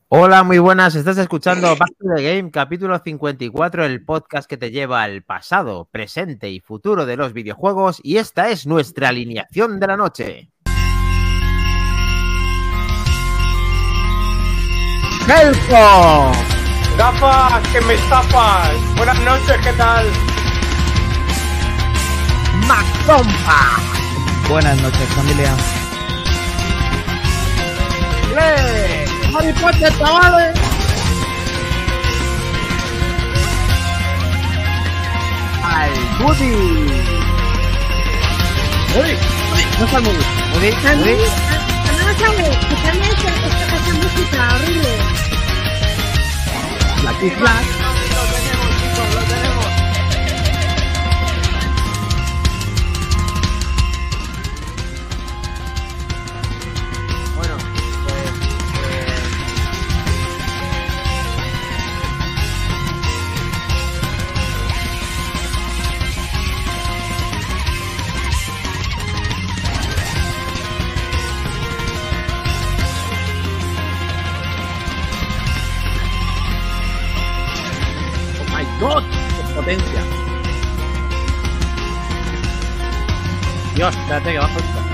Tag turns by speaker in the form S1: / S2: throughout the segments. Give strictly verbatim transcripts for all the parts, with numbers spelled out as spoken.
S1: Hola, muy buenas. Estás escuchando Back to the Game, capítulo cincuenta y cuatro, el podcast que te lleva al pasado, presente y futuro de los videojuegos. Y esta es nuestra alineación de la noche. ¡Helco!
S2: ¡Gafas, que me estafas! Buenas noches, ¿qué tal?
S1: ¡Macompa!
S3: Buenas noches, familia.
S1: ¡Le! ¡Harry Potter, chavales! ¡Al Moody! ¡Moody! ¿No está el Moody? ¿Moody? ¿Moody?
S4: No sabes, escuchadme esta, esta música horrible.
S1: La Kiss Black.
S2: Lo tenemos, chicos, lo tenemos.
S1: Bueno, pues... pues... ¡Oh, my God! ¡Qué potencia! Dios, espérate que bajo esto.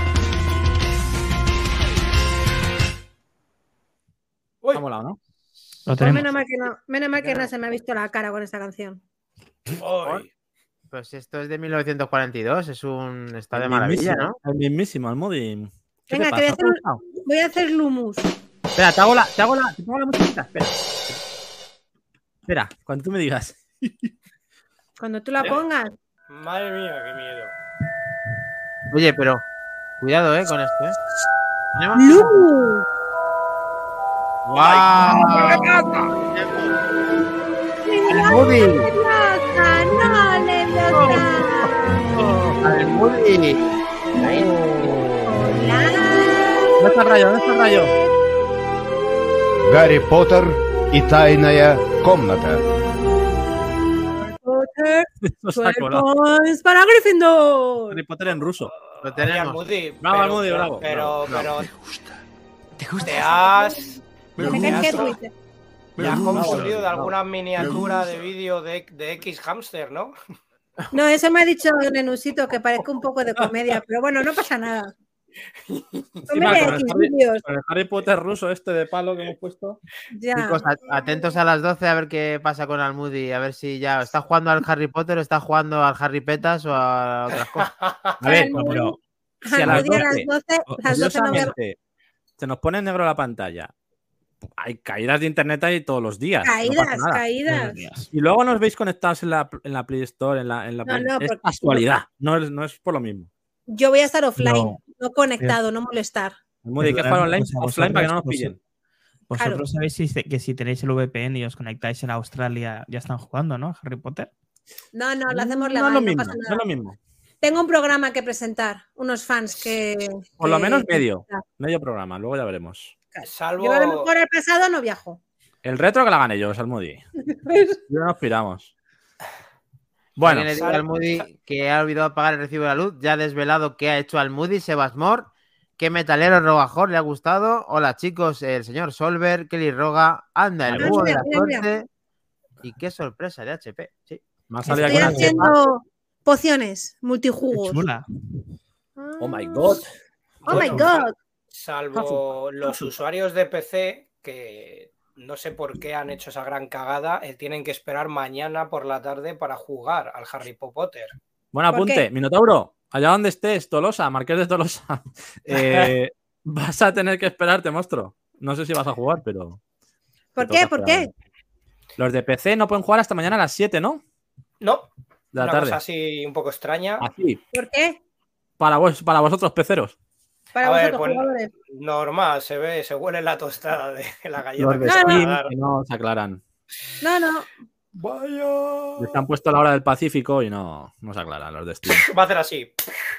S2: Uy.
S1: Ha molado, ¿no?
S3: Lo
S4: Pues
S3: tenemos.
S4: menos mal que no, menos mal que no se me ha visto la cara con esta canción.
S2: Uy.
S1: Pues esto es de mil novecientos cuarenta y dos, es un... está de
S3: El
S1: maravilla,
S3: mismísimo,
S1: ¿no?
S3: El mismísimo, el Moody. ¿Qué
S4: Venga,
S3: te
S4: que voy a
S3: pasa?
S4: hacer, voy a hacer Lumus.
S1: Espera, te hago la... te hago la... te pongo la musiquita, espera.
S3: Espera, cuando tú me digas.
S4: Cuando tú la pongas.
S2: Madre mía, qué miedo.
S1: Oye, pero... cuidado, eh, con esto, eh. ¿Tenemos?
S4: ¡Lumus!
S1: ¡Guau! ¡El Moody!
S4: ¡Loca! ¡No le loca!
S1: ¡El Moody!
S4: ¡Hola!
S3: ¿Dónde está el rayo? ¿Dónde está el rayo?
S5: Гарри Поттер и тайная комната.
S4: Potter,
S3: Esto se ha colado.
S4: points para Gryffindor.
S3: Harry Potter en ruso.
S1: Lo
S2: Oye,
S1: tenemos.
S2: Moody,
S3: Bravo,
S2: pero,
S3: Moody,
S2: pero,
S3: bravo,
S2: Pero,
S3: bravo,
S2: pero, ¿te has,
S4: Me
S2: te
S4: cae
S2: has,
S4: que Twitter.
S2: te has
S3: gusta,
S2: confundido de
S3: bravo.
S2: alguna miniatura de vídeo de, de X Hamster, ¿no?
S4: No, eso me ha dicho Nenusito que parezca un poco de comedia, pero bueno, no pasa nada.
S3: Encima,
S4: Comedia
S3: con, el
S4: X
S3: Harry,
S4: vídeos.
S3: con el Harry Potter ruso este de palo que hemos puesto.
S4: Ya.
S1: Chicos, a- atentos a las doce a ver qué pasa con el Moody, a ver si ya está jugando al Harry Potter o está jugando al Harry Petas o a otras cosas.
S3: A ver,
S4: Al Moody-
S3: pero si
S4: Al
S3: a las
S4: Moody a las
S3: doce,
S4: doce, las doce no voy a...
S3: curiosamente, se nos pone en negro la pantalla. Hay caídas de internet ahí todos los días. no pasa
S4: Caídas,
S3: nada.
S4: caídas.
S3: Y luego nos veis conectados en la, en la Play Store, en la, en la
S4: No,
S3: Play-
S4: no,
S3: es
S4: porque-
S3: casualidad, no es, no es por lo mismo.
S4: Yo voy a estar offline, no,
S6: No.
S4: conectado, no molestar.
S3: Moody, hay que jugar online, offline para que no nos pillen.
S6: Vosotros
S4: Claro.
S6: sabéis si- que si tenéis el V P N y os conectáis en Australia, ya están jugando, ¿no? Harry Potter.
S4: No, no, lo hacemos
S3: no
S4: legal,
S3: es lo
S4: no
S3: mismo,
S4: pasa
S3: no es
S4: nada.
S3: lo mismo.
S4: Tengo un programa que presentar, unos fans que...
S3: Por lo
S4: que-
S3: menos medio, medio programa, luego ya veremos.
S2: Salvo,
S4: Yo a lo mejor al pasado no viajo.
S3: El retro que la gane yo, Salmudi. Yo no nos piramos. Bueno,
S1: Alguien le diga al Moody que ha olvidado pagar el recibo de la luz, ya ha desvelado qué ha hecho al Moody, Sebasmor, qué metalero Rogajor le ha gustado. Hola chicos, el señor Solver, Kelly Roga, anda el
S4: Mira,
S1: búho de la
S4: mira, mira.
S1: suerte. Y qué sorpresa de H P. Sí.
S3: me ha salido
S4: Estoy
S3: aquí una
S4: haciendo pociones,
S6: Qué
S4: multijugos.
S6: chula.
S3: Oh my god.
S4: Oh my
S2: Bueno,
S4: god.
S2: salvo los usuarios de P C que no sé por qué han hecho esa gran cagada, eh, tienen que esperar mañana por la tarde para jugar al Harry Potter.
S3: Buen
S4: ¿Por
S3: apunte,
S4: qué?
S3: Minotauro. Allá donde estés, Tolosa, Marqués de Tolosa. eh, vas a tener que esperarte, monstruo. No sé si vas a jugar, pero.
S4: ¿Por
S3: te
S4: qué?
S3: toca
S4: ¿Por qué?
S3: esperar. Los de P C no pueden jugar hasta mañana a las siete, ¿no?
S2: No,
S3: De la
S2: una
S3: tarde.
S2: cosa así un poco extraña.
S3: Así.
S4: ¿Por qué?
S3: Para, vos, para vosotros, peceros.
S4: Para
S2: A ver,
S4: vosotros,
S2: pues,
S4: jugadores.
S2: normal, se ve, se huele la tostada de la galleta.
S3: Los de
S2: que se van a
S3: Steam
S2: dar.
S3: que no se aclaran.
S4: No, no.
S2: Vaya.
S3: Les han puesto la hora del Pacífico y no, no se aclaran los de Steam.
S2: Va a hacer así.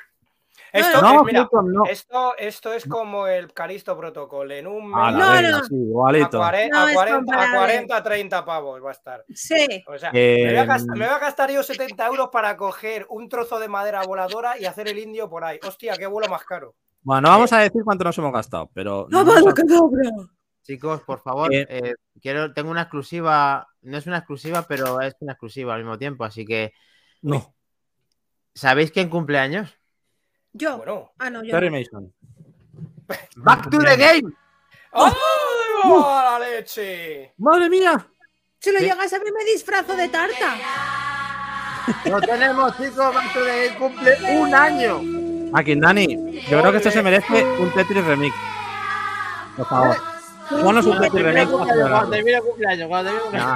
S2: Esto,
S3: No,
S2: es, mira,
S3: Hilton, no.
S2: esto, esto es como el Calisto Protocol. En un
S3: A
S2: mes,
S3: la
S4: No,
S3: venga,
S4: no.
S3: sí,
S2: a,
S3: igualito.
S2: cuare-
S4: No
S2: a
S4: es
S2: cuarenta, a
S4: comparable.
S2: cuarenta, treinta pavos va a estar.
S4: Sí.
S2: O sea,
S3: Eh,
S2: me, voy a gastar, me voy a gastar yo setenta euros para coger un trozo de madera voladora y hacer el indio por ahí. Hostia, qué vuelo más caro.
S3: Bueno, no vamos a decir cuánto nos hemos gastado, pero.
S4: ¡No,
S3: nos
S4: vale,
S3: ha-
S4: que dobra!
S1: Chicos, por favor,
S3: Eh.
S1: eh, quiero, tengo una exclusiva, no es una exclusiva, pero es una exclusiva al mismo tiempo, así que
S3: No.
S1: ¿sabéis quién cumple años?
S4: Yo.
S2: Bueno.
S4: Ah, no, yo.
S3: Terry
S4: no.
S3: Mason.
S1: Back to the game.
S2: ¡Oh, la leche!
S3: ¡Madre mía!
S4: Si lo
S1: Sí.
S4: llegas a ver, me disfrazo de tarta.
S1: Lo tenemos, chicos, Back to the game cumple un año.
S3: Aquí, Dani, yo creo que esto se merece un Tetris Remix. Por favor. Ponos un Tetris Remix. para
S1: Cuando
S3: celebrarlo.
S1: termine el cumpleaños, cuando termine el cumpleaños.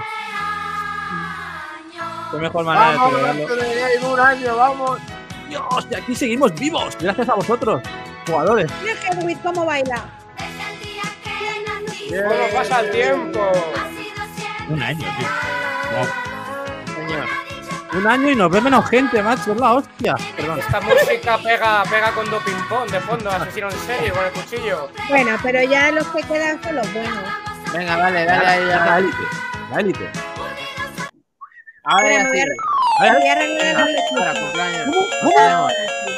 S3: Nah. Qué mejor manera de
S1: Vamos, Back
S3: celebrarlo.
S1: to the game, un año, vamos.
S3: Dios, y aquí seguimos vivos. Gracias a vosotros, jugadores.
S4: Mira Hedwig cómo baila.
S2: ¿Cómo pasa el tiempo?
S6: Un año, tío.
S1: Señor.
S3: Un año y nos ve menos gente, macho. Es la hostia. Perdón.
S2: Esta música pega, pega con do ping pong de fondo, asesino en serie con el cuchillo.
S4: Bueno, pero ya los que quedan son los buenos.
S1: Venga, dale, dale ahí.
S3: La
S1: dale.
S3: élite. La élite.
S1: Ahora
S4: Espera,
S1: ya
S4: me voy a
S1: sí.
S4: Me voy a arreglar el
S1: Ahora,
S4: vestido.
S1: cumpleaños.
S3: ¿Cómo?
S1: Tenemos.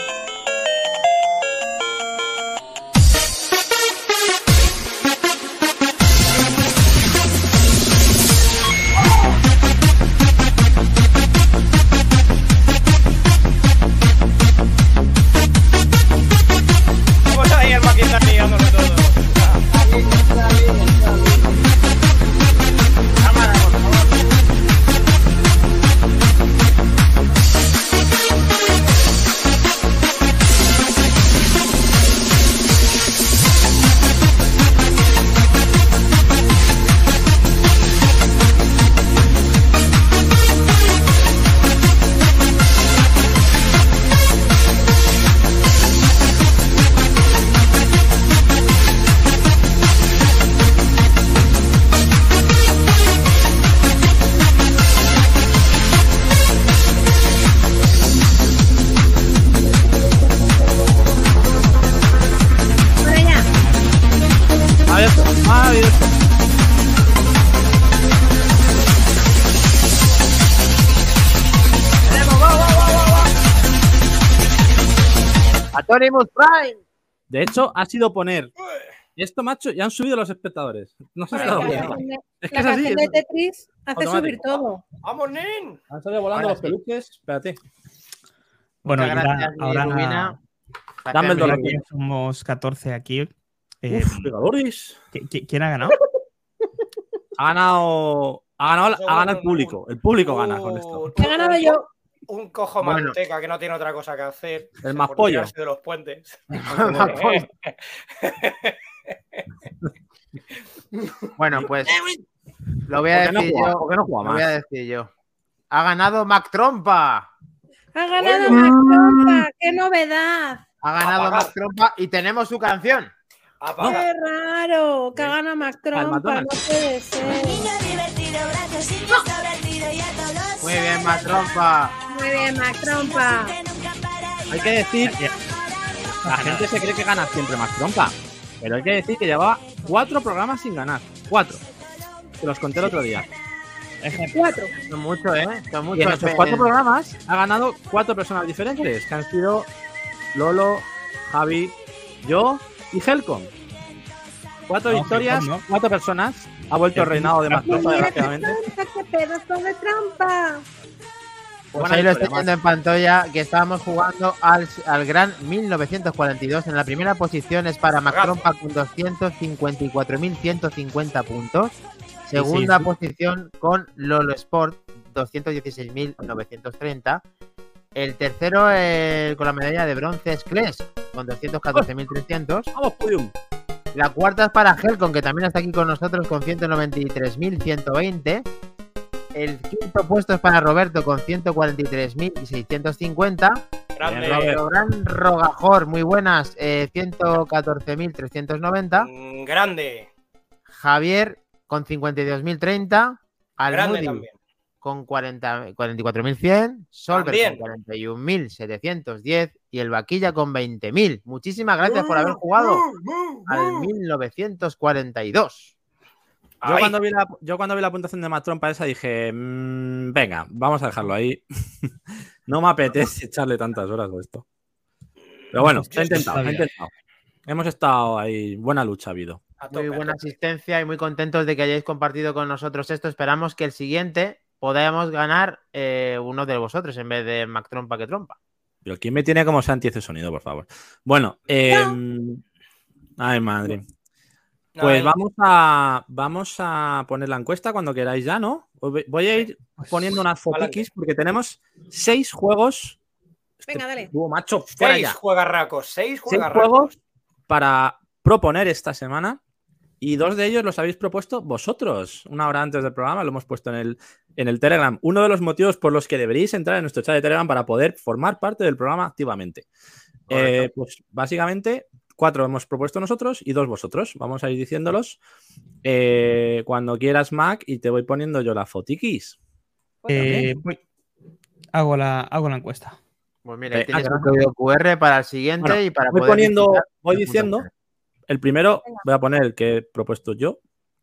S2: Vamos ahí el maquinario liándolo todo.
S1: Cámara, por favor.
S4: Para allá.
S3: Abierto. Abierto.
S1: Atorimus Prime.
S3: De hecho, ha sido poner esto, macho, y han subido los espectadores. No se
S4: La
S3: está dando
S4: canción
S3: cuenta.
S4: de-
S3: Es que
S4: la
S3: es así.
S4: canción de
S3: es-
S4: Tetris hace
S3: automático.
S4: subir todo.
S2: ¡Vamos, nen!
S3: Han salido volando
S1: Ahora
S3: los
S1: sí.
S3: peluches. Espérate.
S6: Bueno,
S1: Muchas
S6: ya
S1: gracias, mi
S6: ahora,
S1: Rubina.
S3: Dame el
S6: ahora
S3: dólar.
S6: que ya somos catorce aquí. eh,
S3: Uf, pegadores.
S6: ¿qui- qui- ¿Quién ha ganado?
S3: Ha ganado. Ha ganado,
S2: Eso
S3: ha ganado
S2: bueno,
S3: el público. El público gana con esto.
S2: Uh,
S4: He ganado yo.
S2: Un cojo
S1: Bueno.
S2: manteca que no tiene otra cosa que hacer.
S3: El más
S2: por
S3: pollo.
S2: tirarse de los puentes.
S1: Bueno, pues lo voy a
S3: ¿Por qué no
S1: decir
S3: juega?
S1: yo.
S3: ¿Por qué no juega
S1: Lo voy a
S3: más?
S1: decir yo. Ha ganado Mac Trompa.
S4: Ha ganado Mac Trompa. ¡Qué novedad!
S1: Ha ganado
S2: Apagar.
S1: Mac Trompa y tenemos su canción.
S2: Apaga.
S4: ¡Qué raro! Que gana Mac Trompa. No
S3: McDonald's.
S4: puede ser.
S1: Muy bien, Mac Trompa.
S4: Muy bien, Mac Trompa.
S3: Hay que decir. La gente se cree que gana siempre más trompa. Pero hay que decir que llevaba cuatro programas sin ganar. Cuatro. Te los conté el otro día.
S4: Cuatro.
S1: Son muchos, ¿eh? Son
S3: Y en
S1: muchos.
S3: esos cuatro programas ha ganado cuatro personas diferentes, que han sido Lolo, Javi, yo y Helcom. Cuatro
S6: No,
S3: victorias,
S6: Helcom no.
S3: cuatro personas. Ha vuelto el reinado de más trompa,
S4: Mira qué
S3: desgraciadamente.
S4: trampa, qué pedazo de trampa.
S1: Pues
S3: Buena
S1: ahí lo
S3: victoria,
S1: estoy viendo en pantalla que estábamos jugando al, al gran mil novecientos cuarenta y dos. En la primera posición es para Mac
S2: Gato.
S1: Trompa con doscientos cincuenta y cuatro mil ciento cincuenta puntos. Segunda
S6: sí.
S1: posición con Lolo Sport, doscientos dieciséis mil novecientos treinta. El tercero eh, con la medalla de bronce es Kles, con doscientos catorce mil trescientos.
S3: Vamos, podium.
S1: La cuarta es para Helcon, que también está aquí con nosotros con ciento noventa y tres mil ciento veinte. El quinto puesto es para Roberto con ciento cuarenta y tres mil seiscientos cincuenta.
S2: Grande.
S3: Bien, Robert.
S1: El gran Rogajor, muy buenas, eh, ciento catorce mil trescientos noventa.
S2: Mm, Grande.
S1: Javier con cincuenta y dos mil treinta.
S2: Grande
S1: Almudi
S2: también.
S1: con cuarenta, cuarenta y cuatro mil cien. Solver
S2: También.
S1: con cuarenta y un mil setecientos diez. Y el Vaquilla con veinte mil. Muchísimas gracias por haber jugado al mil novecientos cuarenta y dos.
S3: Yo
S2: Ahí.
S3: cuando, vi la, yo cuando vi la puntuación de más trompa esa dije, mmm, venga, vamos a dejarlo ahí. No me apetece echarle tantas horas a esto. Pero bueno, se ha intentado, se ha intentado. Hemos estado ahí, buena lucha ha habido.
S2: A tope,
S1: Muy buena
S2: a tope.
S1: asistencia y muy contentos de que hayáis compartido con nosotros esto. Esperamos que el siguiente podamos ganar eh, uno de vosotros en vez de Mac Trompa que Trompa.
S3: Pero ¿quién me tiene como Santi ese sonido, por favor? Bueno, eh, ay, madre. Pues
S2: Ay,
S3: vamos a, vamos a poner la encuesta cuando queráis ya, ¿no? Voy voy a ir poniendo unas fotiquis porque tenemos seis juegos.
S4: Venga, dale.
S3: Uh, macho, fuera
S2: seis
S3: ya.
S2: juegarracos, seis
S3: Seis
S2: juegarracos.
S3: juegos para proponer esta semana y dos de ellos los habéis propuesto vosotros. Una hora antes del programa lo hemos puesto en el, en el Telegram. Uno de los motivos por los que deberíais entrar en nuestro chat de Telegram para poder formar parte del programa activamente. Eh, pues básicamente cuatro hemos propuesto nosotros y dos vosotros. Vamos a ir diciéndolos eh, cuando quieras, Mac, y te voy poniendo yo la fotiquis.
S6: Eh, voy. Hago la, hago la encuesta.
S1: Pues mira, ahí
S3: Eh,
S1: tienes
S3: ah,
S1: un código cu erre para el siguiente
S3: Bueno,
S1: y para
S3: voy
S1: poder
S3: poniendo,
S1: visitar
S3: voy
S1: el
S3: diciendo.
S1: punto.
S3: El primero
S4: Venga.
S3: voy a poner el que he propuesto yo.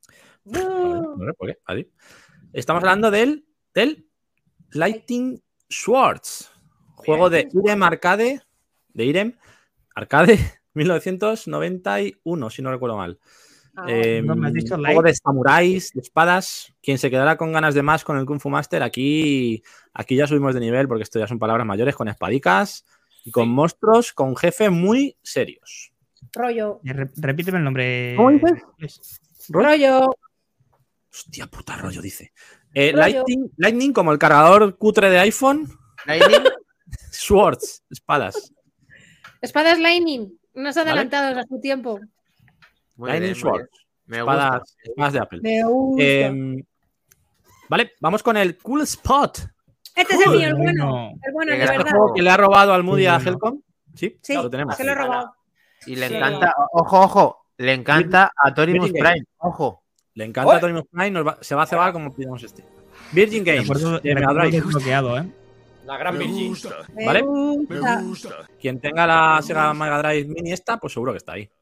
S4: ¡Bú!
S3: No sé por qué. Ahí. Estamos hablando del, del Lightning Swords, juego de Irem Arcade, de Irem Arcade mil novecientos noventa y uno, si no recuerdo mal.
S4: Ah,
S3: Eh,
S6: ¿No me has dicho
S3: juego
S6: Light?
S3: de samuráis, de espadas. Quien se quedará con ganas de más con el Kung Fu Master, aquí, aquí ya subimos de nivel porque esto ya son palabras mayores, con espadicas y con monstruos, con jefes muy serios.
S4: rollo.
S6: Eh, re- repíteme el nombre.
S3: ¿Cómo dices?
S6: Luis.
S4: Rollo.
S3: Hostia puta, rollo, dice. Eh,
S4: Rollo.
S3: Lightning, Lightning, como el cargador cutre de iPhone.
S1: Lightning,
S3: Swords, espadas.
S4: Espadas Lightning. Unos
S3: Vale.
S4: adelantados a su tiempo.
S1: muy
S3: Lightning
S1: bien, muy
S3: Swords.
S1: bien. Me
S3: Espadas,
S1: gusta.
S3: espadas de Apple.
S4: Me gusta.
S3: Eh, vale, vamos con el Cool Spot.
S4: este es el
S6: Cool.
S4: mío, el bueno.
S6: Bueno.
S4: El bueno,
S1: Qué
S4: el de
S1: gran
S3: Este
S4: verdad.
S3: juego que le ha robado al Moody
S6: Sí,
S3: a
S6: bueno.
S3: Helcom. Sí,
S4: Sí,
S3: lo tenemos.
S4: se lo he robado.
S1: Y le
S2: Sí.
S1: encanta, ojo, ojo, le encanta a Torimus
S3: Virgin
S1: Prime, ojo.
S3: Le encanta
S2: ¡Oh!
S3: a Tony Prime, nos va- se va a cebar como pidamos este. Virgin Games,
S6: Recuerdo,
S3: de Mega
S6: recuerdo
S3: Drive.
S6: desbloqueado, ¿eh?
S2: La gran Virgin.
S4: Me
S3: ¿Vale?
S4: gusta.
S3: Quien tenga la Sega Mega Drive Mini esta, pues seguro que está ahí.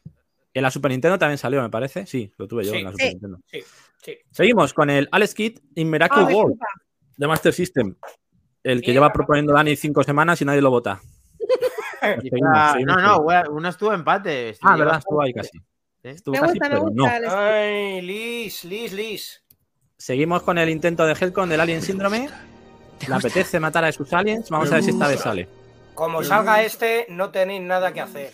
S3: En la Super Nintendo también salió, me parece. Sí, lo tuve yo
S2: Sí,
S3: en la Super
S4: sí.
S3: Nintendo.
S2: Sí, sí.
S3: Seguimos con el Alex Kidd in Miracle
S4: Ah, me
S3: World
S4: gusta.
S3: de Master System. El que
S2: Mira.
S3: lleva proponiendo Dani cinco semanas y nadie lo vota. Seguimos,
S1: Ah,
S3: seguimos
S1: no, no,
S3: con-
S1: bueno, uno estuvo empate.
S3: Ah,
S1: Yo-
S3: verdad, estuvo ahí casi.
S1: ¿Sí?
S3: Estuvo
S4: Me
S3: casi,
S4: gusta, me
S3: pero no.
S4: gusta. el-
S2: Ay, Liz, Liz, Liz.
S3: Seguimos con el intento de Helcom del Alien Síndrome. Le apetece matar a sus aliens. Vamos a ver si esta vez sale.
S2: Como salga este, no tenéis nada que hacer.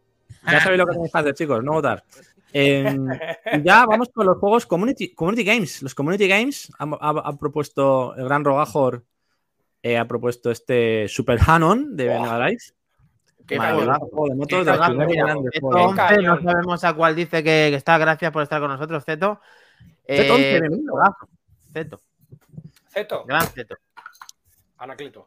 S3: Ya sabéis lo que tenéis que hacer, chicos, no votar. Eh, y ya vamos con los juegos Community, community Games. Los Community Games ha, ha- ha propuesto el gran Rogajor, eh, ha propuesto este Super Hanon de
S2: Buah.
S3: Mega Drive.
S1: Qué
S3: Maravilloso
S1: juegazo.
S3: juego de motos,
S2: Qué
S3: de los
S2: juegazo,
S3: primeros
S2: mira,
S3: grandes
S1: Zeto
S3: juegos.
S1: once, no
S2: cañón.
S1: sabemos a cuál dice que, que está. Gracias por estar con nosotros, Zeto.
S3: Zeto once,
S1: Eh,
S3: bienvenido.
S1: juegazo. Zeto,
S2: Zeto,
S1: gran Zeto.
S2: Anacleto.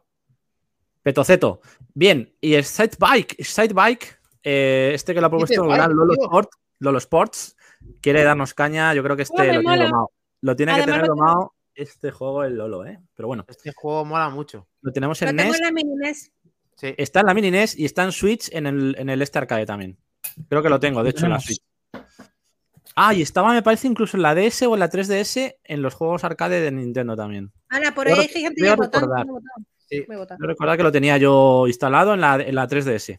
S3: Petoceto. Bien, y el Side Bike, Side Bike, eh, este que lo ha propuesto el
S1: Bike,
S3: gran Lolo
S1: tío.
S3: Sport, Lolo Sports, quiere darnos caña. Yo creo que este
S4: Oh, me
S3: lo tiene
S4: mola.
S3: domado. Lo tiene que
S4: Además,
S3: tener
S4: lo tengo-
S3: domado este juego el Lolo, ¿eh? Pero bueno,
S1: Este juego mola mucho.
S3: lo tenemos
S4: Lo
S3: en
S4: tengo
S3: NES.
S4: en la mini NES.
S1: Sí.
S3: Está en la Mini NES y está en Switch en el, en el este arcade también. Creo que lo tengo, de hecho, en la
S6: Tenemos.
S3: Switch. Ah, y estaba, me parece, incluso en la D S o en la tres D S en los juegos arcade de Nintendo también.
S4: Ana, por
S3: Creo-
S4: ahí hay gente
S3: creo
S4: ya votando.
S3: recordar.
S4: Me he votado.
S1: Sí.
S4: Me he votado.
S3: Yo recordar que lo tenía yo instalado en la, en la tres D S.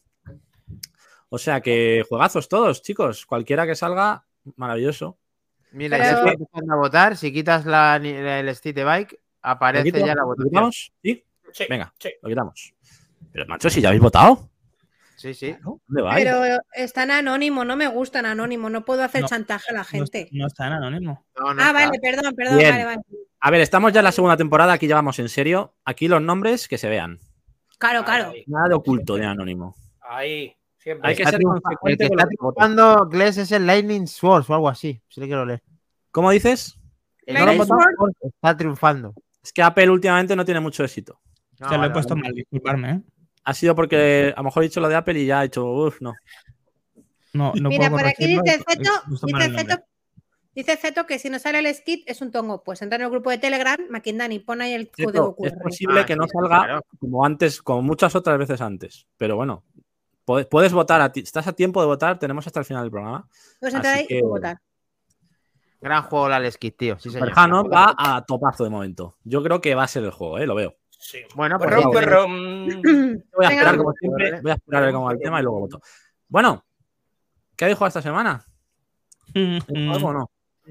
S3: O sea que juegazos todos, chicos. Cualquiera que salga, maravilloso.
S1: Mira,
S4: Pero-
S1: ya está empezando a votar. Si quitas la, el Stick Bike,
S3: ¿Lo
S1: aparece
S3: quito?
S1: ya la
S3: ¿Lo
S1: votación.
S3: quitamos? ¿Sí?
S2: Sí,
S3: Venga,
S2: sí.
S3: lo quitamos. Pero, macho, si ya habéis votado.
S1: Sí, sí.
S3: ¿Dónde vais?
S4: Pero están anónimo, no me gustan anónimo, no puedo hacer
S6: No.
S4: chantaje a la
S6: No,
S4: gente.
S6: no está en anónimo.
S1: No, no
S4: ah,
S1: está.
S4: vale, perdón, perdón,
S3: Bien.
S4: vale, vale.
S3: A ver, estamos ya en la segunda temporada. Aquí ya vamos en serio. Aquí los nombres que se vean.
S4: Claro, claro.
S2: Ahí,
S3: Nada de oculto de anónimo.
S2: ahí. Siempre.
S3: Hay que
S1: Está
S3: ser
S1: triunfa-
S3: consecuente
S1: el que
S3: con
S1: está
S3: lo que votas.
S1: triunfando Gles es el Lightning Swords o algo así. Si le quiero leer.
S3: ¿Cómo dices?
S1: El
S4: Lightning
S1: Lightning
S4: Sword.
S1: Swords está triunfando.
S3: Es que Apple últimamente no tiene mucho éxito.
S1: No,
S6: Se lo he
S1: vale,
S6: puesto
S1: vale.
S6: mal, disculparme, ¿eh?
S3: Ha sido porque a lo mejor he dicho lo de Apple y ya he hecho, uff, no.
S6: No, no
S4: Mira,
S6: puedo
S4: por aquí
S6: corregirlo,
S4: dice
S6: he
S4: Zeto,
S6: puesto mal
S4: dice
S6: el nombre.
S4: Zeto, dice Zeto que si no sale el skit es un tongo. Pues entra en el grupo de Telegram, Maquindani, pon ahí el código Q
S3: Es
S4: R.
S3: posible
S1: Ah,
S3: que no
S1: sí,
S3: salga
S1: claro.
S3: como antes, como muchas otras veces antes. Pero bueno, puedes, puedes votar. A ti, estás a tiempo de votar. Tenemos hasta el final del programa.
S4: Puedes entrar
S3: así
S4: ahí
S3: que-
S4: y votar.
S1: Gran juego la Skid, tío. Sí, señor.
S3: Perjano va a topazo de momento. Yo creo que va a ser el juego, ¿eh? Lo veo.
S2: Sí.
S1: Bueno, pues
S2: Perrón,
S1: sí,
S2: perrón.
S3: Voy a
S4: Venga,
S3: esperar como
S1: vamos.
S3: siempre. Voy a esperar a ver cómo va el tema y luego voto. Bueno, ¿qué habéis jugado esta semana? ¿Algo o no?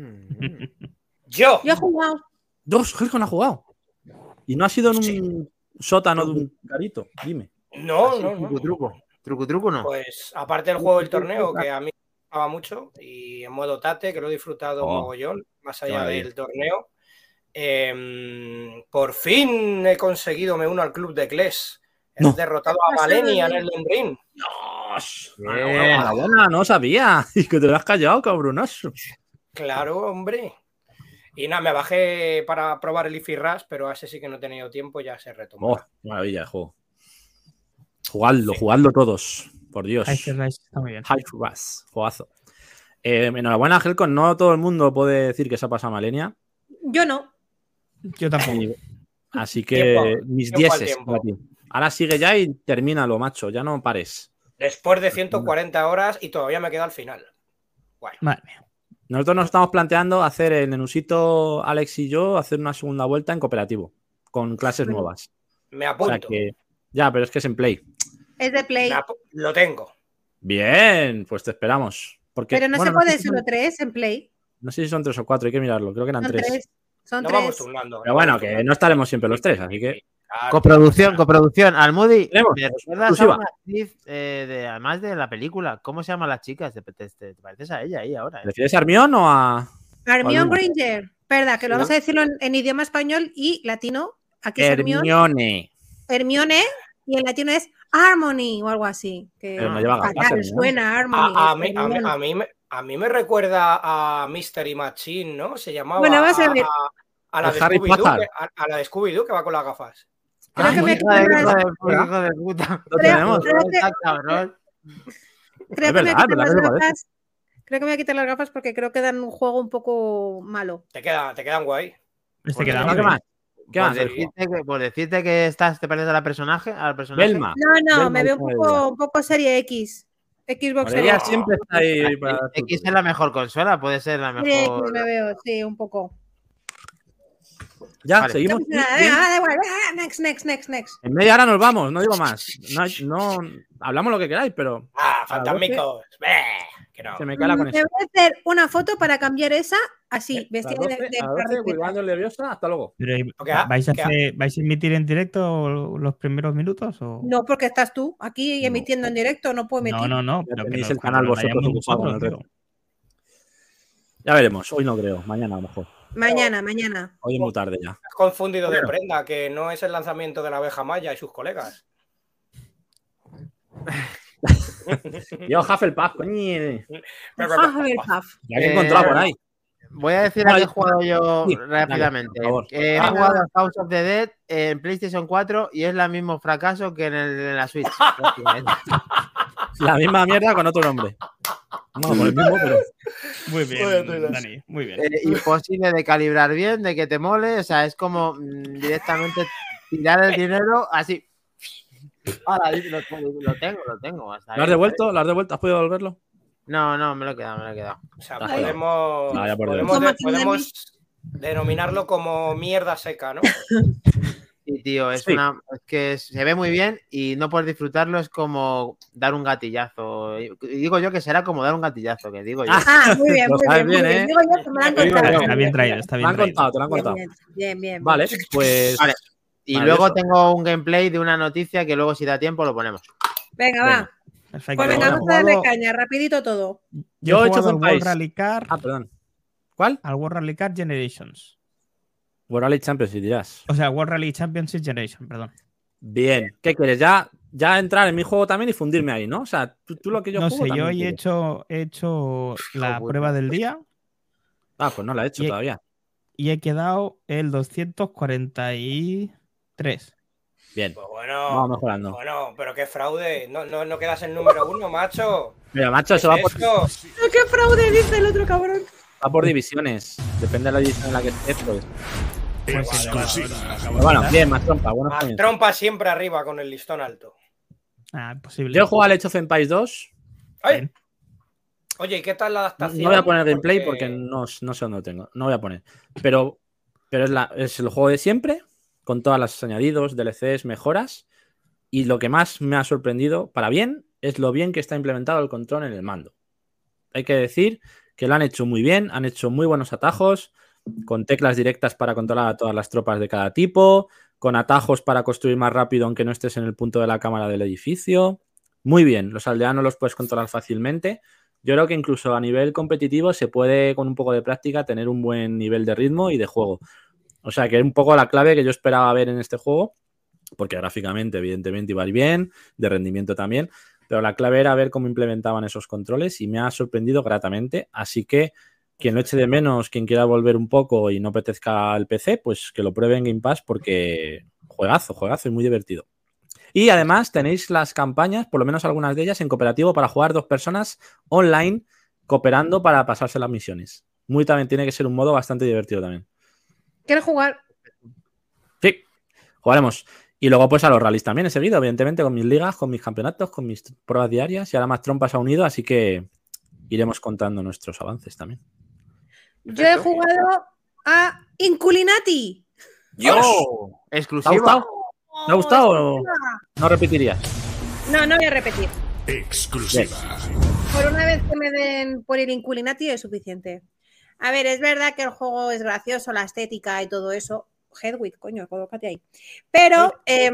S2: Yo.
S4: Yo he jugado.
S3: Dos, Helcon ha jugado. Y no ha sido en un
S2: Sí.
S3: sótano de un carito. Dime.
S2: No, no,
S1: Truco,
S2: no.
S1: truco. Truco, truco, no.
S2: Pues aparte del juego del torneo, que a mí me gustaba mucho, y en modo Tate, que lo he disfrutado
S3: Oh,
S2: mogollón, más
S3: qué
S2: allá
S3: maravilla.
S2: del torneo. Eh, por fin he conseguido me uno al club de Kles. He
S3: No.
S2: derrotado a Malenia en el Ring.
S3: ¡Dios!
S1: Bien.
S3: Enhorabuena, no sabía. Y que te lo has callado, cabronazo.
S2: Claro, hombre. Y nada, me bajé para probar el Ify Rush, pero a ese sí que no he tenido tiempo, ya se retomó.
S3: Oh, qué maravilla de juego. Jugadlo, jugadlo todos. Por Dios.
S6: Hi-Fi Rush está muy bien.
S3: High Rush, juegazo. Eh, enhorabuena, Helcon. No todo el mundo puede decir que se ha pasado a Malenia.
S4: Yo no.
S6: Yo tampoco.
S3: Y- Así que
S2: Tiempo,
S3: mis
S2: tiempo al
S3: dieces
S2: tiempo.
S3: para ti. Ahora sigue ya y termínalo, macho. Ya no pares.
S2: Después de ciento cuarenta horas y todavía me queda al final. Guay.
S6: Madre mía.
S3: Nosotros nos estamos planteando hacer el Nenusito, Alex y yo, hacer una segunda vuelta en cooperativo, con clases
S4: Bueno,
S3: nuevas.
S2: Me
S3: O sea
S2: apunto.
S3: que. Ya, pero es que es en Play.
S4: Es de Play.
S2: Me apu- Lo tengo.
S3: Bien, pues te esperamos. Porque,
S4: Pero no
S3: bueno,
S4: se puede
S3: sé si
S4: solo
S3: son-
S4: tres en Play.
S3: no sé si son tres o cuatro, hay que mirarlo. Creo que eran
S4: Son
S3: tres.
S4: tres. Son
S2: No vamos
S4: tres.
S2: turnando.
S3: Pero
S2: no
S3: bueno,
S2: vamos
S3: que
S2: turnando.
S3: no estaremos siempre los tres, así que.
S2: Claro.
S1: Coproducción, coproducción. Almudi,
S3: Tenemos
S1: ¿me recuerdas a
S3: exclusiva.
S1: una actriz, eh, de, además de la película? ¿Cómo se llaman las chicas? ¿Te, te- te- te pareces a ella ahí ahora?
S3: ¿Te
S1: eh?
S3: refieres a Armión o a.?
S4: Hermione
S3: Alguna.
S4: Granger. Verdad, que lo
S3: Sí,
S4: vamos
S3: ¿no?
S4: a decirlo en, en idioma español y latino. Aquí es Hermione.
S3: Hermione.
S4: Hermione y en latino es Harmony o algo así. Que
S3: Pero no lleva gafas,
S4: fatal,
S3: Hermione.
S4: suena Harmony.
S2: A, a mí, a, mí,
S4: Hermione.
S2: a, mí me, a mí me recuerda a Mystery Machine, ¿no? Se llamaba
S4: Bueno, vamos a
S2: a,
S4: ver.
S2: a- a la
S3: El
S2: de
S3: Harry
S2: Scooby-Doo,
S3: Potter.
S2: que- a, a la de Scooby-Doo que va con las gafas.
S4: Creo
S3: Ay,
S4: que me
S3: hijo
S1: Hijo de,
S4: quitan
S1: hijo
S4: las,
S1: de, hijo de puta.
S3: Lo
S4: Creo-
S3: tenemos.
S4: creo que-
S1: Está cabrón.
S4: creo
S3: Es
S4: que me voy a
S3: verdad,
S4: quitar
S3: es verdad
S4: las
S3: que se parece.
S4: gafas. Creo que me voy a quitar las gafas porque creo que dan un juego un poco malo.
S2: Te, queda, te quedan guay.
S6: Este
S1: Pues
S6: queda
S1: no,
S6: muy
S3: ¿Qué
S6: bien.
S3: más? ¿Qué
S1: Por
S3: más? Sergio?
S1: decirte, que, por decirte que estás, te pareces al personaje, al personaje.
S3: Belma.
S4: No, no,
S3: Belma
S4: me veo un
S3: como
S4: poco, un poco serie X. Xbox Series
S3: Ella
S4: X.
S3: siempre está ahí para.
S1: X es la mejor consola, puede ser la
S4: Serie X
S1: mejor.
S4: me veo, sí, un poco.
S3: Ya,
S1: Vale.
S3: seguimos.
S4: No pasa nada,
S3: Bien.
S4: venga, da igual. Ah, Next, next, next, next.
S3: En media hora nos vamos, no digo más. No, no hablamos lo que queráis, pero
S2: Ah,
S3: A las
S2: fantasmicos. Beh, que no.
S3: se me cae la
S4: Me
S3: conexión.
S4: voy a hacer una foto para cambiar esa así,
S3: A las
S4: vestida
S3: doce,
S4: de, de
S3: a las doce,
S4: carripeta.
S3: Wilbando nerviosa, hasta luego.
S6: Pero, ¿y-
S2: Ok, ah,
S6: ¿vais, a
S2: ok, ah.
S6: hacer- ¿Vais a emitir en directo los primeros minutos? O...
S4: No, porque estás tú aquí
S3: No.
S4: emitiendo en directo, no puedo emitir.
S6: no, no, no,
S3: Ya
S6: pero que
S3: tenéis
S6: nos-
S3: el canal
S6: que nos
S3: vosotros
S6: vayamos
S3: ocupado con el
S6: nosotros,
S3: reto. Ya veremos, hoy no creo, mañana a lo mejor.
S4: Mañana, mañana.
S3: Hoy es muy tarde ya.
S2: Has confundido de prenda, que no es el lanzamiento de la abeja maya y sus colegas.
S3: Yo, Hufflepuff, coño.
S4: Ah, a ver, Paf.
S3: La he
S1: Eh,
S3: encontrado por ahí.
S1: Voy a decir a
S3: Vale.
S1: qué he jugado yo
S3: Sí, dale,
S1: rápidamente.
S3: por favor.
S1: He
S4: Venga,
S1: jugado
S4: va.
S1: a House of the Dead en PlayStation cuatro y es el mismo fracaso que en, el, en la Switch. prácticamente.
S3: La misma mierda con otro nombre. No, con el mismo, pero.
S6: Muy bien,
S2: Vaya telas.
S6: Dani, muy bien.
S1: Eh, imposible de calibrar bien, de que te mole. O sea, es como mm, directamente tirar el dinero así. Ahora, lo, lo tengo, lo tengo. hasta
S3: ¿Lo has
S1: ahí.
S3: devuelto? ¿Lo has devuelto? ¿Has podido devolverlo?
S1: No, no, me lo he quedado, me lo he quedado.
S2: O sea,
S3: Ah,
S2: podemos,
S3: vaya por
S2: podemos,
S4: Dios.
S2: de- podemos denominarlo como mierda seca, ¿no?
S1: Sí, tío, es
S3: Sí.
S1: una. Es que se ve muy bien y no poder disfrutarlo es como dar un gatillazo. Y digo yo que será como dar un gatillazo, que digo yo.
S4: Ah, muy bien,
S3: Lo
S4: muy
S3: sabes
S4: bien, muy
S3: bien,
S4: bien.
S3: ¿eh?
S4: Digo yo que me lo han
S3: Digo yo.
S4: contado.
S6: Está bien traído, está
S3: Te lo
S6: bien
S3: han
S6: traído.
S3: contado, te lo han
S4: Bien,
S3: contado.
S4: bien, bien, bien.
S3: Vale, pues.
S1: Vale. Y
S3: Maravilloso.
S1: luego tengo un gameplay de una noticia que luego, si da tiempo, lo ponemos.
S4: Venga,
S3: Venga.
S4: va.
S6: Perfecto.
S4: Pues venga,
S6: Yo he
S4: vamos a darle
S6: jugado-
S4: caña, rapidito todo.
S6: Yo
S3: Yo
S6: he
S3: he hecho
S6: jugado al World
S3: Zenpais.
S6: Rally Car,
S3: Ah, perdón. ¿Cuál?
S6: al World Rally Car Generations.
S3: World Rally Championship, dirás.
S6: O sea, World Rally Championship Generation, perdón.
S3: Bien. ¿Qué quieres? Ya, ya entrar en mi juego también y fundirme ahí, ¿no? O sea, tú, tú lo que yo
S6: No
S3: juego
S6: sé, yo
S3: también
S6: hoy he
S3: quieres.
S6: hecho, he hecho la
S1: puta.
S6: prueba del día
S3: Ah, pues no la he hecho
S6: Y-
S3: todavía.
S6: y he quedado el doscientos cuarenta y tres.
S3: Bien.
S2: Pues
S3: Vamos
S2: bueno,
S3: mejorando.
S2: bueno, pero qué fraude. No, no, no quedas el número uno, macho.
S3: Mira, macho,
S2: ¿Qué
S3: eso va
S2: es
S3: por,
S2: esto?
S4: ¡Qué fraude! Dice el otro cabrón.
S3: va por divisiones. Depende de la división en la que estés, pues.
S6: Pues sí, la- la- la acabo
S3: Pero
S6: de
S3: bueno,
S6: quitar.
S3: bien, más trompa. Buenos
S2: Al
S3: comienzos.
S2: trompa siempre arriba con el listón alto.
S6: Ah, posible.
S3: Yo he jugado al Age of Empires dos.
S2: ¡Ay!
S6: Bien.
S2: Oye, ¿y qué tal la
S3: No,
S2: adaptación?
S3: no voy a poner gameplay porque no, no sé dónde lo tengo. No voy a poner. Pero, pero es, la, es el juego de siempre, con todas las añadidos, D L Cs, mejoras. Y lo que más me ha sorprendido, para bien, es lo bien que está implementado el control en el mando. Hay que decir que lo han hecho muy bien, han hecho muy buenos atajos, con teclas directas para controlar a todas las tropas de cada tipo, con atajos para construir más rápido aunque no estés en el punto de la cámara del edificio. Muy bien, los aldeanos los puedes controlar fácilmente. Yo creo que incluso a nivel competitivo se puede, con un poco de práctica, tener un buen nivel de ritmo y de juego. O sea, que es un poco la clave que yo esperaba ver en este juego, porque gráficamente, evidentemente, iba a ir bien, de rendimiento también, pero la clave era ver cómo implementaban esos controles y me ha sorprendido gratamente. Así que quien lo eche de menos, quien quiera volver un poco y no apetezca el P C, pues que lo pruebe en Game Pass porque juegazo, juegazo y muy divertido. Y además tenéis las campañas, por lo menos algunas de ellas, en cooperativo para jugar dos personas online cooperando para pasarse las misiones. Muy también tiene que ser un modo bastante divertido también.
S4: ¿Quieres jugar?
S3: Sí, jugaremos. Y luego pues a los rallies también he seguido, evidentemente, con mis ligas, con mis campeonatos, con mis pruebas diarias y ahora más trompas ha unido, así que iremos contando nuestros avances también.
S4: Yo he jugado a Inculinati.
S2: ¡Dios!
S1: Oh,
S3: ¿Te ha
S1: exclusiva.
S3: gustado? ¿Te ha gustado o
S4: exclusiva.
S3: no repetirías?
S4: No, no voy a repetir.
S7: Exclusiva.
S4: Por una vez que me den por el Inculinati es suficiente. A ver, es verdad que el juego es gracioso, la estética y todo eso. Hedwig, coño, colócate ahí. Pero eh,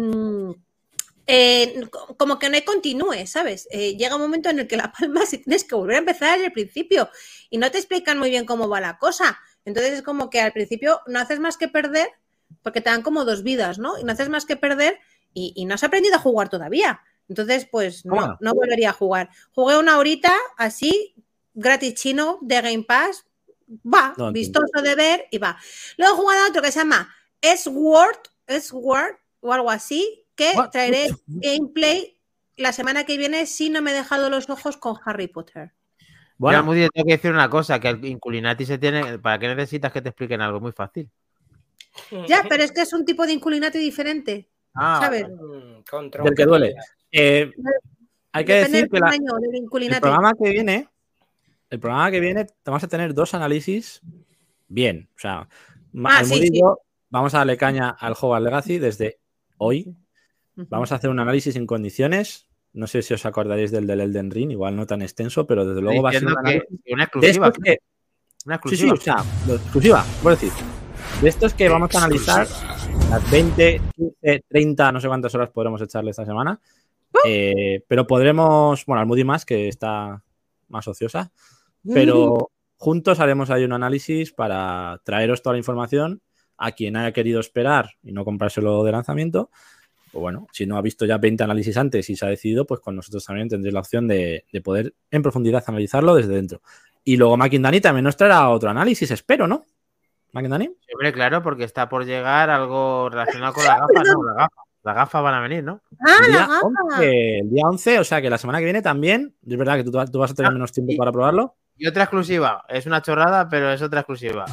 S4: eh, como que no hay continúe, ¿sabes? Eh, llega un momento en el que la palmas y tienes que volver a empezar desde el principio y no te explican muy bien cómo va la cosa. Entonces es como que al principio no haces más que perder porque te dan como dos vidas, ¿no? Y no haces más que perder y, y no has aprendido a jugar todavía. Entonces, pues no,
S3: Bueno.
S4: no volvería a jugar. Jugué una horita así, gratis chino, de Game Pass. Va,
S3: No entiendo.
S4: vistoso de ver y va. Luego he jugado a otro que se llama S-Word, S-Word o algo así, que
S3: What?
S4: traeré gameplay la semana que viene si no me he dejado los ojos con Harry Potter.
S1: Bueno,
S3: Bueno,
S1: muy tengo que decir una cosa, que el Inculinati se tiene... ¿Para qué necesitas que te expliquen algo? Muy fácil.
S4: Ya, pero es que es un tipo de Inculinati diferente,
S1: Ah,
S4: ¿sabes?
S2: Mm, con
S3: del que duele. Eh, hay que
S4: Depende
S3: decir que
S4: del
S3: la-
S4: tamaño del
S3: el
S4: Inculinati.
S3: programa que viene, el programa que viene, vamos a tener dos análisis bien. O sea,
S4: Ah,
S3: al
S4: sí,
S3: Murillo vamos a darle caña al Hogwarts Legacy desde hoy.
S4: Ujú.
S3: Vamos a hacer un análisis en condiciones. No sé si os acordaréis del del Elden Ring, igual no tan extenso, pero desde luego va a ser
S1: diciendo
S3: un
S1: que
S3: análisis
S1: una
S3: de
S1: exclusiva.
S3: estos que...
S1: Una
S3: Sí, sí,
S1: exclusiva.
S3: o sea, lo- exclusiva, puedo decir. De estos que vamos a analizar las veinte, quince, treinta, no sé cuántas horas podremos echarle esta semana. Eh, pero podremos, bueno, al Moody más, que está más ociosa, pero juntos haremos ahí un análisis para traeros toda la información a quien haya querido esperar y no comprárselo de lanzamiento. Pues bueno, si no ha visto ya veinte análisis antes y se ha decidido, pues con nosotros también tendréis la opción de, de poder en profundidad analizarlo desde dentro. Y luego Makindani también nos traerá otro análisis, espero, ¿no? Makindani.
S1: Sí, hombre, claro, porque está por llegar algo relacionado con la gafa, ¿no? La gafa. Las gafas van a venir, ¿no?
S4: Ah,
S3: El
S4: la
S3: día,
S4: gafa.
S3: once, el día once, o sea que la semana que viene también, es verdad que tú, tú vas a tener
S1: Ah,
S3: menos tiempo
S1: y-
S3: para probarlo.
S1: Y otra exclusiva. Es una chorrada, pero es otra exclusiva.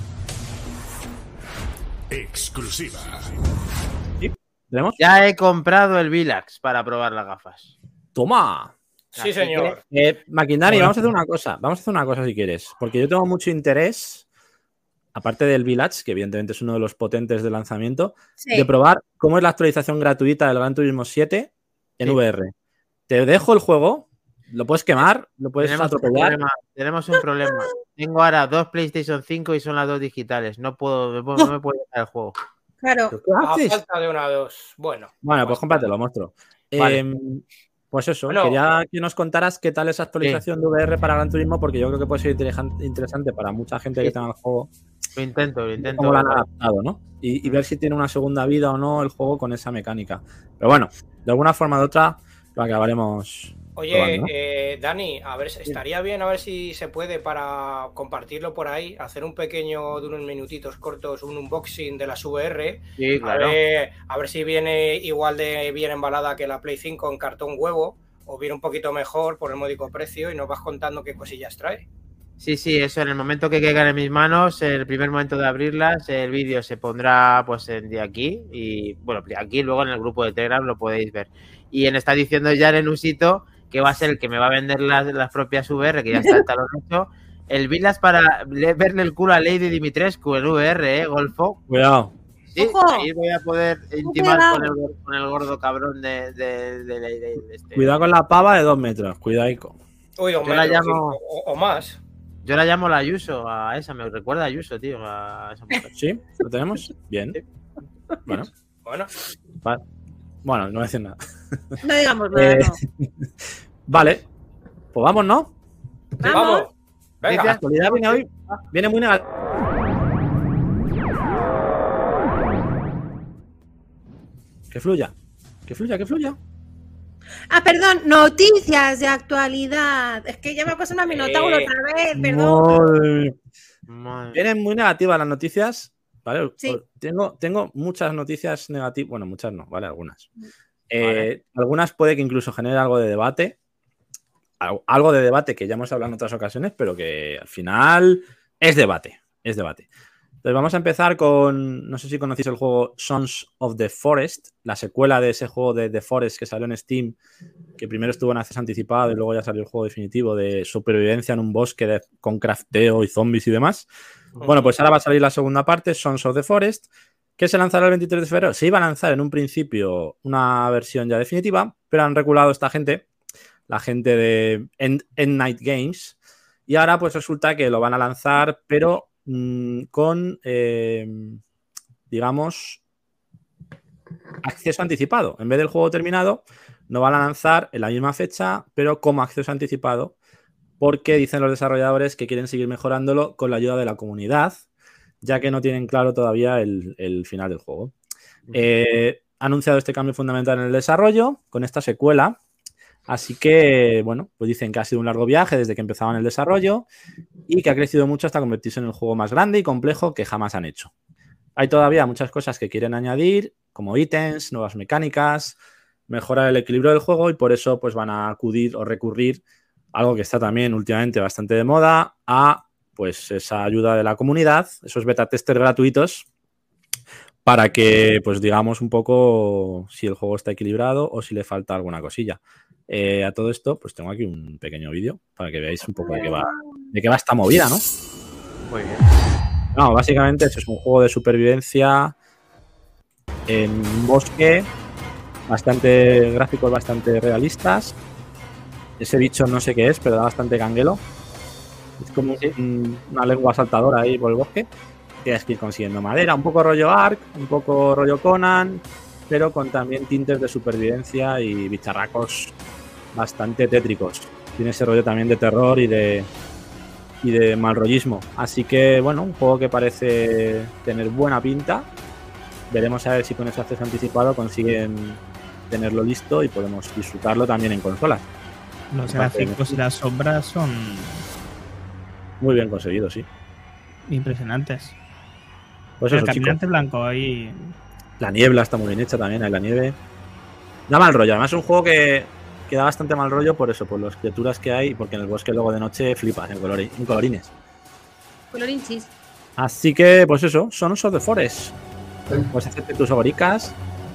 S7: Exclusiva.
S3: ¿Tenemos?
S1: Ya he comprado el Vilax para probar las gafas.
S3: ¡Toma!
S2: Sí,
S1: Así
S2: señor.
S3: Eh, Makindani,
S6: Bueno.
S3: vamos a hacer una cosa. Vamos a hacer una cosa si quieres. Porque yo tengo mucho interés, aparte del Village, que evidentemente es uno de los potentes de lanzamiento,
S4: Sí.
S3: de probar cómo es la actualización gratuita del Gran Turismo siete en
S1: Sí.
S3: V R. Te dejo el juego, lo puedes quemar, lo puedes
S1: Tenemos un,
S3: atropellar.
S1: problema, tenemos un problema. Tengo ahora dos PlayStation cinco y son las dos digitales. No puedo, no puedo- no me puedo dejar el juego.
S4: Claro.
S3: ¿Pero qué
S2: A
S3: haces?
S2: falta de una dos. Bueno.
S3: Bueno, pues cómpratelo, monstruo.
S1: Vale.
S3: Eh, pues eso,
S2: Bueno.
S3: quería que nos contaras qué tal esa actualización de V R para Gran Turismo, porque yo creo que puede ser interesan- interesante para mucha gente que
S1: Sí.
S3: tenga el juego,
S1: Lo intento, lo intento.
S3: cómo lo han adaptado, ¿no? Y, y ver si tiene una segunda vida o no el juego con esa mecánica. Pero bueno, de alguna forma u otra lo acabaremos.
S2: Oye,
S3: probando, ¿no?
S2: eh, Dani, a ver, estaría bien a ver si se puede para compartirlo por ahí, hacer un pequeño de unos minutitos cortos, un unboxing de las V R.
S1: Sí,
S2: A
S1: claro.
S2: ver, a ver si viene igual de bien embalada que la Play cinco en cartón huevo, o viene un poquito mejor por el módico precio y nos vas contando qué cosillas trae.
S1: Sí, sí, eso en el momento que caigan en mis manos, en el primer momento de abrirlas, el vídeo se pondrá pues en- de aquí y bueno, aquí luego en el grupo de Telegram lo podéis ver. Y en está diciendo ya en Usito que va a ser el que me va a vender las, las propias V R, que ya está el talón hecho. El Vilas para le- verle el culo a Lady Dimitrescu en V R, ¿eh, Golfo?
S3: Cuidado.
S1: Sí,
S4: Ojo.
S1: ahí voy a poder intimar
S4: cuidado.
S1: con el, gor- con el gordo cabrón de, de, de, de- de este.
S3: Cuidado con la pava de dos metros, cuidadico.
S2: Uy, dos
S1: Yo la
S2: metros,
S1: llamo-
S2: o, o más.
S1: Yo la llamo la Ayuso, a esa, me recuerda a Ayuso, tío, a esa mujer.
S3: ¿Sí? ¿Lo tenemos? Bien. Bueno.
S2: Bueno.
S3: Va. Bueno, no voy a decir nada.
S4: No digamos nada,
S3: Eh,
S4: no.
S3: Vale. Pues vamos, ¿no?
S4: Vamos.
S2: Vamos.
S3: La
S2: Venga.
S3: actualidad viene hoy. Viene muy negativa. Que fluya. Que fluya, que fluya.
S4: Ah, perdón, noticias de actualidad. Es que ya me ha pasado una minotauro
S2: Eh,
S4: otra vez, perdón.
S3: Madre.
S1: Madre.
S3: Vienen muy negativas las noticias. ¿Vale?
S4: Sí.
S3: Tengo, tengo muchas noticias negativas. Bueno, muchas no, ¿vale? Algunas. Eh,
S1: Vale.
S3: Algunas puede que incluso genere algo de debate. Al- Algo de debate que ya hemos hablado en otras ocasiones, pero que al final es debate. Es debate. Entonces vamos a empezar con, no sé si conocéis el juego Sons of the Forest, la secuela de ese juego de The Forest que salió en Steam, que primero estuvo en acceso anticipado y luego ya salió el juego definitivo de supervivencia en un bosque de- con crafteo y zombies y demás. Bueno, pues ahora va a salir la segunda parte, Sons of the Forest, que se lanzará el veintitrés de febrero. Se iba a lanzar en un principio una versión ya definitiva, pero han reculado esta gente, la gente de End, End Night Games, y ahora pues resulta que lo van a lanzar, pero mmm, con, eh, digamos, acceso anticipado. En vez del juego terminado, lo van a lanzar en la misma fecha, pero como acceso anticipado, porque dicen los desarrolladores que quieren seguir mejorándolo con la ayuda de la comunidad, ya que no tienen claro todavía el, el final del juego. Eh, ha anunciado este cambio fundamental en el desarrollo con esta secuela. Así que, bueno, pues dicen que ha sido un largo viaje desde que empezaban el desarrollo y que ha crecido mucho hasta convertirse en el juego más grande y complejo que jamás han hecho. Hay todavía muchas cosas que quieren añadir, como ítems, nuevas mecánicas, mejorar el equilibrio del juego y por eso pues van a acudir o recurrir a algo que está también últimamente bastante de moda, a pues esa ayuda de la comunidad, esos beta testers gratuitos, para que pues digamos un poco si el juego está equilibrado o si le falta alguna cosilla. Eh, a todo esto, pues tengo aquí un pequeño vídeo para que veáis un poco de qué va, de qué va esta movida, ¿no?
S1: Muy bien.
S3: No, básicamente eso es un juego de supervivencia en un bosque, bastante gráficos, bastante realistas. Ese bicho no sé qué es, pero da bastante canguelo. Es como un- una lengua saltadora ahí por el bosque. Tienes que ir consiguiendo madera, un poco rollo Ark, un poco rollo Conan, pero con también tintes de supervivencia y bicharracos bastante tétricos. Tiene ese rollo también de terror y de y de malrollismo. Así que, bueno, un juego que parece tener buena pinta. Veremos a ver si con ese acceso anticipado consiguen tenerlo listo y podemos disfrutarlo también en consolas.
S6: Los
S3: Aparte de-
S6: gráficos y las sombras son
S3: Muy bien conseguido, sí.
S6: impresionantes.
S3: Pues
S6: El
S3: eso, chicos.
S6: caminante blanco ahí.
S3: La niebla está muy bien hecha también, hay la nieve. Da mal rollo. Además es un juego que, que da bastante mal rollo por eso, por las criaturas que hay, porque en el bosque luego de noche flipas en, colori- en colorines.
S4: Colorinchis.
S3: Así que, pues eso, Sons of the Forest. Puedes hacerte tus horicas.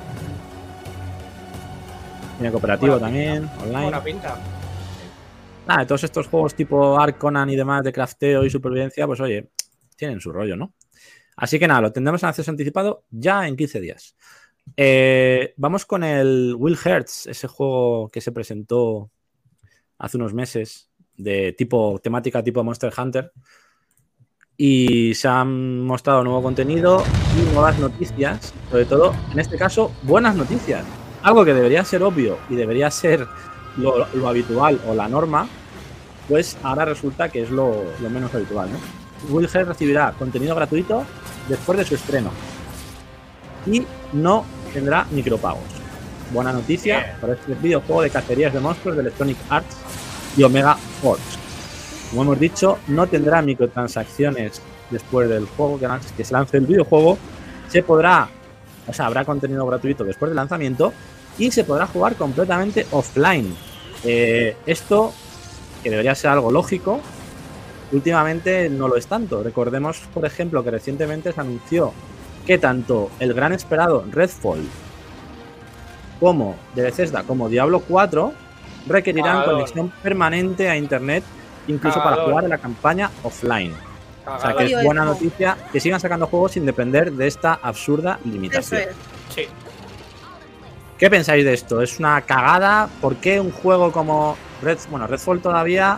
S3: Tiene cooperativo
S2: Buena
S3: también, online.
S2: Buena pinta.
S3: Nada, de todos estos juegos tipo Ark, Conan y demás de crafteo y supervivencia, pues oye, tienen su rollo, ¿no? Así que nada, lo tendremos en acceso anticipado ya en quince días. Eh, vamos con el Will Hearts, ese juego que se presentó hace unos meses de tipo temática tipo Monster Hunter. Y se han mostrado nuevo contenido y nuevas noticias, sobre todo, en este caso, buenas noticias. Algo que debería ser obvio y debería ser lo, lo habitual o la norma, pues ahora resulta que es lo, lo menos habitual, ¿no? Will Hearts recibirá contenido gratuito después de su estreno y no tendrá micropagos. Buena noticia
S2: Bien.
S3: para este videojuego de cacerías de monstruos de Electronic Arts y Omega Force. Como hemos dicho, no tendrá microtransacciones después del juego, que, que se lance el videojuego. Se podrá, o sea, habrá contenido gratuito después del lanzamiento y se podrá jugar completamente offline. Eh, esto, que debería ser algo lógico, últimamente no lo es tanto. Recordemos, por ejemplo, que recientemente se anunció que tanto el gran esperado Redfall como de Bethesda como Diablo cuatro requerirán
S2: Cagador.
S3: conexión permanente a internet, incluso
S2: Cagador.
S3: para jugar en la campaña offline. O sea, que
S2: Cagada.
S3: es buena
S4: Eso.
S3: noticia que sigan sacando juegos sin depender de esta absurda
S4: Eso
S3: limitación.
S4: es.
S2: Sí.
S3: ¿Qué pensáis de esto? ¿Es una cagada? ¿Por qué un juego como Red, bueno, Redfall todavía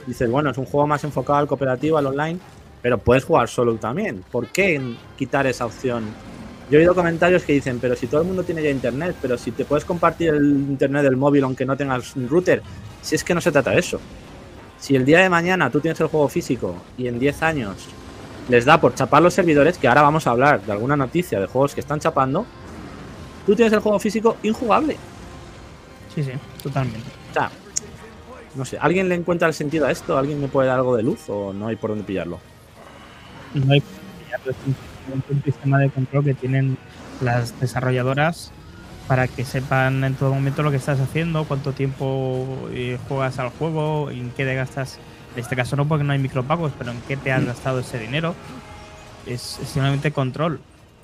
S3: dices, bueno, es un juego más enfocado al cooperativo, al online, pero puedes jugar solo también. ¿Por qué quitar esa opción? Yo he oído comentarios que dicen, pero si todo el mundo tiene ya internet, pero si te puedes compartir el internet del móvil aunque no tengas un router, si es que no se trata de eso. Si el día de mañana tú tienes el juego físico y en diez años les da por chapar los servidores, que ahora vamos a hablar de alguna noticia de juegos que están chapando, tú tienes el juego físico injugable.
S6: Sí, sí, totalmente.
S3: O sea, no sé, ¿alguien le encuentra el sentido a esto? ¿Alguien me puede dar algo de luz o no hay por dónde pillarlo?
S6: No hay por dónde pillarlo, es un, un sistema de control que tienen las desarrolladoras para que sepan en todo momento lo que estás haciendo, cuánto tiempo eh, juegas al juego, en qué te gastas. En este caso no, porque no hay micropagos, pero en qué te has gastado ese dinero. Es, es simplemente control.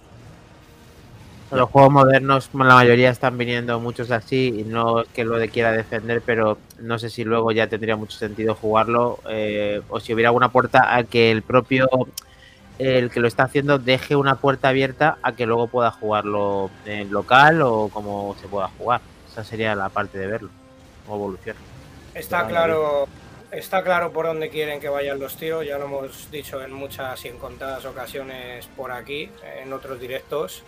S1: Los juegos modernos, la mayoría están viniendo muchos así, y no es que lo de quiera defender, pero no sé si luego ya tendría mucho sentido jugarlo, eh, o si hubiera alguna puerta a que el propio, el que lo está haciendo, deje una puerta abierta a que luego pueda jugarlo en local o como se pueda jugar. Esa sería la parte de verlo, o evolución.
S2: Está claro, está claro por dónde quieren que vayan los tiros, ya lo hemos dicho en muchas y en contadas ocasiones por aquí, en otros directos.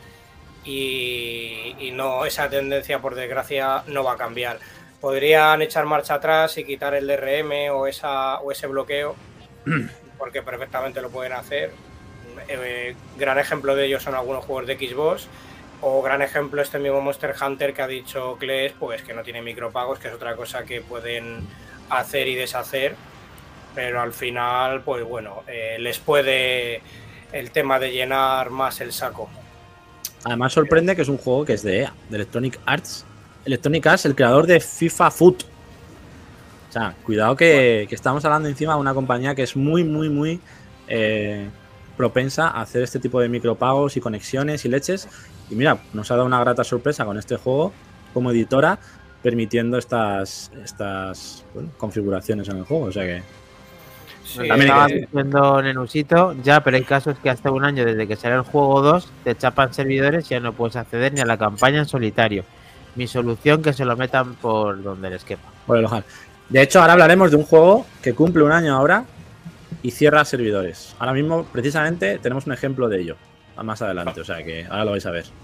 S2: Y, y no, esa tendencia por desgracia no va a cambiar. Podrían echar marcha atrás y quitar el D R M o, esa, o ese bloqueo, porque perfectamente lo pueden hacer. Eh, gran ejemplo de ello son algunos juegos de Xbox, o gran ejemplo este mismo Monster Hunter que ha dicho Kles, pues que no tiene micropagos, que es otra cosa que pueden hacer y deshacer, pero al final pues bueno, eh, les puede el tema de llenar más el saco.
S3: Además sorprende que es un juego que es de E A, de Electronic Arts. Electronic Arts, el creador de FIFA Foot. O sea, cuidado que, que estamos hablando encima de una compañía que es muy, muy, muy eh, propensa a hacer este tipo de micropagos y conexiones y leches. Y mira, nos ha dado una grata sorpresa con este juego como editora, permitiendo estas, estas bueno, configuraciones en el juego. O sea que...
S1: Sí, estaba diciendo Nenusito, ya, pero hay casos que hasta un año desde que sale el juego dos te chapan servidores y ya no puedes acceder ni a la campaña en solitario. Mi solución, que se lo metan por donde les quepa.
S3: Por el ojal. De hecho, ahora hablaremos de un juego que cumple un año ahora y cierra servidores. Ahora mismo, precisamente, tenemos un ejemplo de ello. Más adelante, o sea que ahora lo vais a ver.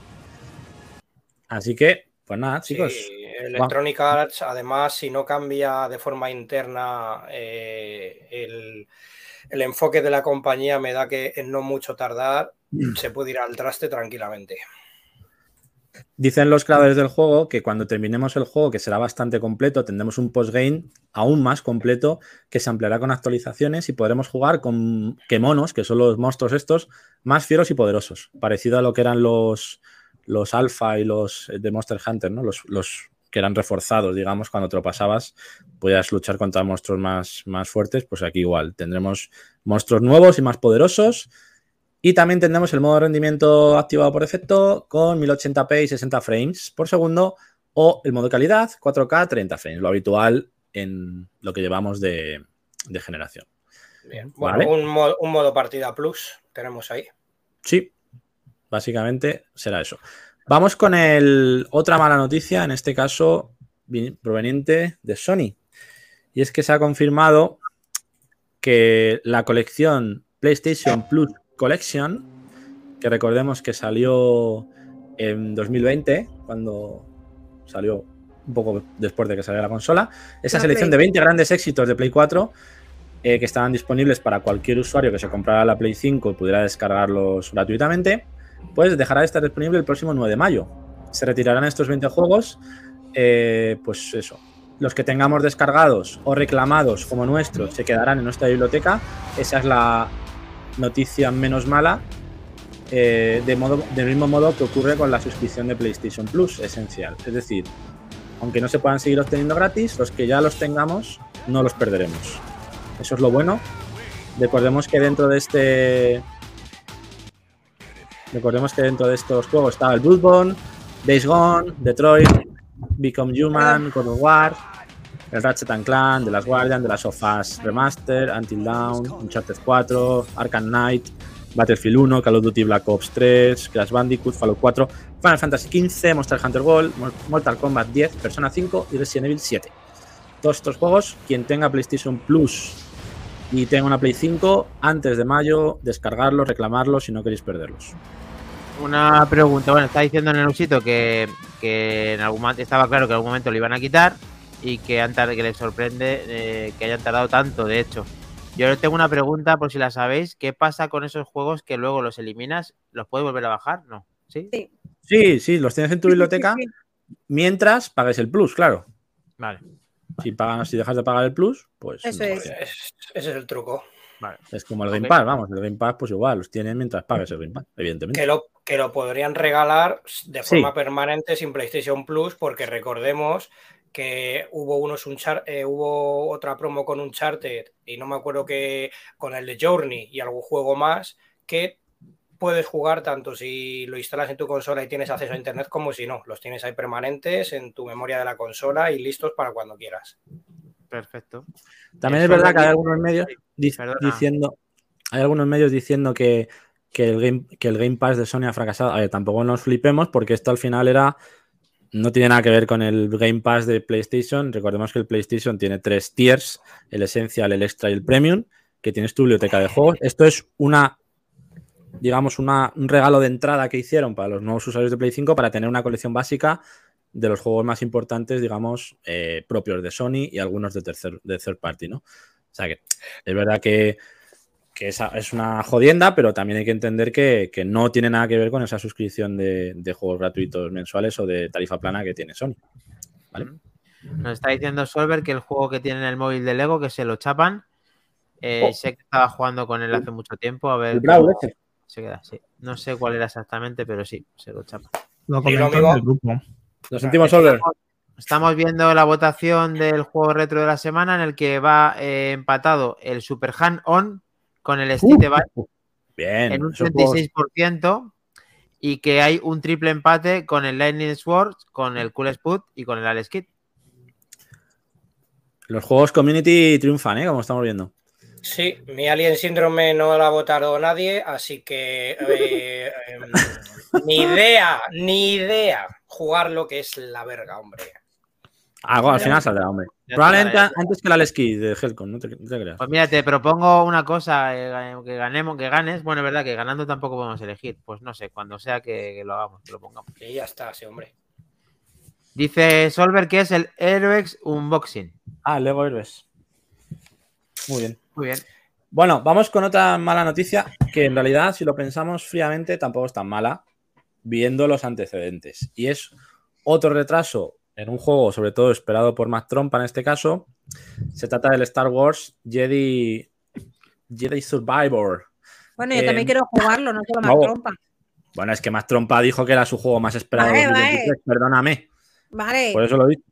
S3: Así que, pues nada, chicos.
S2: Sí, Electronic Arts, además, si no cambia de forma interna eh, el, el enfoque de la compañía, me da que en no mucho tardar se puede ir al traste tranquilamente.
S3: Dicen los creadores del juego que cuando terminemos el juego, que será bastante completo, tendremos un postgame aún más completo que se ampliará con actualizaciones y podremos jugar con Kemonos, que son los monstruos estos, más fieros y poderosos, parecido a lo que eran los, los alfa y los de Monster Hunter, ¿no? Los, los que eran reforzados, digamos, cuando te lo pasabas, podías luchar contra monstruos más, más fuertes, pues aquí igual, tendremos monstruos nuevos y más poderosos. Y también tendremos el modo de rendimiento activado por defecto con mil ochenta p y sesenta frames por segundo, o el modo de calidad cuatro K treinta frames, lo habitual en lo que llevamos de, de generación.
S2: Bien, bueno, ¿vale? un, modo, un modo partida plus tenemos ahí.
S3: Sí, básicamente será eso. Vamos con el otra mala noticia, en este caso proveniente de Sony. Y es que se ha confirmado que la colección PlayStation Plus Collection, que recordemos que salió en dos mil veinte, cuando salió un poco después de que saliera la consola, esa selección de veinte grandes éxitos de Play cuatro eh, que estaban disponibles para cualquier usuario que se comprara la Play cinco y pudiera descargarlos gratuitamente, pues dejará de estar disponible el próximo nueve de mayo. Se retirarán estos veinte juegos, eh, pues eso, los que tengamos descargados o reclamados como nuestros se quedarán en nuestra biblioteca. Esa es la noticia menos mala, eh, de modo, del mismo modo que ocurre con la suscripción de PlayStation Plus esencial. Es decir, aunque no se puedan seguir obteniendo gratis, los que ya los tengamos no los perderemos. Eso es lo bueno. Recordemos que dentro de este recordemos que dentro de estos juegos estaba el Bloodborne, Days Gone, Detroit, Become Human, God of War, el Ratchet and Clank, The Last Guardian, The Last of Us Remaster, Until Dawn, Uncharted cuatro, Arkham Knight, Battlefield uno, Call of Duty Black Ops tres, Crash Bandicoot, Fallout cuatro, Final Fantasy quince, Monster Hunter World, Mortal Kombat diez, Persona cinco y Resident Evil siete. Todos estos juegos, quien tenga PlayStation Plus y tengan una Play cinco antes de mayo, descargarlos, reclamarlos si no queréis perderlos.
S1: Una pregunta, bueno, está diciendo en el usito que, que en algún momento estaba claro que en algún momento lo iban a quitar y que, han tardado, que les sorprende eh, que hayan tardado tanto, de hecho. Yo tengo una pregunta, por si la sabéis, ¿qué pasa con esos juegos que luego los eliminas? ¿Los puedes volver a bajar? ¿No? ¿Sí?
S4: Sí.
S3: Sí, sí, los tienes en tu biblioteca
S4: Sí, sí, sí.
S3: mientras pagues el Plus, claro.
S1: Vale.
S3: Si pagas, si dejas de pagar el Plus, pues
S4: Eso
S3: no,
S4: es.
S2: Es- ese es el truco.
S1: Vale.
S3: es como el
S1: Ok.
S3: Game Pass, vamos, el Game Pass pues igual, los tienes mientras pagues el Game Pass, evidentemente.
S2: Que lo, que lo podrían regalar de
S3: Sí.
S2: forma permanente sin PlayStation Plus, porque recordemos que hubo unos Unchar- eh, hubo otra promo con Uncharted y no me acuerdo que con el de Journey y algún juego más que puedes jugar tanto si lo instalas en tu consola y tienes acceso a internet como si no, los tienes ahí permanentes en tu memoria de la consola y listos para cuando quieras.
S1: Perfecto.
S3: También
S1: Eh,
S3: es verdad
S1: Solver
S3: que hay
S1: dice-
S3: algunos medios di-
S1: Perdona.
S3: diciendo, hay algunos medios diciendo que, que, el game, que el Game Pass de Sony ha fracasado. A ver, tampoco nos flipemos porque esto al final era no tiene nada que ver con el Game Pass de PlayStation. Recordemos que el PlayStation tiene tres tiers, el Essential, el Extra y el Premium, que tienes tu biblioteca de juegos. Esto es una, digamos, una, un regalo de entrada que hicieron para los nuevos usuarios de Play cinco para tener una colección básica de los juegos más importantes, digamos, eh, propios de Sony y algunos de tercer, de third party, ¿no? O sea que es verdad que, que esa es una jodienda, pero también hay que entender que, que no tiene nada que ver con esa suscripción de, de juegos gratuitos mensuales o de tarifa plana que tiene Sony. ¿Vale?
S1: Nos está diciendo Solver que el juego que tiene en el móvil de Lego, que se lo chapan. Eh,
S3: Oh.
S1: Sé que estaba jugando con él hace mucho tiempo. A ver.
S3: El Brawl
S1: cómo
S3: ese.
S1: se queda, sí. No sé cuál era exactamente, pero sí, se lo chapan.
S6: Lo
S2: Y lo
S6: comentó
S2: mismo-
S6: en el grupo.
S3: Lo sentimos, Solver.
S1: Estamos viendo la votación del juego retro de la semana en el que va eh, empatado el Super Hand-On con el Street Device
S3: Bien.
S1: en un
S3: esos
S1: treinta y
S3: juegos-
S1: seis por ciento y que hay un triple empate con el Lightning Sword, con el Cool Spud y con el Alex Kidd.
S3: Los juegos Community triunfan, ¿eh? Como estamos viendo.
S2: Sí, mi Alien Syndrome no la ha votado nadie, así que eh, em, ni idea, ni idea jugar lo que es la verga, hombre.
S3: Ah, bueno, al final saldrá, hombre.
S1: Ya
S3: Probablemente
S1: está, ya.
S3: antes que el Alex Kidd de Hellcon, no te, no te creas.
S1: Pues mira, te propongo una cosa, eh, que ganemos, que ganes. Bueno, es verdad que ganando tampoco podemos elegir. Pues no sé, cuando sea que, que lo hagamos, que lo pongamos.
S2: Y ya está, sí, hombre.
S1: Dice Solver que es el Heroex Unboxing.
S3: Ah, Lego Heroes. Muy bien.
S1: Muy bien.
S3: Bueno, vamos con otra mala noticia que en realidad, si lo pensamos fríamente, tampoco es tan mala, viendo los antecedentes. Y es otro retraso en un juego, sobre todo esperado por Mac Trompa en este caso. Se trata del Star Wars Jedi, Jedi Survivor.
S4: Bueno, yo
S3: Eh,
S4: también quiero jugarlo, no solo
S3: no.
S4: más trompa.
S3: Bueno, es que Mac Trompa dijo que era su juego más esperado
S4: Vale,
S3: de dos mil veintitrés, perdóname.
S4: Vale.
S3: Por eso lo he dicho.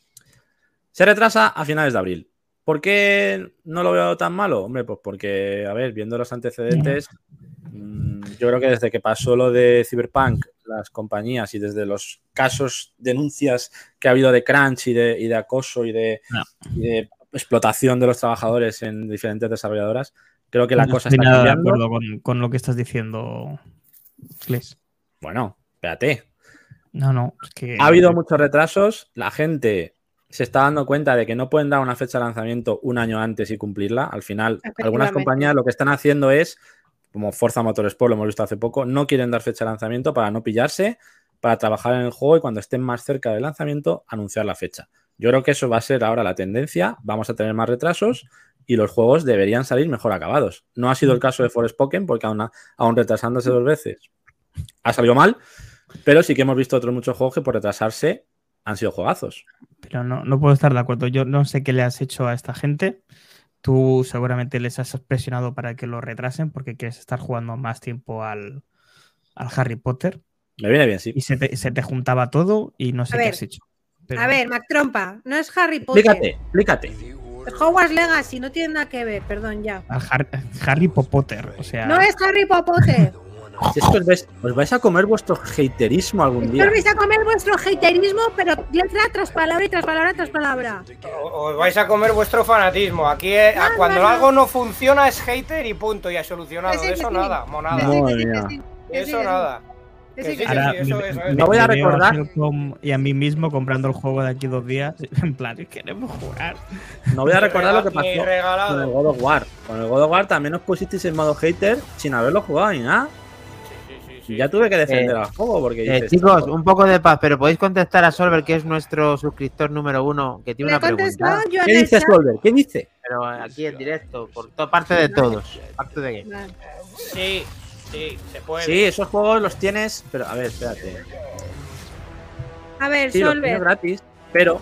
S3: Se retrasa a finales de abril. ¿Por qué no lo veo tan malo? Hombre, pues porque, a ver, viendo los antecedentes, mmm, yo creo que desde que pasó lo de Cyberpunk, las compañías y desde los casos, denuncias que ha habido de crunch y de, y de acoso y de,
S6: No.
S3: y de explotación de los trabajadores en diferentes desarrolladoras, creo que la
S6: No
S3: cosa
S6: estoy
S3: está
S6: nada de
S3: cambiando.
S6: acuerdo con, con lo que estás diciendo, Fles.
S3: Bueno, espérate.
S6: No, no, es que...
S3: Ha habido muchos retrasos, la gente se está dando cuenta de que no pueden dar una fecha de lanzamiento un año antes y cumplirla. Al final, algunas
S4: Efectivamente.
S3: compañías lo que están haciendo es, como Forza Motorsport, lo hemos visto hace poco, no quieren dar fecha de lanzamiento para no pillarse, para trabajar en el juego y cuando estén más cerca del lanzamiento, anunciar la fecha. Yo creo que eso va a ser ahora la tendencia, vamos a tener más retrasos y los juegos deberían salir mejor acabados. No ha sido el caso de Forspoken porque aún, aún retrasándose dos veces ha salido mal, pero sí que hemos visto otros muchos juegos que por retrasarse han sido juegazos.
S6: Pero no, no puedo estar de acuerdo. Yo no sé qué le has hecho a esta gente. Tú seguramente les has presionado para que lo retrasen porque quieres estar jugando más tiempo al, al Harry Potter.
S3: Me viene bien, sí.
S6: Y se te, se te juntaba todo y no sé
S4: A
S6: qué
S4: ver.
S6: has hecho. Pero-
S4: A ver, Mac Trompa, no es Harry Potter.
S3: Explícate, explícate.
S4: Es Hogwarts Legacy, no tiene nada que ver, perdón ya.
S6: al Har- Harry Potter, o sea...
S4: No es Harry Potter.
S3: Si es que os vais, os vais a comer vuestro haterismo algún día.
S4: Os vais a comer vuestro haterismo, pero letra tras palabra y tras palabra tras palabra.
S2: O- Os vais a comer vuestro fanatismo. Aquí eh,
S4: No,
S2: cuando
S4: no, no.
S2: algo no funciona es hater y punto, y ha solucionado.
S4: Que sí,
S2: De
S4: que
S2: eso
S4: sí.
S2: nada, monada.
S3: No.
S4: Que sí, que sí,
S3: Madre
S4: que
S3: mía.
S4: sí, que sí,
S2: De eso
S4: que sí.
S2: nada. Que
S4: Sí,
S2: sí,
S4: que
S2: que
S6: Ahora
S2: sí, eso,
S6: me-
S2: eso
S6: me-
S2: es.
S3: No voy a
S6: me veo
S3: recordar-
S6: Helcom y a mí mismo comprando el juego de aquí dos días. En plan, queremos jugar.
S3: No voy a
S2: Ni
S3: recordar lo que
S2: rega- ni
S3: pasó
S2: regalado.
S3: con el God of War. Con el God of War también os pusisteis en modo hater sin haberlo jugado ni nada.
S2: Sí, sí, sí,
S3: Y
S2: sí.
S3: ya tuve que defender
S1: Eh,
S3: al juego porque
S1: Eh,
S3: dices,
S1: chicos,
S3: "Tronco".
S1: un poco de paz, pero podéis contestar a Solver, que es nuestro suscriptor número uno, que tiene
S4: Le
S1: una
S4: he contestado
S1: pregunta.
S4: yo en
S3: ¿Qué
S4: el
S3: dice
S4: chat.
S3: Solver? ¿Qué dice?
S1: Pero aquí en directo, por toda parte de todos. Back to the game.
S4: Vale.
S2: Sí, sí, se puede.
S3: Sí, esos juegos los tienes, pero a ver, espérate.
S4: A ver,
S3: Sí, los tienes
S4: Solver.
S3: gratis, pero.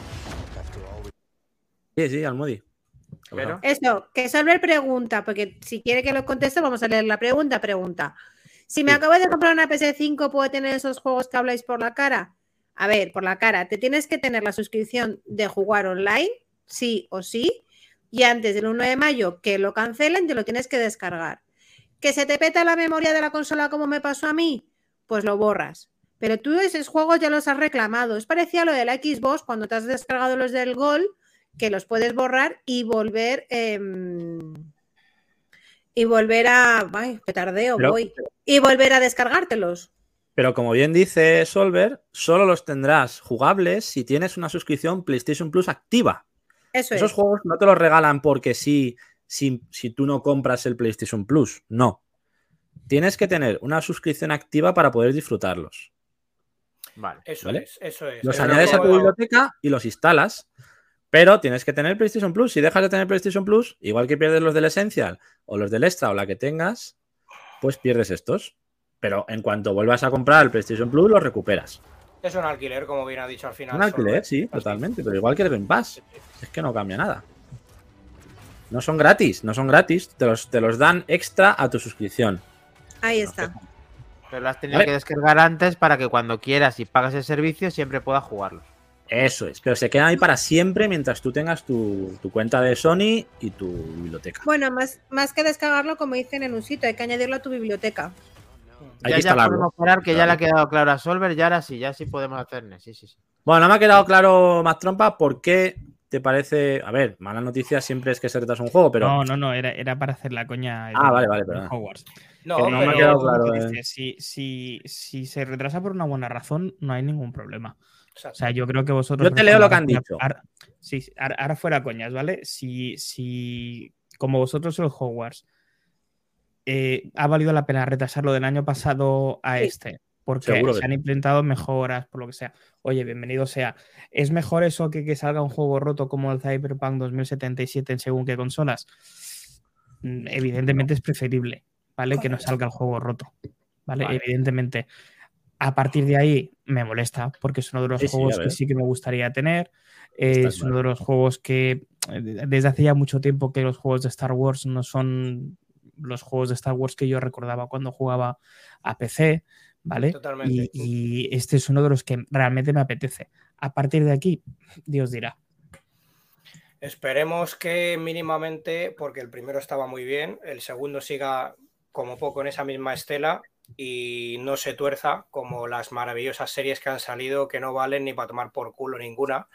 S3: Sí, sí, Almudi.
S1: Pero-
S4: Eso, que Solver pregunta, porque si quiere que lo conteste, vamos a leer la pregunta. Pregunta. Si me
S3: Sí.
S4: acabo de comprar una P S cinco, ¿puedo tener esos juegos que habláis por la cara? A ver, por la cara, te tienes que tener la suscripción de jugar online, sí o sí, y antes del uno de mayo que lo cancelen, te lo tienes que descargar. ¿Que se te peta la memoria de la consola como me pasó a mí? Pues lo borras. Pero tú esos juegos ya los has reclamado. Es parecido a lo de la Xbox cuando te has descargado los del Gol, que los puedes borrar y volver eh, y volver a ay, petardeo,
S3: Pero-
S4: voy y volver a descargártelos.
S3: Pero como bien dice Solver, solo los tendrás jugables si tienes una suscripción PlayStation Plus activa.
S4: Eso
S3: Esos
S4: es.
S3: juegos no te los regalan porque sí, si, si tú no compras el PlayStation Plus. No. Tienes que tener una suscripción activa para poder disfrutarlos.
S1: Vale.
S2: Eso
S3: ¿Vale?
S2: es, eso es.
S3: Los
S2: Eso
S3: añades
S2: es
S3: a
S2: lo
S3: tu
S2: que-
S3: biblioteca y los instalas. Pero tienes que tener PlayStation Plus. Si dejas de tener PlayStation Plus, igual que pierdes los del Essential o los del Extra o la que tengas, pues pierdes estos. Pero en cuanto vuelvas a comprar el PlayStation Plus, los recuperas.
S2: Es un alquiler, como bien ha dicho al final.
S3: Un alquiler,
S2: Solver.
S3: sí,
S2: Así.
S3: totalmente. Pero igual que el Game Pass. Es que no cambia nada. No son gratis, no son gratis. Te los, te los dan extra a tu suscripción.
S4: Ahí está.
S1: Pero lo has tenido
S3: Vale.
S1: que descargar antes para que cuando quieras y pagas el servicio siempre puedas jugarlos.
S3: Eso es. Pero se quedan ahí para siempre mientras tú tengas tu, tu cuenta de Sony y tu biblioteca.
S4: Bueno, más, más que descargarlo, como dicen en un sitio, hay que añadirlo a tu biblioteca.
S3: Hay
S1: Ya,
S3: que
S1: ya
S3: instalarlo.
S1: podemos parar, que ya le ha quedado claro a Solver y ahora sí, ya sí podemos hacerle. Sí, sí, sí.
S3: Bueno, no me ha quedado claro, más trompa, por qué te parece. A ver, mala noticia siempre es que se retrasa un juego, pero.
S6: No, no, no, era, era para hacer la coña.
S3: Ah,
S6: de-
S3: vale, vale,
S6: de
S3: perdón.
S6: Hogwarts.
S2: No,
S3: Que no me ha
S2: pero-
S3: quedado
S6: como
S3: claro,
S6: que
S3: eh.
S6: dice, si, si, si se retrasa por una buena razón, no hay ningún problema.
S2: Exacto.
S6: O sea, yo creo que vosotros.
S3: Yo te leo lo que han
S6: ahora-
S3: dicho.
S6: Ahora, sí, sí, ahora, ahora fuera coñas, ¿vale? Si, si como vosotros el Hogwarts eh, ha valido la pena retrasarlo del año pasado a
S4: Sí.
S6: este, porque
S3: Seguro que
S6: se
S3: sí.
S6: han implementado mejoras, por lo que sea. Oye, bienvenido sea. ¿Es mejor eso que que salga un juego roto como el Cyberpunk dos mil setenta y siete en según qué consolas? Mm, Evidentemente es preferible, ¿vale? Que no salga el juego roto, ¿vale?
S1: Vale.
S6: Evidentemente. A partir de ahí me molesta porque es uno de los
S3: Sí, sí,
S6: juegos
S3: a
S6: que
S3: ver.
S6: sí que me gustaría tener. Eh,
S3: Está
S6: es
S3: claro.
S6: uno de los juegos que eh, desde hace ya mucho tiempo que los juegos de Star Wars no son los juegos de Star Wars que yo recordaba cuando jugaba a P C, ¿vale?
S2: Totalmente.
S6: Y, y este es uno de los que realmente me apetece. A partir de aquí, Dios dirá.
S2: Esperemos que mínimamente, porque el primero estaba muy bien, el segundo siga como poco en esa misma estela y no se tuerza como las maravillosas series que han salido que no valen ni para tomar por culo ninguna.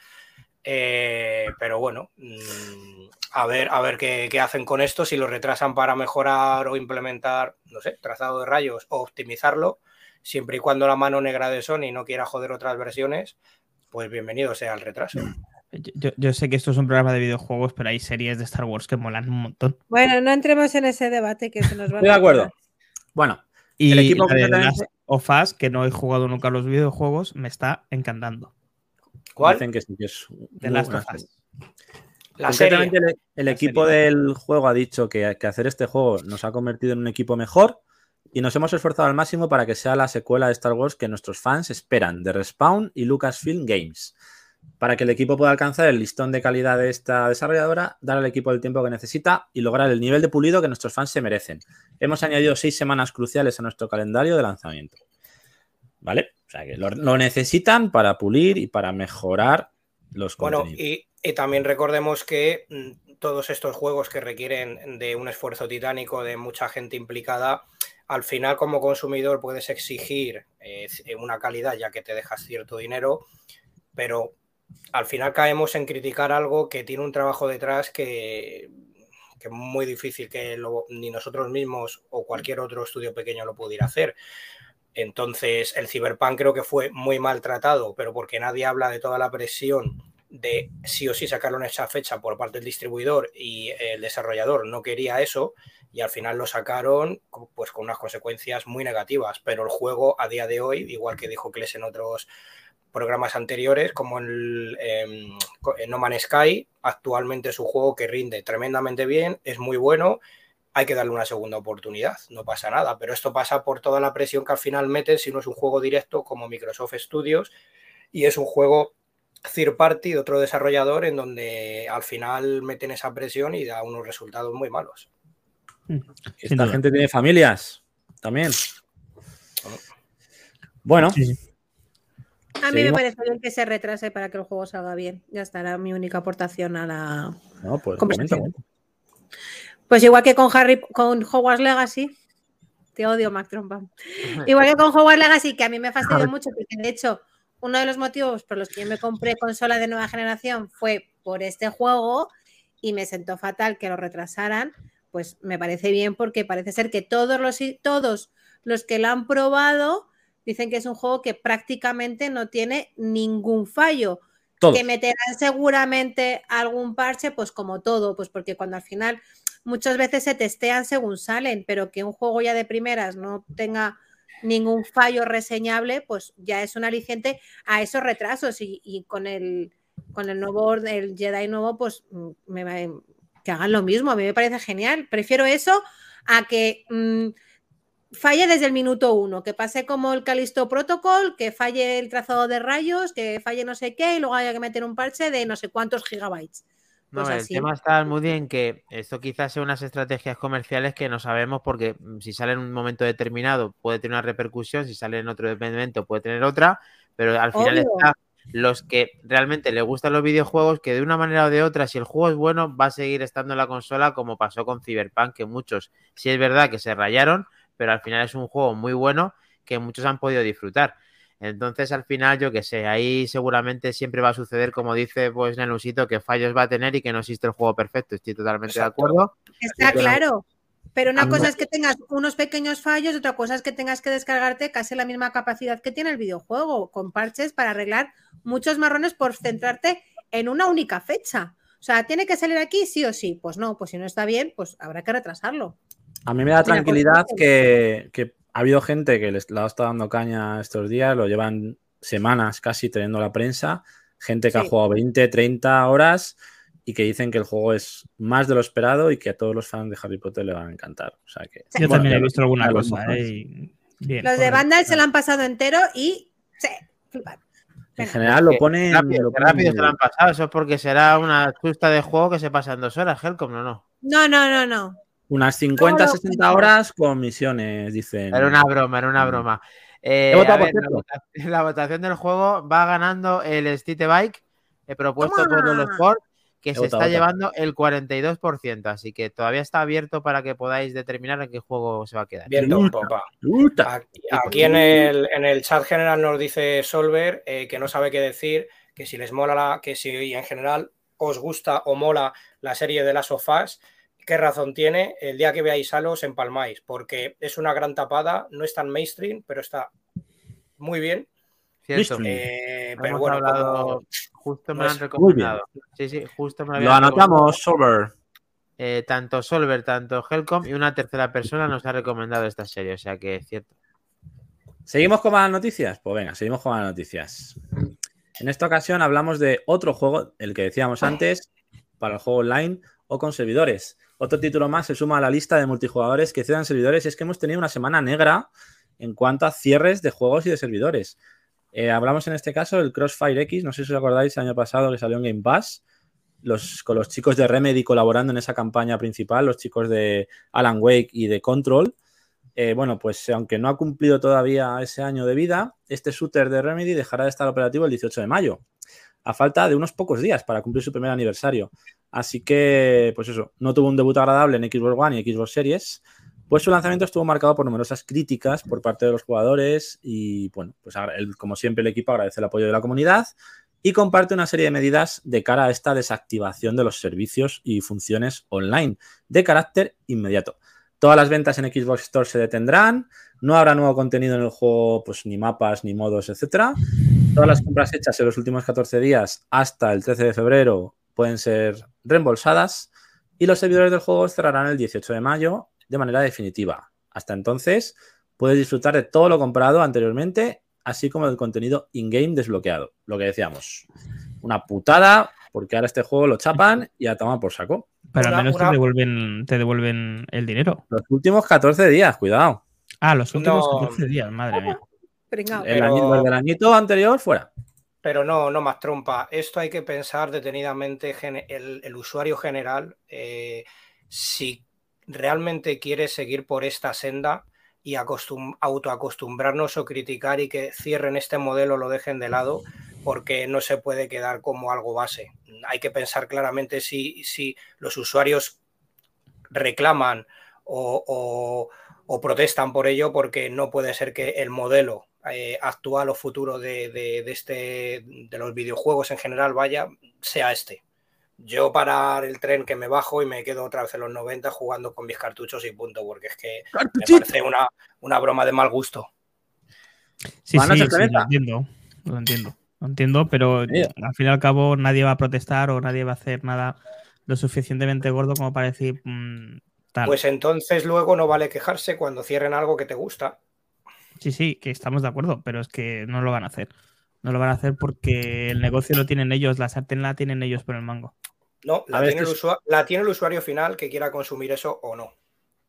S2: Eh, pero bueno, mmm, a ver, a ver qué, qué hacen con esto, si lo retrasan para mejorar o implementar, no sé, trazado de rayos o optimizarlo, siempre y cuando la mano negra de Sony no quiera joder otras versiones, pues bienvenido sea el retraso.
S6: Yo, yo- yo sé que esto es un programa de videojuegos, pero hay series de Star Wars que molan un montón.
S4: Bueno, no entremos en ese debate que se nos va a
S3: Estoy de acuerdo.
S4: cortar.
S3: Bueno,
S6: Y
S3: El equipo
S6: la de
S3: concretamente-
S6: Last of Us, que no he jugado nunca a los videojuegos, me está encantando.
S2: ¿Cuál?
S3: dicen que sí, que es
S6: The
S3: muy
S6: Last
S3: buena
S6: of
S3: serie.
S6: Us.
S2: La serie.
S3: Concretamente, el, el
S6: La
S3: equipo
S6: serie.
S3: del juego ha dicho que, que hacer este juego nos ha convertido en un equipo mejor y nos hemos esforzado al máximo para que sea la secuela de Star Wars que nuestros fans esperan, de Respawn y Lucasfilm Games. Para que el equipo pueda alcanzar el listón de calidad de esta desarrolladora, dar al equipo el tiempo que necesita y lograr el nivel de pulido que nuestros fans se merecen. Hemos añadido seis semanas cruciales a nuestro calendario de lanzamiento. ¿Vale? O sea que lo, lo necesitan para pulir y para mejorar los
S2: Bueno,
S3: contenidos.
S2: y, y también recordemos que mm, todos estos juegos que requieren de un esfuerzo titánico de mucha gente implicada, al final como consumidor puedes exigir eh, una calidad ya que te dejas cierto dinero, pero al final caemos en criticar algo que tiene un trabajo detrás que, que es muy difícil que lo, ni nosotros mismos o cualquier otro estudio pequeño lo pudiera hacer. Entonces, el Cyberpunk creo que fue muy maltratado, pero porque nadie habla de toda la presión de sí o sí sacarlo en esa fecha por parte del distribuidor y el desarrollador no quería eso y al final lo sacaron pues con unas consecuencias muy negativas, pero el juego a día de hoy, igual que dijo Kles en otros programas anteriores como el, eh, en No Man's Sky, actualmente es un juego que rinde tremendamente bien, es muy bueno, hay que darle una segunda oportunidad, no pasa nada, pero esto pasa por toda la presión que al final meten si no es un juego directo como Microsoft Studios y es un juego third party de otro desarrollador en donde al final meten esa presión y da unos resultados muy malos.
S3: Esta gente tiene familias también. Bueno.
S6: Sí, sí.
S4: A mí
S3: Seguimos.
S4: me parece bien que se retrase para que el juego salga bien. Ya estará mi única aportación a la
S3: No, pues
S4: conversación.
S3: comenta.
S4: Pues igual que con Harry, con Hogwarts Legacy, te odio, Mac Trompa. Igual que con Hogwarts Legacy, que a mí me fastidió mucho, porque de hecho, uno de los motivos por los que yo me compré consola de nueva generación fue por este juego y me sentó fatal que lo retrasaran. Pues me parece bien porque parece ser que todos los, todos los que lo han probado dicen que es un juego que prácticamente no tiene ningún fallo.
S3: Todos.
S4: Que meterán seguramente algún parche, pues como todo, pues porque cuando al final muchas veces se testean según salen, pero que un juego ya de primeras no tenga ningún fallo reseñable, pues ya es un aliciente a esos retrasos y, y con el con el nuevo, el Jedi nuevo, pues me va, que hagan lo mismo, a mí me parece genial. Prefiero eso a que mmm, falle desde el minuto uno, que pase como el Callisto Protocol, que falle el trazado de rayos, que falle no sé qué y luego haya que meter un parche de no sé cuántos gigabytes.
S1: No,
S4: Pues
S1: el
S4: así.
S1: tema está, Moody, en que esto quizás sea unas estrategias comerciales que no sabemos porque si sale en un momento determinado puede tener una repercusión, si sale en otro momento puede tener otra, pero al final
S4: Obvio.
S1: está los que realmente les gustan los videojuegos, que de una manera o de otra, si el juego es bueno, va a seguir estando en la consola como pasó con Cyberpunk, que muchos, sí es verdad que se rayaron, pero al final es un juego muy bueno que muchos han podido disfrutar. Entonces, al final, yo qué sé, ahí seguramente siempre va a suceder, como dice pues Nenusito, que fallos va a tener y que no existe el juego perfecto. Estoy totalmente
S2: Exacto.
S1: de acuerdo.
S4: Está
S1: Pero-
S4: claro. Pero una
S1: A mí
S4: cosa
S1: me-
S4: es que tengas unos pequeños fallos, otra cosa es que tengas que descargarte casi la misma capacidad que tiene el videojuego, con parches para arreglar muchos marrones por centrarte en una única fecha. O sea, ¿tiene que salir aquí sí o sí? Pues no, pues si no está bien, pues habrá que retrasarlo.
S3: A mí me da
S4: Mira,
S3: tranquilidad
S4: pues,
S3: que, que ha habido gente que les la ha estado dando caña estos días, lo llevan semanas casi teniendo la prensa, gente que
S4: Sí.
S3: ha jugado veinte, treinta horas y que dicen que el juego es más de lo esperado y que a todos los fans de Harry Potter le van a encantar. O sea que,
S6: Yo
S3: bueno,
S6: también
S3: ya
S6: he
S3: lo-
S6: visto alguna
S3: ya lo
S6: cosa.
S3: hemos-
S6: ¿eh? Y- Bien,
S4: Los de
S6: correcto.
S4: Vandal se lo han pasado entero y sí, flipan.
S3: En
S4: Venga.
S3: general lo
S1: que
S3: ponen...
S1: rápido,
S3: lo
S1: que
S3: ponen
S1: rápido
S3: muy
S1: se lo han
S3: bien.
S1: pasado. Eso es porque será una chusta de juego que se pasa en dos horas, Helcom, no, no.
S4: No, no, no, no.
S3: Unas cincuenta,
S4: Todo lo
S3: sesenta
S4: cuento.
S3: horas con misiones, dicen.
S1: Era una broma, era una broma. Eh,
S3: He votado,
S1: a
S3: por
S1: ver, la,
S3: cierto.
S1: vota- la votación del juego va ganando el Street Bike, eh, propuesto
S4: ¡Toma!
S1: por los Sport, que
S3: He
S1: se
S3: votado,
S1: está
S3: votado.
S1: llevando el cuarenta y dos por ciento. Así que todavía está abierto para que podáis determinar en qué juego se va a quedar.
S2: Viento en popa.
S3: Puta.
S2: Aquí, aquí en, el, en el chat general nos dice Solver eh, que no sabe qué decir, que si les mola, la, que si en general os gusta o mola la serie de las sofás, qué razón tiene. El día que veáis Halo os empalmáis, porque es una gran tapada, no es tan mainstream, pero está muy bien.
S1: Cierto.
S3: Listo.
S2: Eh, pero
S1: Hemos
S2: bueno,
S1: hablado,
S2: como
S1: justo me
S2: no
S1: lo
S2: es-
S1: han recomendado. Sí, sí, justo me lo
S3: Lo
S1: habían recomendado.
S3: anotamos, Sober.
S1: Eh, tanto Solver, tanto Helcom y una tercera persona nos ha recomendado esta serie, o sea que es cierto.
S3: ¿Seguimos con más noticias? Pues venga, seguimos con más noticias. En esta ocasión hablamos de otro juego, el que decíamos antes, para el juego online o con servidores. Otro título más se suma a la lista de multijugadores que cierran servidores. Y es que hemos tenido una semana negra en cuanto a cierres de juegos y de servidores. Eh, hablamos en este caso del Crossfire X, no sé si os acordáis, el año pasado que salió en Game Pass, los, con los chicos de Remedy colaborando en esa campaña principal, los chicos de Alan Wake y de Control. Eh, bueno, pues aunque no ha cumplido todavía ese año de vida, este shooter de Remedy dejará de estar operativo el dieciocho de mayo, a falta de unos pocos días para cumplir su primer aniversario. Así que, pues eso, no tuvo un debut agradable en Xbox One y Xbox Series, pues su lanzamiento estuvo marcado por numerosas críticas por parte de los jugadores y, bueno, pues el, como siempre el equipo agradece el apoyo de la comunidad y comparte una serie de medidas de cara a esta desactivación de los servicios y funciones online de carácter inmediato. Todas las ventas en Xbox Store se detendrán. No habrá nuevo contenido en el juego, pues ni mapas, ni modos, etcétera. Todas las compras hechas en los últimos catorce días hasta el trece de febrero pueden ser reembolsadas. Y los servidores del juego cerrarán el dieciocho de mayo de manera definitiva. Hasta entonces, puedes disfrutar de todo lo comprado anteriormente, así como del contenido in-game desbloqueado. Lo que decíamos. Una putada, porque ahora este juego lo chapan y a tomar por saco.
S6: Pero al
S2: Una-
S6: menos
S2: una-
S6: te devuelven, te devuelven el dinero.
S3: Los últimos catorce días, cuidado.
S6: Ah, los últimos
S2: No.
S6: catorce días, madre mía.
S4: Pringao.
S3: El
S2: Pero-
S3: año, los del añito anterior, fuera.
S2: Pero no, no más trompa. Esto hay que pensar detenidamente gene- el, el usuario general, eh, si realmente quiere seguir por esta senda y acostum- autoacostumbrarnos o criticar y que cierren este modelo, lo dejen de lado, porque no se puede quedar como algo base. Hay que pensar claramente si, si los usuarios reclaman o, o- o protestan por ello, porque no puede ser que el modelo eh, actual o futuro de, de- de este, de los videojuegos en general vaya, sea este. Yo parar el tren que me bajo y me quedo otra vez en los noventa jugando con mis cartuchos y punto, porque es que me parece una, una broma de mal gusto.
S6: Sí,
S3: Buenas
S6: sí,
S3: noches,
S6: sí, lo
S3: Clementa.
S6: entiendo. Lo entiendo. Lo entiendo, pero
S3: Mira.
S6: al fin y al cabo nadie va a protestar o nadie va a hacer nada lo suficientemente gordo como para decir mm, tal.
S2: Pues entonces luego no vale quejarse cuando cierren algo que te gusta.
S6: Sí, sí, que estamos de acuerdo, pero es que no lo van a hacer. No lo van a hacer porque el negocio lo tienen ellos, la sartén la tienen ellos por el mango.
S2: No, la,
S3: A ver,
S2: tiene el
S3: esto
S2: usua- la tiene el usuario final que quiera consumir eso o no.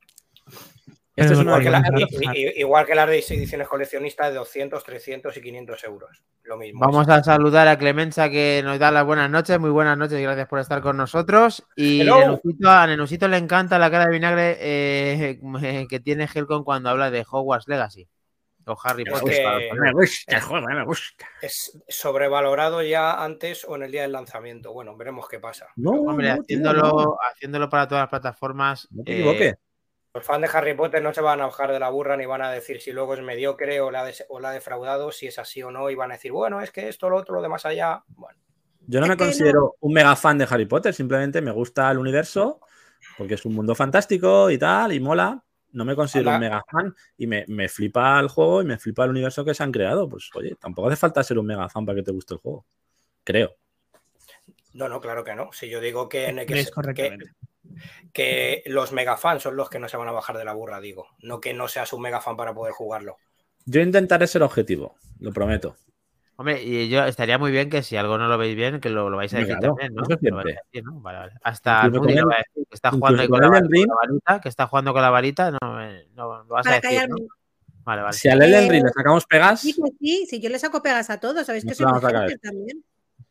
S3: Esto es
S6: Pero
S3: uno
S2: Igual
S3: de
S2: que,
S3: los-
S2: la-
S6: Claro,
S2: i-
S6: claro.
S2: i- igual que las de ediciones coleccionistas de doscientos, trescientos y quinientos euros. Lo mismo.
S1: Vamos a saludar a Clemenza, que nos da las buenas noches. Muy buenas noches, gracias por estar con nosotros. Y
S2: Hello.
S1: Nenusito, a Nenusito le encanta la cara de vinagre eh, que tiene Helcon cuando habla de Hogwarts Legacy o Harry
S2: Es
S1: Potter.
S2: que-
S1: para los
S3: Me
S1: amigos.
S3: gusta el juego, me gusta.
S2: Es sobrevalorado ya antes o en el día del lanzamiento. Bueno, veremos qué pasa.
S3: No,
S1: Hombre,
S3: no, tío,
S1: haciéndolo,
S3: no.
S1: haciéndolo para todas las plataformas.
S3: No te
S1: eh,
S3: equivoques.
S2: Los fans de Harry Potter no se van a bajar de la burra ni van a decir si luego es mediocre o la, des- o la ha defraudado, si es así o no, y van a decir, bueno, es que esto, lo otro, lo de más allá. Bueno,
S3: Yo no
S4: Es
S3: me
S4: que
S3: considero un mega fan de Harry Potter, simplemente me gusta el universo porque es un mundo fantástico y tal, y mola. No me considero
S2: Anda.
S3: un mega fan y me, me flipa el juego y me flipa el universo que se han creado. Pues oye, tampoco hace falta ser un mega fan para que te guste el juego. Creo.
S2: no, no, claro que no. Si yo digo que, que,
S6: Crees
S2: que,
S6: correctamente.
S2: que los megafans son los que no se van a bajar de la burra, digo. No que no seas un megafan para poder jugarlo.
S3: Yo intentaré ser objetivo, lo prometo.
S1: Hombre, y yo estaría muy bien que si algo no lo veis bien, que lo, lo vais a decir
S3: Claro,
S1: también, ¿no?
S3: eso
S1: Lo vais
S3: siempre.
S1: a decir, ¿no? Vale, vale. Hasta
S3: Incluso
S1: Nudi
S3: con
S1: lo
S3: el-
S1: va a decir, que está
S3: incluso
S1: jugando ahí con
S3: con
S1: la,
S3: el
S1: var-
S3: Elden Ring.
S1: con la varita, que está jugando con la varita, no, eh, no lo vas a
S4: Para
S1: decir,
S4: callar.
S1: ¿no? Vale, vale.
S3: Si al Elden
S4: Eh,
S3: Ring le sacamos pegas,
S4: Sí, pues sí, si yo le saco pegas a todos, sabéis que
S3: Nos
S4: soy muy
S3: vamos a caer.
S4: hater también.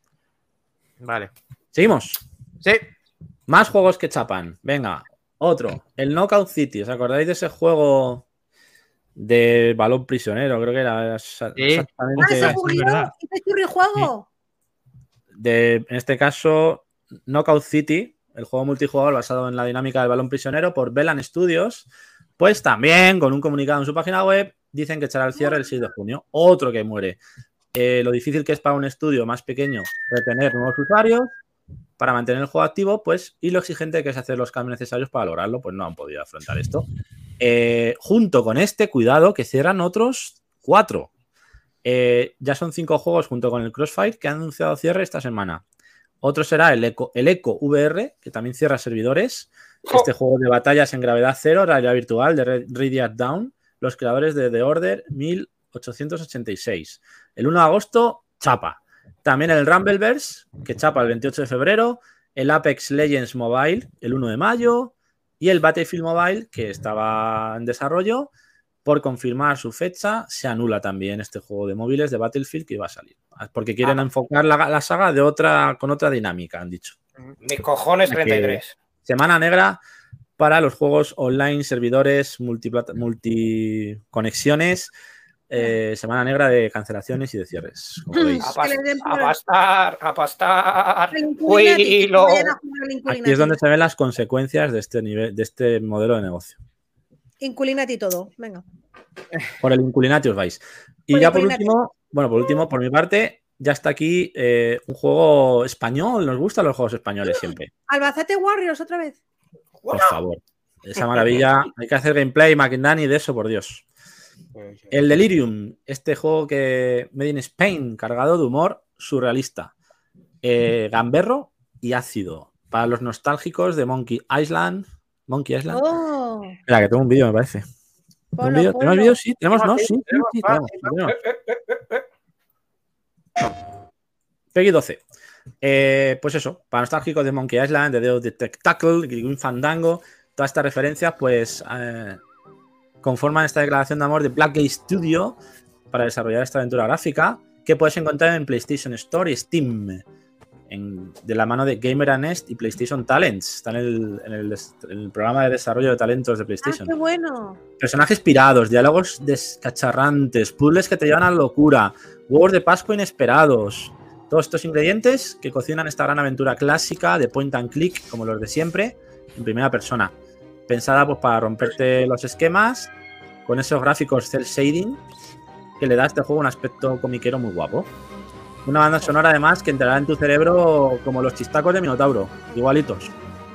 S1: Vale.
S3: seguimos.
S1: Sí.
S3: Más juegos que chapan. Venga, otro. El Knockout City. ¿Os acordáis de ese juego de balón prisionero? Creo que era exa-
S1: Sí.
S4: ¡Ah,
S3: exactamente.
S4: se
S6: es
S4: ocurrió!
S6: verdad.
S4: ¡Qué churri juego!
S3: De, en este caso, Knockout City, el juego multijugador basado en la dinámica del balón prisionero por Velan Studios, pues también con un comunicado en su página web dicen que echará el cierre el seis de junio. Otro que muere. Eh, lo difícil que es para un estudio más pequeño retener nuevos usuarios para mantener el juego activo, pues, y lo exigente que es hacer los cambios necesarios para lograrlo, pues no han podido afrontar esto. Eh, junto con este, cuidado, que cierran otros cuatro. Eh, ya son cinco juegos junto con el Crossfire que han anunciado cierre esta semana. Otro será el Eco, el Eco V R, que también cierra servidores. Este juego de batallas en gravedad cero, realidad virtual, de Red- Radiant Dawn, los creadores de The Order mil ochocientos ochenta y seis. El uno de agosto, chapa. También el Rumbleverse, que chapa el veintiocho de febrero. El Apex Legends Mobile, el uno de mayo. Y el Battlefield Mobile, que estaba en desarrollo. Por confirmar su fecha, se anula también este juego de móviles de Battlefield que iba a salir. Porque quieren
S2: Ah.
S3: enfocar la, la saga de otra, con otra dinámica, han dicho.
S2: Mis cojones, treinta y tres.
S3: Semana negra para los juegos online, servidores, multiplata- multiconexiones. Eh, semana negra de cancelaciones y de cierres, como veis.
S2: A, pas-
S4: Que le den
S2: a
S4: por-
S2: pastar, a pastar.
S4: El Inculinati, que
S2: Huilo.
S4: vayan a jugar al Inculinati.
S3: Aquí es donde se ven las consecuencias de este nivel, de este modelo de negocio.
S4: Inculinati todo, venga.
S3: Por el Inculinati os vais. Y
S4: Por
S3: ya por
S4: Inculinati.
S3: último, bueno, por último, por mi parte, ya está aquí eh, un juego español. Nos gustan los juegos españoles siempre.
S4: Albacete Warriors otra vez.
S3: Por favor. Esa maravilla. Hay que hacer gameplay, Mackindani, de eso, por Dios. El Delirium, este juego que Made in Spain, cargado de humor surrealista, eh, gamberro y ácido. Para los nostálgicos de Monkey Island. Monkey Island.
S4: Oh,
S3: Mira, que tengo un vídeo, me parece. ¿Un
S4: ponlo,
S3: vídeo?
S4: ponlo.
S3: ¿Tenemos vídeo? Sí, tenemos, ¿no? Sí, sí, sí, tenemos, tenemos. Peggy doce. Eh, pues eso, para nostálgicos de Monkey Island, de Deo Detectacle, Grim Fandango, todas estas referencias, pues eh, conforman esta declaración de amor de Blackgate Studio para desarrollar esta aventura gráfica que puedes encontrar en PlayStation Store y Steam, en, de la mano de Gamer and Nest y PlayStation Talents. Está en el, en, el, en el programa de desarrollo de talentos de
S4: Ah,
S3: PlayStation.
S4: qué bueno.
S3: Personajes pirados, diálogos descacharrantes, puzzles que te llevan a la locura, huevos de Pascua inesperados. Todos estos ingredientes que cocinan esta gran aventura clásica de point and click, como los de siempre, en primera persona. Pensada pues para romperte los esquemas, con esos gráficos cel shading, que le da a este juego un aspecto comiquero muy guapo. Una banda sonora además que entrará en tu cerebro como los chistacos de Minotauro, igualitos.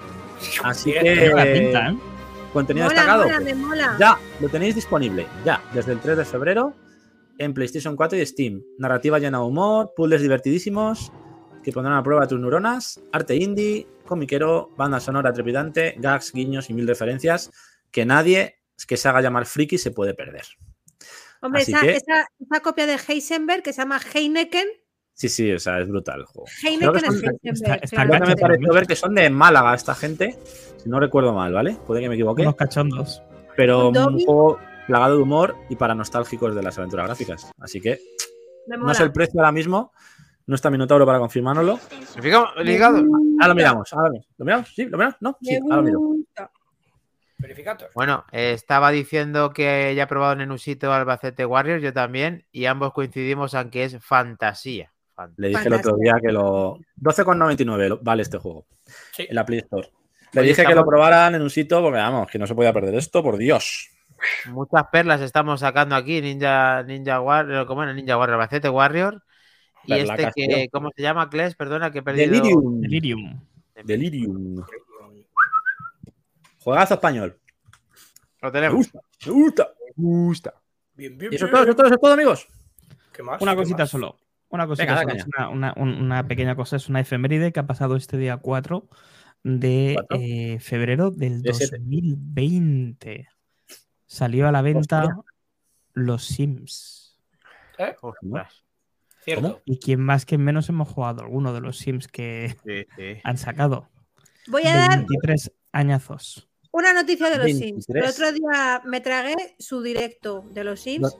S3: Así
S6: Tiene buena
S3: que...
S6: pinta, ¿eh?
S3: Contenido
S4: Mola,
S3: destacado.
S4: mola,
S3: pues,
S4: me mola.
S3: ya, lo tenéis disponible, ya, desde el tres de febrero en PlayStation cuatro y Steam. Narrativa llena de humor, puzzles divertidísimos que pondrán a prueba tus neuronas, arte indie, comiquero, banda sonora trepidante, gags, guiños y mil referencias que nadie que se haga llamar friki se puede perder.
S4: Hombre,
S3: Así
S4: esa,
S3: que-
S4: esa, esa copia de Heisenberg que se llama Heineken.
S3: Sí, sí, o sea, es brutal el juego. Creo
S4: Heineken
S3: que
S4: es
S3: son-
S4: Heisenberg.
S6: está- está
S4: claro.
S3: Creo que me
S6: Claramente.
S3: pareció ver que son de Málaga esta gente, si no recuerdo mal, ¿vale? Puede que me equivoque,
S6: Unos cachondos.
S3: pero
S4: Un
S3: un
S4: Dobby.
S3: juego plagado de humor y para nostálgicos de las aventuras gráficas. Así que
S4: Me
S3: no
S4: mola.
S3: sé el precio ahora mismo, no está Minotauro para confirmárnoslo.
S1: Ligado.
S3: Ahora lo miramos, ahora lo miramos. ¿Lo miramos? ¿Sí? ¿Lo miramos? ¿No? Sí,
S4: Me
S3: ahora lo miro.
S4: gusta.
S2: Verificator.
S1: Bueno, eh, estaba diciendo que ya he probado Nenusito Albacete Warriors, yo también, y ambos coincidimos en que es fantasía. Fant-
S3: Le dije el otro día que lo... doce con noventa y nueve lo- vale este juego
S2: Sí.
S3: en la Play Store. Le
S1: Oye,
S3: dije que
S1: estamos-
S3: lo probaran en un sitio porque vamos, que no se podía perder esto, por Dios.
S1: Muchas perlas estamos sacando aquí, Ninja, Ninja Warrior, ¿cómo era? Ninja Warrior, Albacete Warrior. Y
S3: Perlacas,
S1: este que,
S3: tío.
S1: ¿cómo se llama, Kles? Perdona, que he perdido.
S3: Delirium.
S6: Delirium.
S3: Delirium. Juegazo español.
S1: Lo
S3: Me
S1: tenemos.
S3: gusta, me gusta.
S1: gusta.
S2: Bien, bien,
S3: Y eso es
S2: bien.
S3: todo, eso es todo, eso es todo, amigos.
S2: ¿Qué más?
S6: Una
S2: ¿Qué
S6: cosita
S2: más?
S6: solo. Una cosita
S3: Venga,
S6: solo.
S3: da
S6: Es una, una- un- una pequeña cosa, es una efeméride que ha pasado este día cuatro de
S3: ¿Cuatro?
S6: eh, febrero del
S3: De siete.
S6: dos mil veinte. Salió a la venta
S3: Hostia.
S6: Los Sims.
S2: ¿Eh?
S1: Ostras.
S2: Cierto.
S6: Y quien más que menos hemos jugado alguno de los Sims que
S1: Sí, sí.
S6: han sacado.
S4: Voy a dar
S6: veintitrés añazos.
S4: una noticia de los Sims. El
S3: veintitrés.
S4: otro día me tragué su directo de los Sims.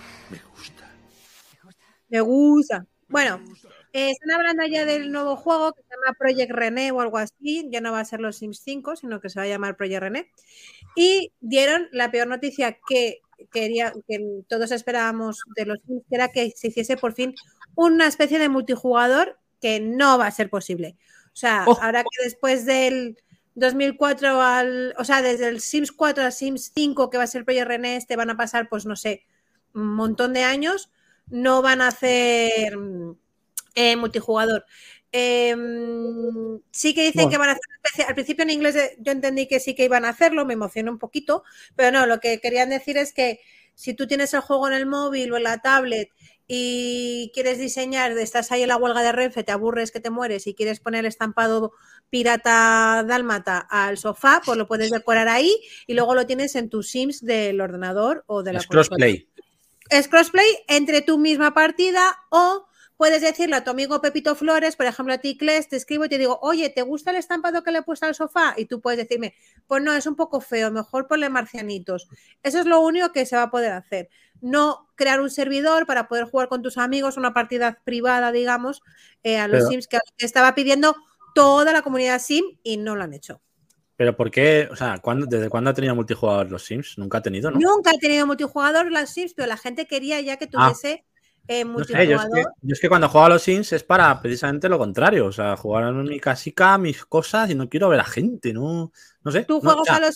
S4: Me gusta. Bueno, eh, están hablando ya del nuevo juego que se llama Project René o algo así. Ya no va a ser los Sims cinco, sino que se va a llamar Project René. Y dieron la peor noticia que quería, que todos esperábamos de los Sims, que era que se hiciese por fin una especie de multijugador que no va a ser posible. O sea,
S3: Oh.
S4: ahora que después del dos mil cuatro al, o sea, desde el Sims cuatro al Sims cinco, que va a ser Project René, este van a pasar, pues no sé, un montón de años, no van a hacer eh, multijugador. Eh, sí que dicen
S3: Bueno.
S4: que van a hacer una especie- al principio en inglés eh, yo entendí que sí que iban a hacerlo, me emocioné un poquito, pero no, lo que querían decir es que si tú tienes el juego en el móvil o en la tablet y quieres diseñar, estás ahí en la huelga de Renfe, te aburres que te mueres y quieres poner el estampado pirata dálmata al sofá, pues lo puedes decorar ahí y luego lo tienes en tus Sims del ordenador o de la
S3: Es
S4: consola.
S3: crossplay.
S4: Es crossplay entre tu misma partida o puedes decirle a tu amigo Pepito Flores, por ejemplo a ti, Kles, te escribo y te digo, oye, ¿te gusta el estampado que le he puesto al sofá? Y tú puedes decirme, pues no, es un poco feo, mejor ponle marcianitos. Eso es lo único que se va a poder hacer. No crear un servidor para poder jugar con tus amigos una partida privada, digamos, eh, a los
S3: Pero-
S4: Sims que estaba pidiendo toda la comunidad Sim y no lo han hecho.
S3: Pero ¿por qué? O sea, ¿cuándo- ¿desde cuándo ha tenido multijugador los Sims? Nunca ha tenido, ¿no?
S4: Nunca he tenido multijugador las Sims, pero la gente quería ya que
S3: Ah.
S4: tuviese eh,
S3: No sé, yo es,
S4: multijugador.
S3: que, yo es que cuando juego a los Sims es para precisamente lo contrario. O sea, jugar en mi casica, mis cosas y no quiero ver a gente, no, no sé.
S4: ¿Tú
S3: no,
S4: juegas
S3: o sea,
S4: a los Sims?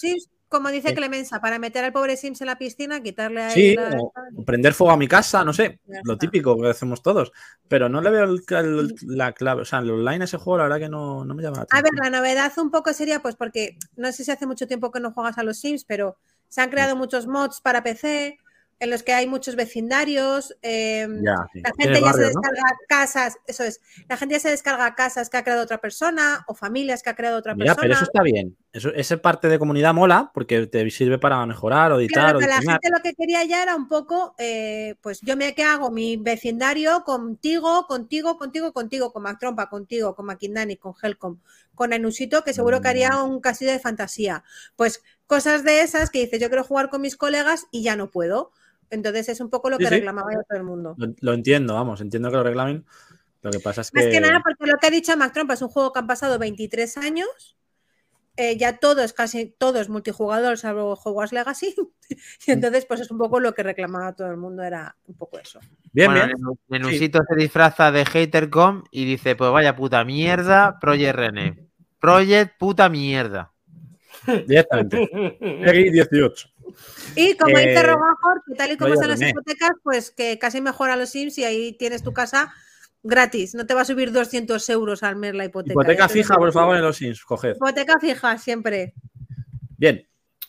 S4: como dice
S3: Sí.
S4: Clemenza, para meter al pobre Sims en la piscina, quitarle ahí
S3: Sí,
S4: la...
S3: o prender fuego a mi casa, no sé,
S4: Ya
S3: lo
S4: está.
S3: típico que hacemos todos. Pero no le veo el- el- la clave. O sea, el online ese juego, la verdad que no, no me llama la
S4: A ver,
S3: atención.
S4: la novedad un poco sería, pues porque no sé si hace mucho tiempo que no juegas a los Sims, pero se han creado muchos mods para P C en los que hay muchos vecindarios. eh,
S3: Ya, sí.
S4: La
S3: Tienes
S4: gente ya se
S3: barrios, ¿no?
S4: descarga casas, eso es. La gente ya se descarga casas que ha creado otra persona o familias que ha creado otra
S3: Mira, pero eso
S4: persona.
S3: está bien. Eso, esa parte de comunidad mola porque te sirve para mejorar o editar
S4: Claro,
S3: o
S4: pero la
S3: diseñar.
S4: gente lo que quería ya era un poco, eh, pues yo me que hago mi vecindario contigo, contigo, contigo, contigo, con Mac Trompa, contigo, con Makindani, con Helcom, con Enusito, que seguro que haría un castillo de fantasía. Pues cosas de esas que dices, yo quiero jugar con mis colegas y ya no puedo. Entonces es un poco lo
S3: Sí,
S4: que
S3: sí.
S4: reclamaba yo todo el mundo.
S3: Lo, lo entiendo, vamos, entiendo que lo reclamen. Lo que pasa es
S4: Más que
S3: que.
S4: nada porque lo que ha dicho Mac Trompa es un juego que han pasado veintitrés años. Eh, ya todo es casi todo es multijugador, salvo Hogwarts Legacy. Y entonces, pues es un poco lo que reclamaba todo el mundo, era un poco eso.
S3: Bien,
S1: Bueno,
S3: bien.
S1: Nenu- Nenusito se disfraza de Hatercom y dice, pues vaya puta mierda, Project Rene. Project puta mierda.
S3: Directamente. X dieciocho.
S4: Y como
S3: Eh,
S4: dice Rogajor, que tal y como
S3: oye,
S4: están las
S3: René.
S4: hipotecas, pues que casi mejora los Sims y ahí tienes tu casa gratis. No te va a subir doscientos euros al mes la hipoteca.
S3: Hipoteca
S4: Ya te lo
S3: fija,
S4: digo.
S3: por favor, en los Sims. Coged.
S4: Hipoteca fija, siempre.
S3: Bien.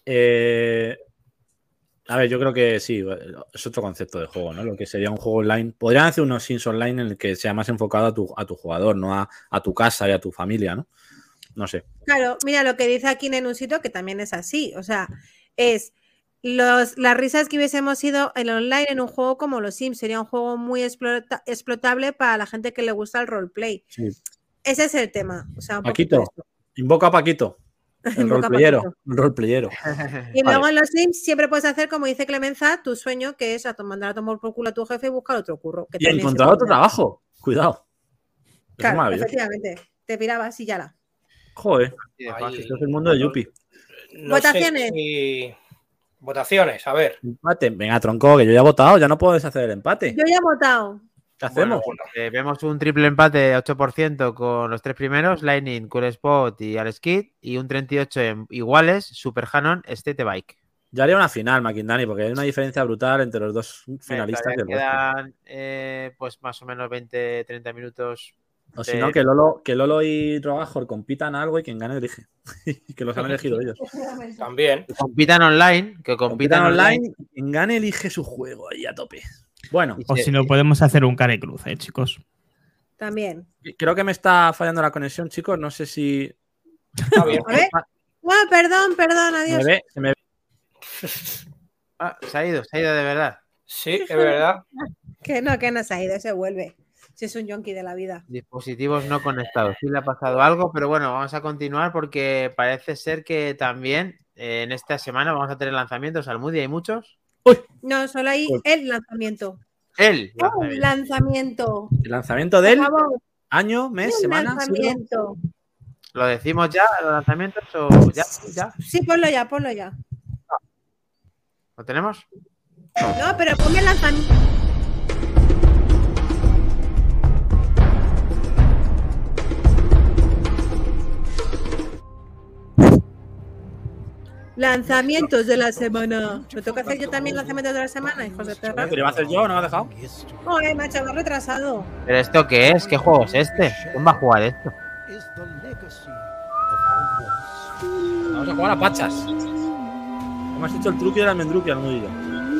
S3: Eh, a ver, yo creo que sí, es otro concepto de juego, ¿no? Lo que sería un juego online. Podrían hacer unos Sims online en el que sea más enfocado a tu, a tu jugador, no a, a tu casa y a tu familia, ¿no? No sé.
S4: Claro, mira lo que dice aquí Nenusito, que también es así. O sea, es los, las risas que hubiésemos ido en online en un juego como los Sims. Sería un juego muy explota- explotable para la gente que le gusta el roleplay.
S3: Sí.
S4: Ese es el tema. O sea, un
S3: Paquito,
S4: poquito esto.
S3: invoca a Paquito. El
S4: Invoca a
S3: roleplayero.
S4: Paquito.
S3: El roleplayero.
S4: Y
S3: Vale.
S4: luego en los Sims siempre puedes hacer, como dice Clemenza, tu sueño, que es a to- mandar a tomar por culo a tu jefe y buscar otro curro. Que
S3: Y
S4: también se
S3: encontrar
S4: puede
S3: otro
S4: hacer.
S3: trabajo. Cuidado. Eso es
S4: Claro,
S3: maravilloso.
S4: efectivamente. Te pirabas y ya la.
S3: Joder.
S1: Así de
S2: Ahí.
S1: fácil.
S3: Esto es el mundo de Yuppie.
S2: No
S4: Votaciones.
S2: sé si... Votaciones, a ver.
S3: Empate. Venga, tronco, que yo ya he votado. Ya no puedo deshacer el empate.
S4: Yo ya he votado.
S3: ¿Qué hacemos?
S1: Bueno, eh, vemos un triple empate de ocho por ciento con los tres primeros, Lightning, Cool Spot y Alex Kidd, y un treinta y ocho por ciento en iguales, Super Hanon, State Bike.
S3: Yo haría una final, Makindani, porque hay una diferencia brutal entre los dos finalistas
S1: Todavía
S3: del resto.
S1: quedan eh, pues más o menos veinte treinta minutos.
S3: O si
S1: de-
S3: no, que Lolo, que Lolo y Robajor compitan algo y quien gane elige. Y que los han elegido ellos.
S2: También.
S1: que compitan online, que
S3: Compitan
S1: compitan
S3: online, y quien gane elige su juego ahí a tope. Bueno,
S1: Y
S6: O
S1: se-
S6: si no, podemos hacer un care cruz, ¿eh, chicos?
S4: También.
S3: creo que me está fallando la conexión, chicos. No sé si.
S2: Está bien.
S4: A ver. Ah, perdón, perdón,
S3: ¿Se me
S4: adiós.
S3: ve? ¿Se me ve?
S1: Ah, se ha ido, se ha ido de verdad.
S2: Sí, es verdad.
S4: Que no, que no se ha ido, se vuelve. Si es un yonki de la vida.
S1: Dispositivos no conectados. Sí le ha pasado algo, pero bueno, vamos a continuar porque parece ser que también eh, en esta semana vamos a tener lanzamientos. Almudia, ¿hay muchos?
S4: No, solo hay
S3: Pues-
S4: el lanzamiento.
S1: El
S4: Un
S1: lanzamiento.
S4: lanzamiento.
S3: El lanzamiento
S4: Por
S3: del
S4: favor,
S3: año, mes,
S4: un
S3: semana. siglo.
S4: lanzamiento.
S1: ¿Lo decimos ya, los lanzamientos o ya? ¿Ya?
S4: Sí, ponlo ya, ponlo ya.
S1: ¿Lo tenemos?
S4: No, pero ponme el lanzamiento. Lanzamientos de la semana. ¿Me toca hacer yo también lanzamientos de la semana, hijos de perra?
S3: ¿Pero iba a hacer yo? ¿No me ha dejado?
S4: Joder, macho, me he retrasado.
S1: ¿Pero esto qué es? ¿Qué juego es este? ¿Quién va a jugar esto?
S3: Vamos a jugar a pachas. Como has hecho el truque del almendruque al nudillo.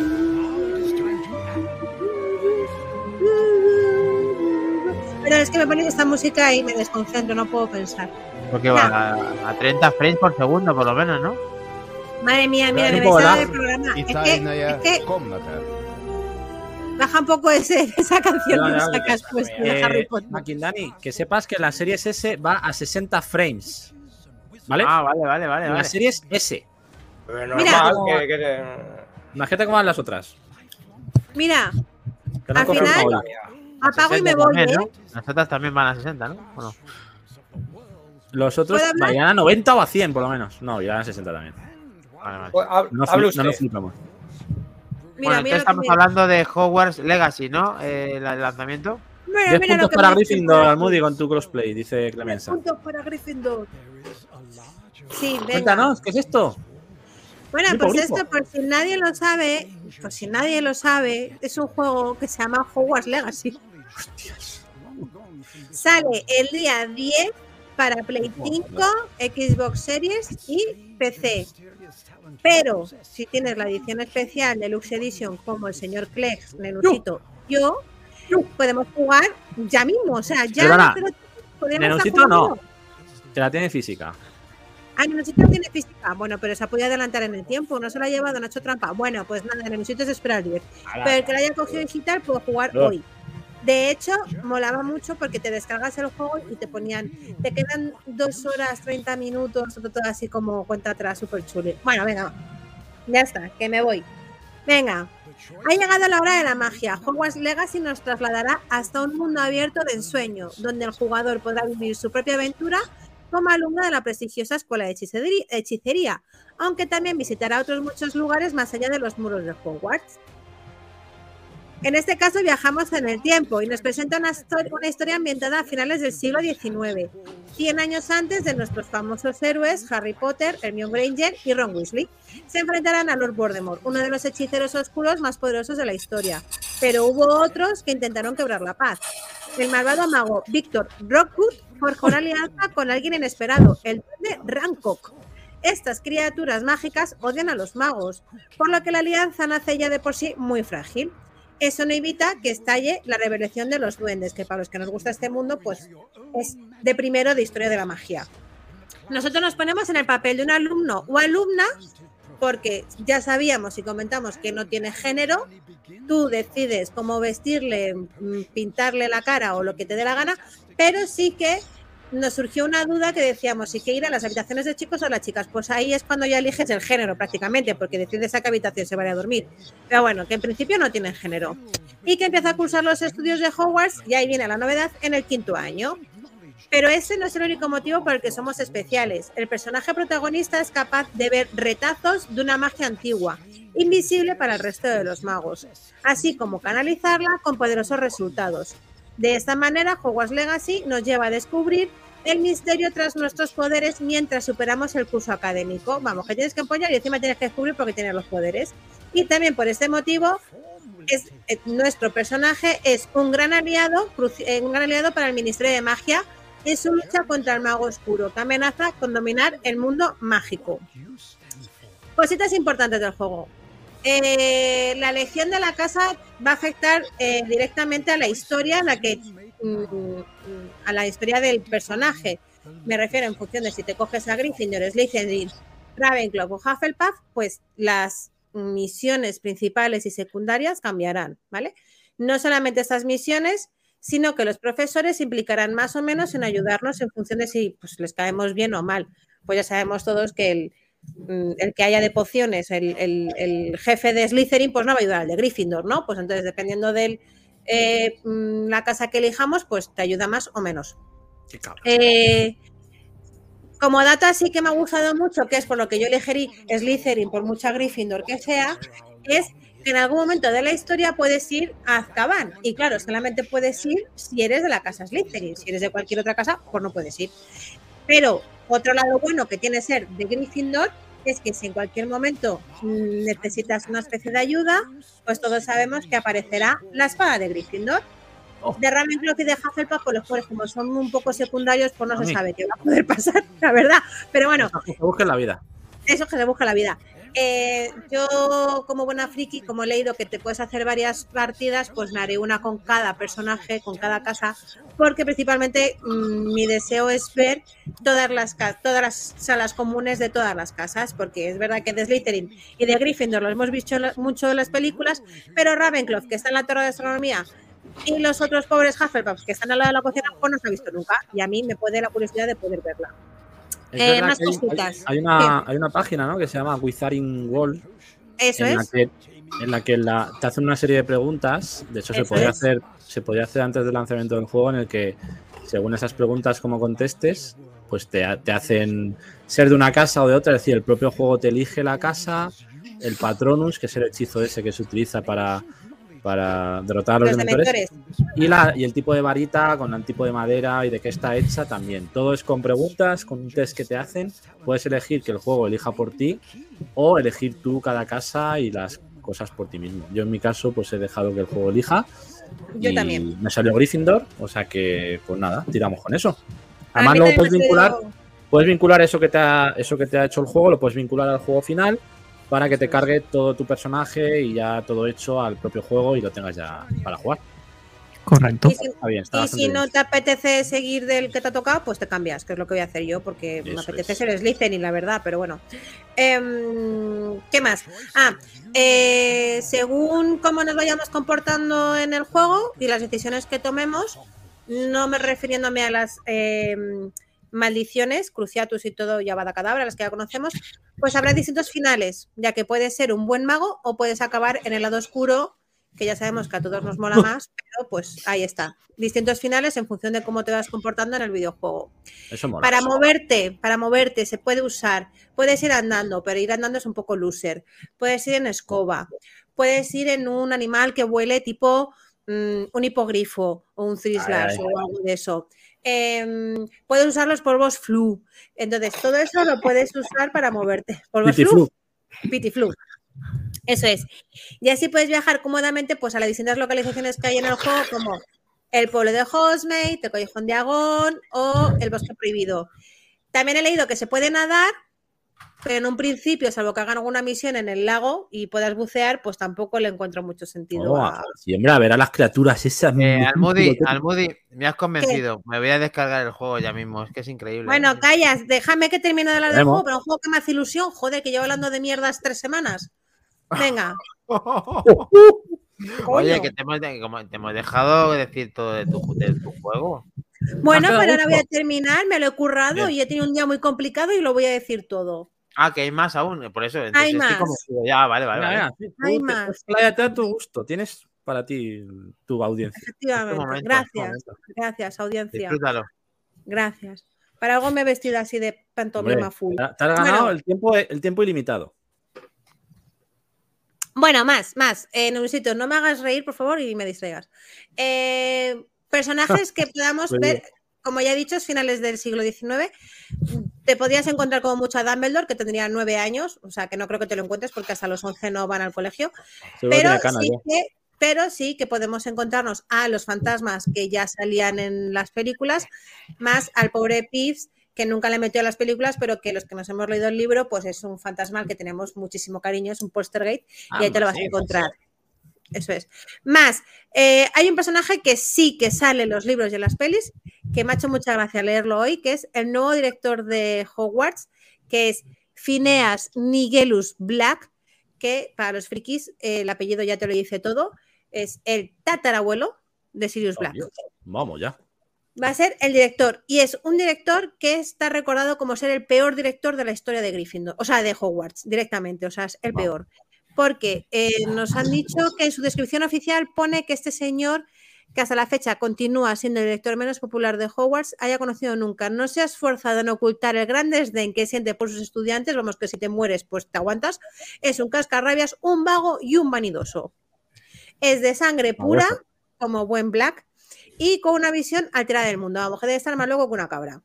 S4: Pero es que me ponen esta música y me desconcentro, no puedo pensar.
S1: Porque va a, a treinta frames por segundo, por lo menos, ¿no?
S4: Madre mía, mira,
S3: Pero
S4: me
S3: un poco
S4: besaba
S3: lag.
S4: del programa.
S5: И
S4: Es que,
S5: тайная
S4: es que
S5: комната.
S4: baja un poco ese, esa canción
S3: Ya, ya,
S4: rusa que has puesto de
S3: Eh,
S4: Harry Potter.
S3: Makindani, que sepas que la Series S va a sesenta frames. ¿Vale?
S1: Ah, vale, vale, vale.
S3: la
S1: vale.
S3: Series S.
S2: Pero es
S4: Mira.
S2: normal que, que te-
S3: Imagínate cómo van las otras.
S4: Mira,
S3: Que no
S4: Al
S3: corren
S4: final-
S3: Paula.
S4: apago y me
S1: sesenta
S4: voy,
S1: también,
S4: ¿eh?
S1: ¿no? Las otras también van a sesenta, ¿no? ¿O no?
S3: Los otros
S4: ¿Puedo hablar?
S3: vayan a noventa o a cien, por lo menos. No, irán a sesenta también.
S1: Vale, vale.
S2: Pues, hab-
S3: No,
S2: hable
S3: fli-
S2: usted.
S3: no nos flipamos.
S4: Mira,
S1: bueno,
S4: mira
S1: entonces
S4: lo que
S1: estamos
S4: me-
S1: hablando de Hogwarts Legacy, ¿no? Eh, la- el lanzamiento.
S4: Mira,
S3: diez
S4: mira lo
S3: puntos
S4: que
S3: para
S4: me dice
S3: Gryffindor,
S4: por aquí.
S3: Almudi, con tu crossplay, dice Clemenza.
S4: Puntos para Gryffindor. Sí, venga.
S3: Cuéntanos, ¿qué es esto?
S4: Bueno,
S3: Grupo,
S4: pues
S3: grupo.
S4: esto, por si nadie lo sabe, por si nadie lo sabe, es un juego que se llama Hogwarts Legacy.
S3: Hostias.
S4: Sale el día diez para Play cinco, Xbox Series y P C. Pero si tienes la edición especial Deluxe Edition como el señor Clex, Nenusito, yo, podemos jugar ya mismo. O sea, ya
S3: Perdona,
S4: pero podríamos
S3: Nenusito
S4: estar
S3: no.
S4: jugando.
S3: Se la tiene física.
S4: Ah, Nenusito no tiene física. Bueno, pero se ha podido adelantar en el tiempo. No se lo ha llevado, no ha hecho trampa. Bueno, pues nada, Nenusito se espera el diez. Pero el que lo haya cogido digital puede jugar
S3: No.
S4: hoy. De hecho, molaba mucho porque te descargas el juego y te ponían, te quedan dos horas, treinta minutos, todo, todo así como cuenta atrás, súper chulo. Bueno, venga, ya está, que me voy. Venga, ha llegado la hora de la magia. Hogwarts Legacy nos trasladará hasta un mundo abierto de ensueño, donde el jugador podrá vivir su propia aventura como alumno de la prestigiosa escuela de hechicería, hechicería, aunque también visitará otros muchos lugares más allá de los muros de Hogwarts. En este caso viajamos en el tiempo y nos presenta una, una historia ambientada a finales del siglo diecinueve, cien años antes de nuestros famosos héroes Harry Potter, Hermione Granger y Ron Weasley. Se enfrentarán a Lord Voldemort, uno de los hechiceros oscuros más poderosos de la historia, pero hubo otros que intentaron quebrar la paz. El malvado mago Victor Rockwood forjó una alianza con alguien inesperado, el duende Rancok. Estas criaturas mágicas odian a los magos, por lo que la alianza nace ya de por sí muy frágil. Eso no evita que estalle la revelación de los duendes, que para los que nos gusta este mundo, pues es de primero de historia de la magia. Nosotros nos ponemos en el papel de un alumno o alumna, porque ya sabíamos y comentamos que no tiene género. Tú decides cómo vestirle, pintarle la cara o lo que te dé la gana, pero sí que nos surgió una duda que decíamos, ¿y qué ir a las habitaciones de chicos o a las chicas? Pues ahí es cuando ya eliges el género prácticamente, porque decides a qué habitación se va a dormir. Pero bueno, que en principio no tienen género. Y que empieza a cursar los estudios de Hogwarts, y ahí viene la novedad, en el quinto año. Pero ese no es el único motivo por el que somos especiales. El personaje protagonista es capaz de ver retazos de una magia antigua, invisible para el resto de los magos, así como canalizarla con poderosos resultados. De esta manera, Hogwarts Legacy nos lleva a descubrir el misterio tras nuestros poderes mientras superamos el curso académico. Vamos, que tienes que apoyar y encima tienes que descubrir por qué tienes los poderes. Y también por este motivo, es, eh, nuestro personaje es un gran aliado, eh, un gran aliado para el Ministerio de Magia en su lucha contra el mago oscuro, que amenaza con dominar el mundo mágico. Cositas importantes del juego. Eh, la elección de la casa va a afectar eh, directamente a la historia, a la que mm, a la historia del personaje. Me refiero en función de si te coges a Gryffindor, Slytherin, Ravenclaw o Hufflepuff, pues las misiones principales y secundarias cambiarán, ¿vale? No solamente estas misiones, sino que los profesores se implicarán más o menos en ayudarnos en función de si pues, les caemos bien o mal. Pues ya sabemos todos que el el que haya de pociones, el, el, el jefe de Slytherin, pues no va a ayudar al de Gryffindor, ¿no? Pues entonces, dependiendo de eh, la casa que elijamos, pues te ayuda más o menos.
S3: Qué cabrón.
S4: Eh, como data sí que me ha gustado mucho, que es por lo que yo elegí Slytherin, por mucha Gryffindor que sea, es que en algún momento de la historia puedes ir a Azkaban. Y claro, solamente puedes ir si eres de la casa Slytherin. Si eres de cualquier otra casa, pues no puedes ir. Pero otro lado bueno que tiene ser de Gryffindor es que si en cualquier momento necesitas una especie de ayuda, pues todos sabemos que aparecerá la espada de Gryffindor. Oh. De Ravenclaw y de Hufflepuff, pues los pobres como son un poco secundarios, pues no a se mí. sabe qué va a poder pasar, la verdad. Pero bueno.
S3: Que se busque la vida.
S4: Eso que se busca la vida. Eh, yo, como buena friki, como he leído que te puedes hacer varias partidas, pues me haré una con cada personaje, con cada casa, porque principalmente mmm, mi deseo es ver todas las, todas las salas comunes de todas las casas, porque es verdad que de Slytherin y de Gryffindor lo hemos visto mucho en las películas, pero Ravenclaw, que está en la Torre de Astronomía, y los otros pobres Hufflepuff, que están al lado de la cocina, pues no se ha visto nunca, y a mí me puede la curiosidad de poder verla.
S3: Eh, más cositas. Hay, hay, una, hay una página, ¿no?, que se llama Wizarding World.
S4: Eso
S3: en
S4: es.
S3: La que, en la que la, te hacen una serie de preguntas. De hecho, se podría, hacer, se podría hacer antes del lanzamiento del juego, en el que, según esas preguntas, como contestes, pues te, te hacen ser de una casa o de otra. Es decir, el propio juego te elige la casa, el Patronus, que es el hechizo ese que se utiliza para, para derrotar a los,
S4: Los
S3: dementores.
S4: dementores.
S3: Y, la, y el tipo de varita con el tipo de madera y de qué está hecha también. Todo es con preguntas, con un test que te hacen. Puedes elegir que el juego elija por ti o elegir tú cada casa y las cosas por ti mismo. Yo en mi caso pues he dejado que el juego elija.
S4: Yo
S3: y
S4: también.
S3: me salió Gryffindor, o sea que pues nada, tiramos con eso.
S4: A
S3: Además
S4: mí
S3: luego
S4: también
S3: puedes
S4: me ha
S3: vincular,
S4: salido-
S3: puedes vincular eso que te ha, eso que te ha hecho el juego, lo puedes vincular al juego final para que te cargue todo tu personaje y ya todo hecho al propio juego y lo tengas ya para jugar.
S6: Correcto.
S4: Y si,
S3: Está bien, está
S4: y
S3: bastante
S4: si no
S3: bien.
S4: te apetece seguir del que te ha tocado, pues te cambias, que es lo que voy a hacer yo, porque me
S3: Eso
S4: apetece
S3: es.
S4: ser Slytherin, la verdad, pero bueno. Em, ¿Qué más? Ah, eh, según cómo nos vayamos comportando en el juego y las decisiones que tomemos, no me refiriéndome a las em, maldiciones, Cruciatus y todo, y Avada Kedavra, las que ya conocemos, pues habrá distintos finales, ya que puedes ser un buen mago o puedes acabar en el lado oscuro, que ya sabemos que a todos nos mola más, pero pues ahí está. Distintos finales en función de cómo te vas comportando en el videojuego.
S3: Eso mola.
S4: Para moverte, para moverte se puede usar, puedes ir andando, pero ir andando es un poco loser. Puedes ir en escoba, puedes ir en un animal que vuele tipo mmm, un hipogrifo o un thrislash o algo de eso. Eh, puedes usar los polvos flu. Entonces, todo eso lo puedes usar para moverte. ¿Polvos flu? Pitiflu. Eso es. Y así puedes viajar cómodamente pues, a las distintas localizaciones que hay en el juego, como el pueblo de Hogsmeade, el Callejón de Agón o el Bosque Prohibido. También he leído que se puede nadar, pero en un principio, salvo que hagan alguna misión en el lago y puedas bucear, pues tampoco le encuentro mucho sentido.
S3: Oh,
S4: a...
S3: Siempre a ver a las criaturas esas.
S1: Eh, Almudi, Almudi, me has convencido. ¿Qué? Me voy a descargar el juego ya mismo. Es que es increíble.
S4: Bueno,
S1: ¿eh?
S4: callas, déjame que termine de hablar del juego, pero un juego que me hace ilusión. Joder, que llevo hablando de mierdas tres semanas. Venga.
S1: Oye, que te hemos, de, como te hemos dejado decir todo de tu, de tu juego.
S4: Bueno, pero ahora voy a terminar, me lo he currado
S1: Bien.
S4: y he tenido un día muy complicado y lo voy a decir todo.
S1: Ah, que hay más aún, por eso.
S4: Hay
S1: estoy
S4: más.
S1: convencido. Ya, vale, vale.
S3: Mira,
S1: vale.
S3: mira,
S4: Hay
S3: tú te-
S4: más.
S3: expláyate a tu gusto. Tienes para ti tu audiencia.
S4: Efectivamente.
S1: Este momento,
S4: gracias,
S1: este momento.
S4: gracias, audiencia.
S1: Disfrútalo.
S4: Gracias. Para algo me he vestido así de pantomima
S3: Hombre,
S4: full.
S3: te te has ganado
S4: Bueno.
S3: el, tiempo, el tiempo ilimitado.
S4: Bueno, más, más. En un sitio, no me hagas reír, por favor, y me distraigas. Eh, personajes que podamos
S3: Muy
S4: ver,
S3: bien.
S4: como ya he dicho, es finales del siglo diecinueve. Te podrías encontrar como mucho a Dumbledore, que tendría nueve años, o sea que no creo que te lo encuentres porque hasta los once no van al colegio.
S3: Seguro
S4: Pero
S3: tiene canas
S4: sí,
S3: ya.
S4: que, pero sí que podemos encontrarnos a los fantasmas que ya salían en las películas, más al pobre Peeves, que nunca le metió a las películas, pero que los que nos hemos leído el libro, pues es un fantasma al que tenemos muchísimo cariño, es un Poltergeist, y ahí te lo vas a encontrar. Eso es. Más, eh, hay un personaje que sí que sale en los libros y en las pelis, que me ha hecho mucha gracia leerlo hoy, que es el nuevo director de Hogwarts, que es Phineas Nigellus Black, que para los frikis, eh, el apellido ya te lo dice todo, es el tatarabuelo de Sirius
S3: Oh,
S4: Black.
S3: Dios. Vamos ya.
S4: Va a ser el director, y es un director que está recordado como ser el peor director de la historia de Gryffindor, o sea, de Hogwarts, directamente, o sea, es el peor. Porque eh, nos han dicho que en su descripción oficial pone que este señor, que hasta la fecha continúa siendo el director menos popular de Hogwarts, haya conocido nunca. No se ha esforzado en ocultar el gran desdén que siente por sus estudiantes, vamos, que si te mueres, pues te aguantas. Es un cascarrabias, un vago y un vanidoso. Es de sangre pura, como buen Black, y con una visión alterada del mundo. Vamos, que debe estar más loco que una cabra.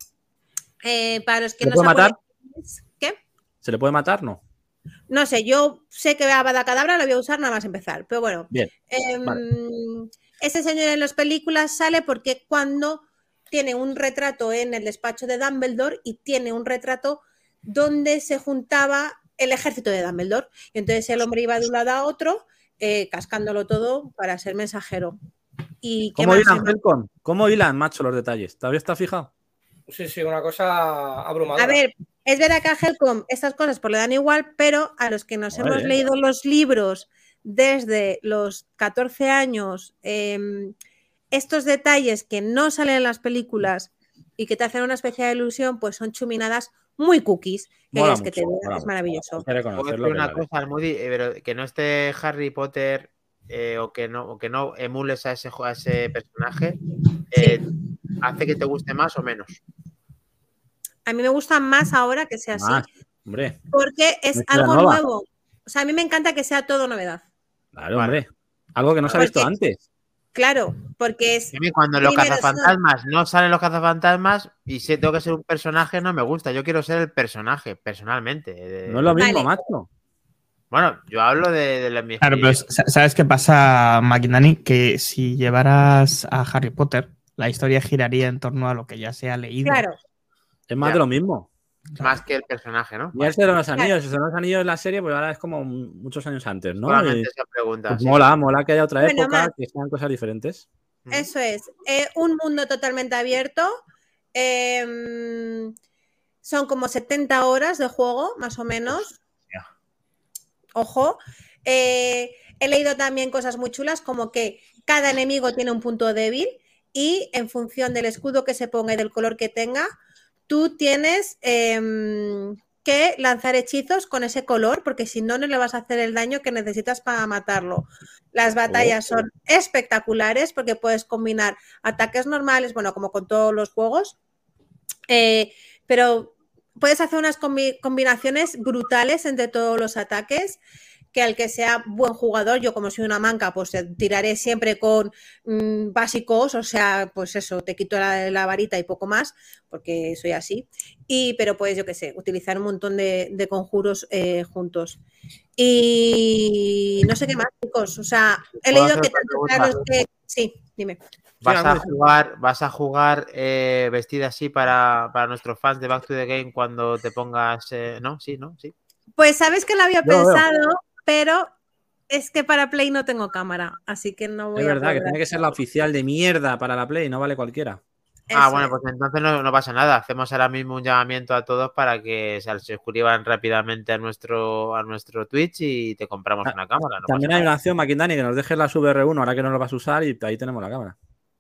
S4: Eh, para los que
S3: ¿Se
S4: no
S3: puede
S4: se
S3: matar?
S4: acuerdan... ¿Qué?
S3: ¿Se le puede matar? No.
S4: No sé, yo sé que Avada Kedavra lo voy a usar nada más empezar, pero bueno.
S3: Bien.
S4: Eh,
S3: Vale.
S4: Ese señor en las películas sale porque cuando tiene un retrato en el despacho de Dumbledore y tiene un retrato donde se juntaba el ejército de Dumbledore. Y entonces el hombre iba de un lado a otro, eh, cascándolo todo para ser mensajero. ¿Y qué
S3: ¿Cómo
S4: más?
S3: hilan, Helcon? ¿Cómo hilan, macho, los detalles? ¿Todavía está fijado?
S2: Sí, sí, una cosa abrumadora.
S4: A ver, es verdad que a Helcom estas cosas pues le dan igual, pero a los que nos
S3: Vale.
S4: hemos leído los libros desde los catorce años, eh, estos detalles que no salen en las películas y que te hacen una especie de ilusión, pues son chuminadas muy cookies. Que
S3: Mola
S4: es que te
S3: mucho,
S4: diga,
S3: mola
S4: es
S3: mucho.
S4: maravilloso.
S3: Hay que
S1: Puedo
S3: reconocerlo.
S1: decir
S3: que
S1: una
S3: vale.
S1: cosa, Almudi, eh, pero que no esté Harry Potter eh, o, que no, o que no emules a ese, a ese personaje, eh, hace que te guste más o menos.
S4: A mí me gusta más ahora que sea así,
S3: Más, hombre.
S4: porque es
S3: Mezcla
S4: algo
S3: nueva.
S4: nuevo. O sea, a mí me encanta que sea todo novedad.
S3: Claro,
S1: Vale.
S3: hombre. Algo que no se ha
S4: Porque-
S3: visto antes.
S4: Claro, porque es...
S1: A mí cuando los
S4: Primero,
S1: cazafantasmas no salen los cazafantasmas y si tengo que ser un personaje, no me gusta. Yo quiero ser el personaje, personalmente. Eh,
S3: No es lo mismo,
S4: Vale.
S3: macho.
S1: Bueno, yo hablo de, de la mi
S6: Claro, pero
S1: experiencia.
S6: ¿sabes qué pasa, Maquinani? Que si llevaras a Harry Potter, la historia giraría en torno a lo que ya se ha leído.
S4: Claro,
S3: Es más
S1: Ya.
S3: de lo mismo.
S1: Más que el personaje, ¿no?
S3: Y el Señor de los Anillos. El Señor de los Anillos en la serie, pues ahora es como muchos años antes, ¿no?
S1: Solamente
S3: Y,
S1: esa pregunta.
S3: pues
S1: sí,
S3: mola,
S1: sí.
S3: mola que haya otra
S4: Bueno,
S3: época,
S4: Matt.
S3: que sean cosas diferentes.
S1: Mm.
S4: eso es. Eh, un mundo totalmente abierto. Eh, son como setenta horas de juego, más o menos.
S1: Ya.
S4: Ojo. Eh, he leído también cosas muy chulas, como que cada enemigo tiene un punto débil y en función del escudo que se ponga y del color que tenga, tú tienes em, que lanzar hechizos con ese color, porque si no, no le vas a hacer el daño que necesitas para matarlo. Las batallas son espectaculares porque puedes combinar ataques normales, bueno, como con todos los juegos, eh, pero puedes hacer unas combi- combinaciones brutales entre todos los ataques, que al que sea buen jugador, yo como soy una manca, pues eh, tiraré siempre con mm, básicos, o sea, pues eso, te quito la, la varita y poco más, porque soy así. Y, pero pues yo qué sé, utilizar un montón de, de conjuros eh, juntos. Y no sé qué más, chicos. O sea, he
S1: ¿Puedo
S4: leído
S1: hacer
S4: que
S1: otra
S4: tanto
S1: pregunta?
S4: para los que. Sí, dime.
S1: ¿Vas
S3: Sí,
S1: a
S3: algo de-
S1: jugar, vas a jugar eh, vestida así para, para nuestros fans de Back to the Game cuando te pongas. eh, ¿No? Sí, ¿no? Sí.
S4: Pues sabes que lo había
S3: Yo lo veo.
S4: pensado, pero es que para Play no tengo cámara, así que no voy
S3: Es
S4: a
S3: verdad que
S4: poder
S3: tiene que ser la oficial de mierda para la Play, no vale cualquiera.
S1: Ah,
S4: Eso
S1: bueno,
S4: es.
S1: pues entonces no, no pasa nada. Hacemos ahora mismo un llamamiento a todos para que se suscriban rápidamente a nuestro, a nuestro Twitch y te compramos
S3: Ah,
S1: una cámara. No
S3: También
S1: pasa
S3: hay
S1: nada.
S3: una acción, Maquindani, que nos dejes las V R uno ahora que no lo vas a usar y ahí tenemos la cámara.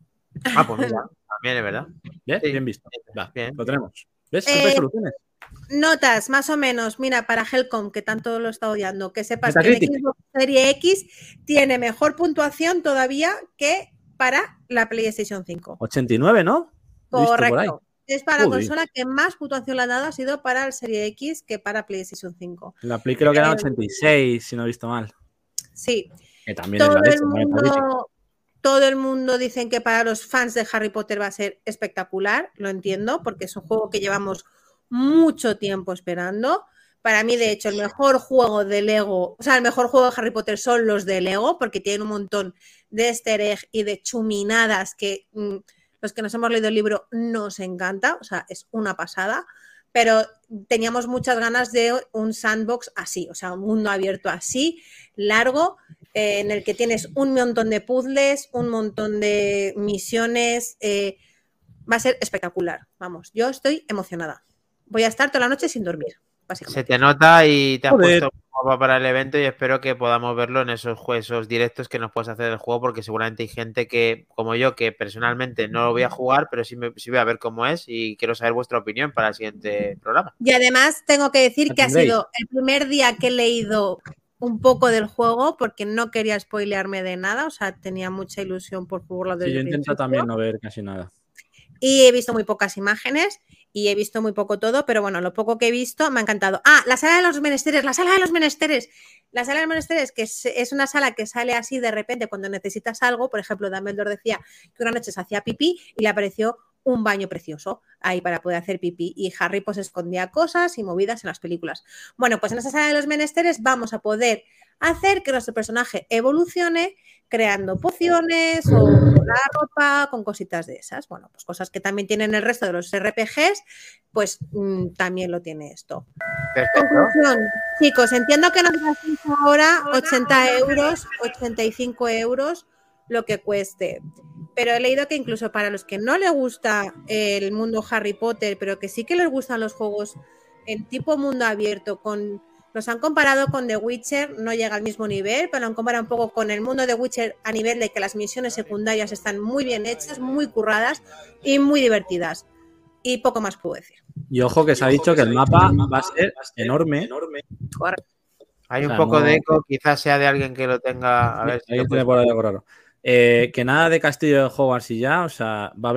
S1: Ah, pues mira, también es verdad.
S3: ¿Bien?
S1: Sí.
S3: Bien visto. Va,
S1: Bien.
S3: lo tenemos. ¿Ves? Siempre hay
S4: Eh,
S3: soluciones.
S4: Notas, más o menos, mira, para Helcom, que tanto lo está odiando, que sepas que en
S3: Metacritic.
S4: Xbox Serie X tiene mejor puntuación todavía que para la PlayStation cinco.
S3: ochenta y nueve, ¿no? He visto por ahí.
S4: Correcto. Es para la
S3: Joder.
S4: consola que más puntuación le ha dado ha sido para el Serie X que para PlayStation cinco.
S3: En la Play creo que eran
S4: Eh,
S3: ochenta y seis, si no he visto mal.
S4: Sí,
S3: Que también es
S4: todo
S3: la leche,
S4: el
S3: ¿no? Metacritic.
S4: mundo, todo el mundo dicen que para los fans de Harry Potter va a ser espectacular, lo entiendo, porque es un juego que llevamos mucho tiempo esperando. Para mí, de hecho, el mejor juego de Lego, o sea, el mejor juego de Harry Potter son los de Lego, porque tienen un montón de easter egg y de chuminadas que mm, los que nos hemos leído el libro nos encanta, o sea, es una pasada. Pero teníamos muchas ganas de un sandbox así, o sea, un mundo abierto así, largo, eh, en el que tienes un montón de puzzles, un montón de misiones. Eh, va a ser espectacular, vamos, yo estoy emocionada. Voy a estar toda la noche sin dormir,
S1: Se
S4: básicamente.
S1: te nota y te has
S3: Joder.
S1: puesto guapa para el evento y espero que podamos verlo en esos, jue- esos directos que nos puedes hacer del juego porque seguramente hay gente que, como yo, que personalmente no lo voy a jugar, pero sí, me, sí voy a ver cómo es y quiero saber vuestra opinión para el siguiente programa.
S4: Y además tengo que decir
S3: La
S4: que ha
S3: tendréis.
S4: sido el primer día que he leído un poco del juego porque no quería spoilearme de nada, o sea, tenía mucha ilusión por jugarlo desde
S3: Sí, yo
S4: el
S3: intento
S4: principio.
S3: también no ver casi nada.
S4: Y he visto muy pocas imágenes y he visto muy poco todo, pero bueno, lo poco que he visto me ha encantado. Ah, la sala de los menesteres, la sala de los menesteres. La sala de los menesteres, que es, es una sala que sale así de repente cuando necesitas algo. Por ejemplo, Dumbledore decía que una noche se hacía pipí y le apareció un baño precioso ahí para poder hacer pipí. Y Harry pues escondía cosas y movidas en las películas. Bueno, pues en esa sala de los menesteres vamos a poder hacer que nuestro personaje evolucione creando pociones o con la ropa, con cositas de esas. Bueno, pues cosas que también tienen el resto de los R P Gs, pues mmm, también lo tiene esto.
S1: Perfecto.
S4: Conclusión, chicos, entiendo que nos gastéis ahora ochenta euros, ochenta y cinco euros, lo que cueste. Pero he leído que incluso para los que no les gusta el mundo Harry Potter, pero que sí que les gustan los juegos en tipo mundo abierto, con los han comparado con The Witcher, no llega al mismo nivel, pero lo han comparado un poco con el mundo de Witcher a nivel de que las misiones secundarias están muy bien hechas, muy curradas y muy divertidas. Y poco más puedo decir.
S3: Y ojo que se ha dicho que el mapa va a ser enorme.
S4: Correcto.
S1: Hay
S3: O
S1: un
S3: sea,
S1: poco
S3: no-
S1: de eco, quizás sea de alguien que lo tenga. A ver si
S3: Ahí
S1: lo
S3: tiene
S1: puedes-
S3: por ahí algo raro. Eh, que nada de Castillo de Hogwarts y ya, o sea, va a haber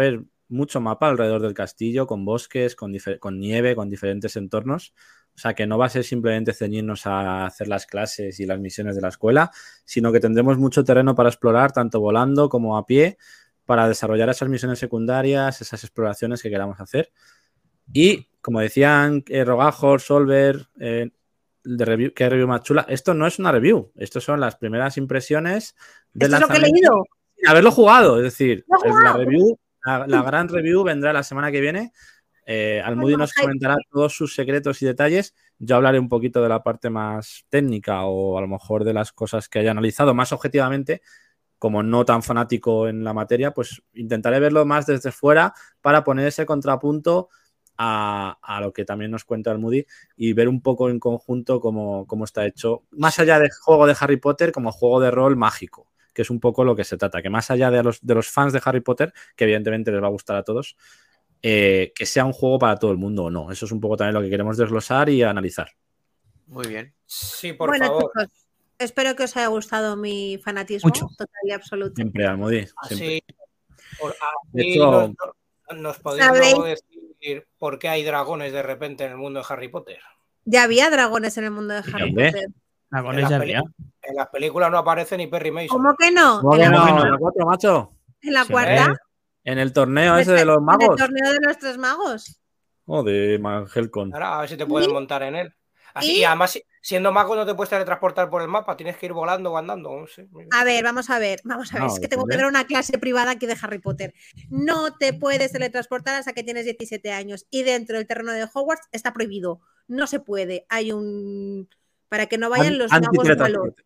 S3: mucho mapa alrededor del castillo, con bosques, con, con nieve, con diferentes entornos. O sea, que no va a ser simplemente ceñirnos a hacer las clases y las misiones de la escuela, sino que tendremos mucho terreno para explorar, tanto volando como a pie, para desarrollar esas misiones secundarias, esas exploraciones que queramos hacer. Y, como decían eh, Rogajor, Solver, eh, de review, qué review más chula, esto no es una review, esto son las primeras impresiones del
S4: Esto es lo que he
S3: lanzamiento
S4: leído.
S3: sin haberlo jugado. Es decir,
S4: ¡Lo he
S3: la
S4: jugado!
S3: review, la, la gran review vendrá la semana que viene. Eh, Almudi nos comentará todos sus secretos y detalles. Yo hablaré un poquito de la parte más técnica o a lo mejor de las cosas que haya analizado más objetivamente. Como no tan fanático en la materia, pues intentaré verlo más desde fuera para poner ese contrapunto a, a lo que también nos cuenta Almudi y ver un poco en conjunto cómo, cómo está hecho, más allá del juego de Harry Potter como juego de rol mágico, que es un poco lo que se trata, que más allá de los, de los fans de Harry Potter, que evidentemente les va a gustar a todos, eh, que sea un juego para todo el mundo o no. Eso es un poco también lo que queremos desglosar y analizar.
S1: Muy bien.
S2: Sí, por
S4: bueno,
S2: favor.
S4: Chicos, espero que os haya gustado mi fanatismo
S6: Mucho.
S4: total y absoluto.
S3: Siempre, Almudi.
S2: Así, por,
S3: De
S2: así
S3: hecho,
S2: nos, nos podéis
S4: ¿sabéis?
S2: luego decir por qué hay dragones de repente en el mundo de Harry Potter.
S4: Ya había dragones en el mundo de Harry
S3: Hombre.
S4: Potter.
S2: En
S6: Dragones
S2: las,
S6: ya
S2: peli-
S6: había.
S2: en las películas no aparece ni Perry Mason.
S4: ¿Cómo que no?
S3: ¿Cómo
S4: En
S3: que
S4: la,
S3: no?
S6: bueno.
S3: ¿En la cuatro, macho?
S4: en la
S6: Sí,
S4: cuarta.
S6: hombre.
S3: En el torneo
S4: En
S3: ese de los
S4: el
S3: magos.
S4: torneo de los tres magos.
S3: O de Mangelcon.
S2: Ahora, a ver si te pueden
S4: ¿Y?
S2: montar en él. Así,
S4: ¿Y?
S2: y además, si- siendo mago no te puedes teletransportar por el mapa, tienes que ir volando o andando. No sé.
S4: A ver, vamos a ver, vamos a ver.
S3: No,
S4: es que tengo que
S3: depende.
S4: dar una clase privada aquí de Harry Potter. No te puedes teletransportar hasta que tienes diecisiete años y dentro del terreno de Hogwarts está prohibido. No se puede. Hay un... Para que no vayan los magos malos.
S3: Antiteletransporte.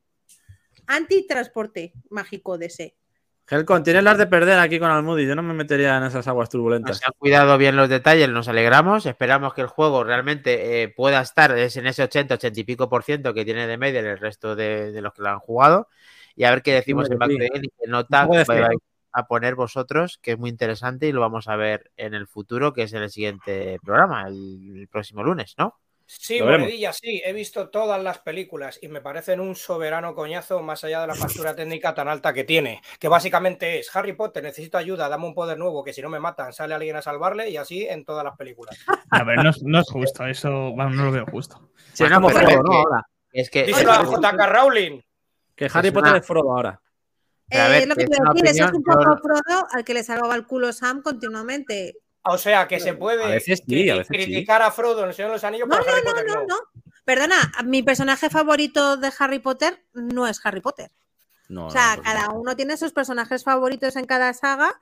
S4: Antitransporte mágico de ese.
S3: Helcon, tienes las de perder aquí con Almudi. Yo no me metería en esas aguas turbulentas.
S1: Se han cuidado bien los detalles, nos alegramos. Esperamos que el juego realmente eh, pueda estar es en ese ochenta, ochenta y pico por ciento que tiene de media el resto de, de los que lo han jugado. Y a ver qué decimos
S3: Hombre,
S1: en Back
S3: sí.
S1: to the Game y qué nota
S3: Un poco de fe.
S1: vais a poner vosotros, que es muy interesante y lo vamos a ver en el futuro, que es en el siguiente programa, el, el próximo lunes, ¿no?
S2: Sí,
S3: Lo veremos.
S2: Moredilla, sí, he visto todas las películas y me parecen un soberano coñazo más allá de la factura técnica tan alta que tiene, que básicamente es Harry Potter, necesito ayuda, dame un poder nuevo, que si no me matan sale alguien a salvarle y así en todas las películas.
S6: A ver, no, es- no es justo, eso bueno, no lo veo justo.
S3: Sí, es
S1: Bueno,
S3: como
S1: pero
S3: Frodo,
S1: es
S3: ¿no?
S1: que-
S3: Ahora.
S1: Es que,
S2: Díselo a
S1: es-
S2: J K. Rowling.
S3: Que Harry
S1: es
S3: Potter
S1: una-
S3: es Frodo ahora.
S1: Pero a
S4: Eh,
S1: ver,
S4: es lo que
S1: es
S4: te iba a
S1: una
S4: decir, eso es un
S1: opinión,
S4: poco
S1: yo-
S4: Frodo al que le salvaba el culo Sam continuamente.
S2: O sea, que se puede
S3: A veces sí,
S2: criti-
S3: a veces sí.
S2: criticar a Frodo en El Señor de los Anillos,
S4: No,
S2: pero
S4: no,
S2: Harry
S4: no,
S2: Potter
S4: no,
S2: no.
S4: no. Perdona, mi personaje favorito de Harry Potter no es Harry Potter.
S3: No,
S4: O sea,
S3: no,
S4: cada uno tiene sus personajes favoritos en cada saga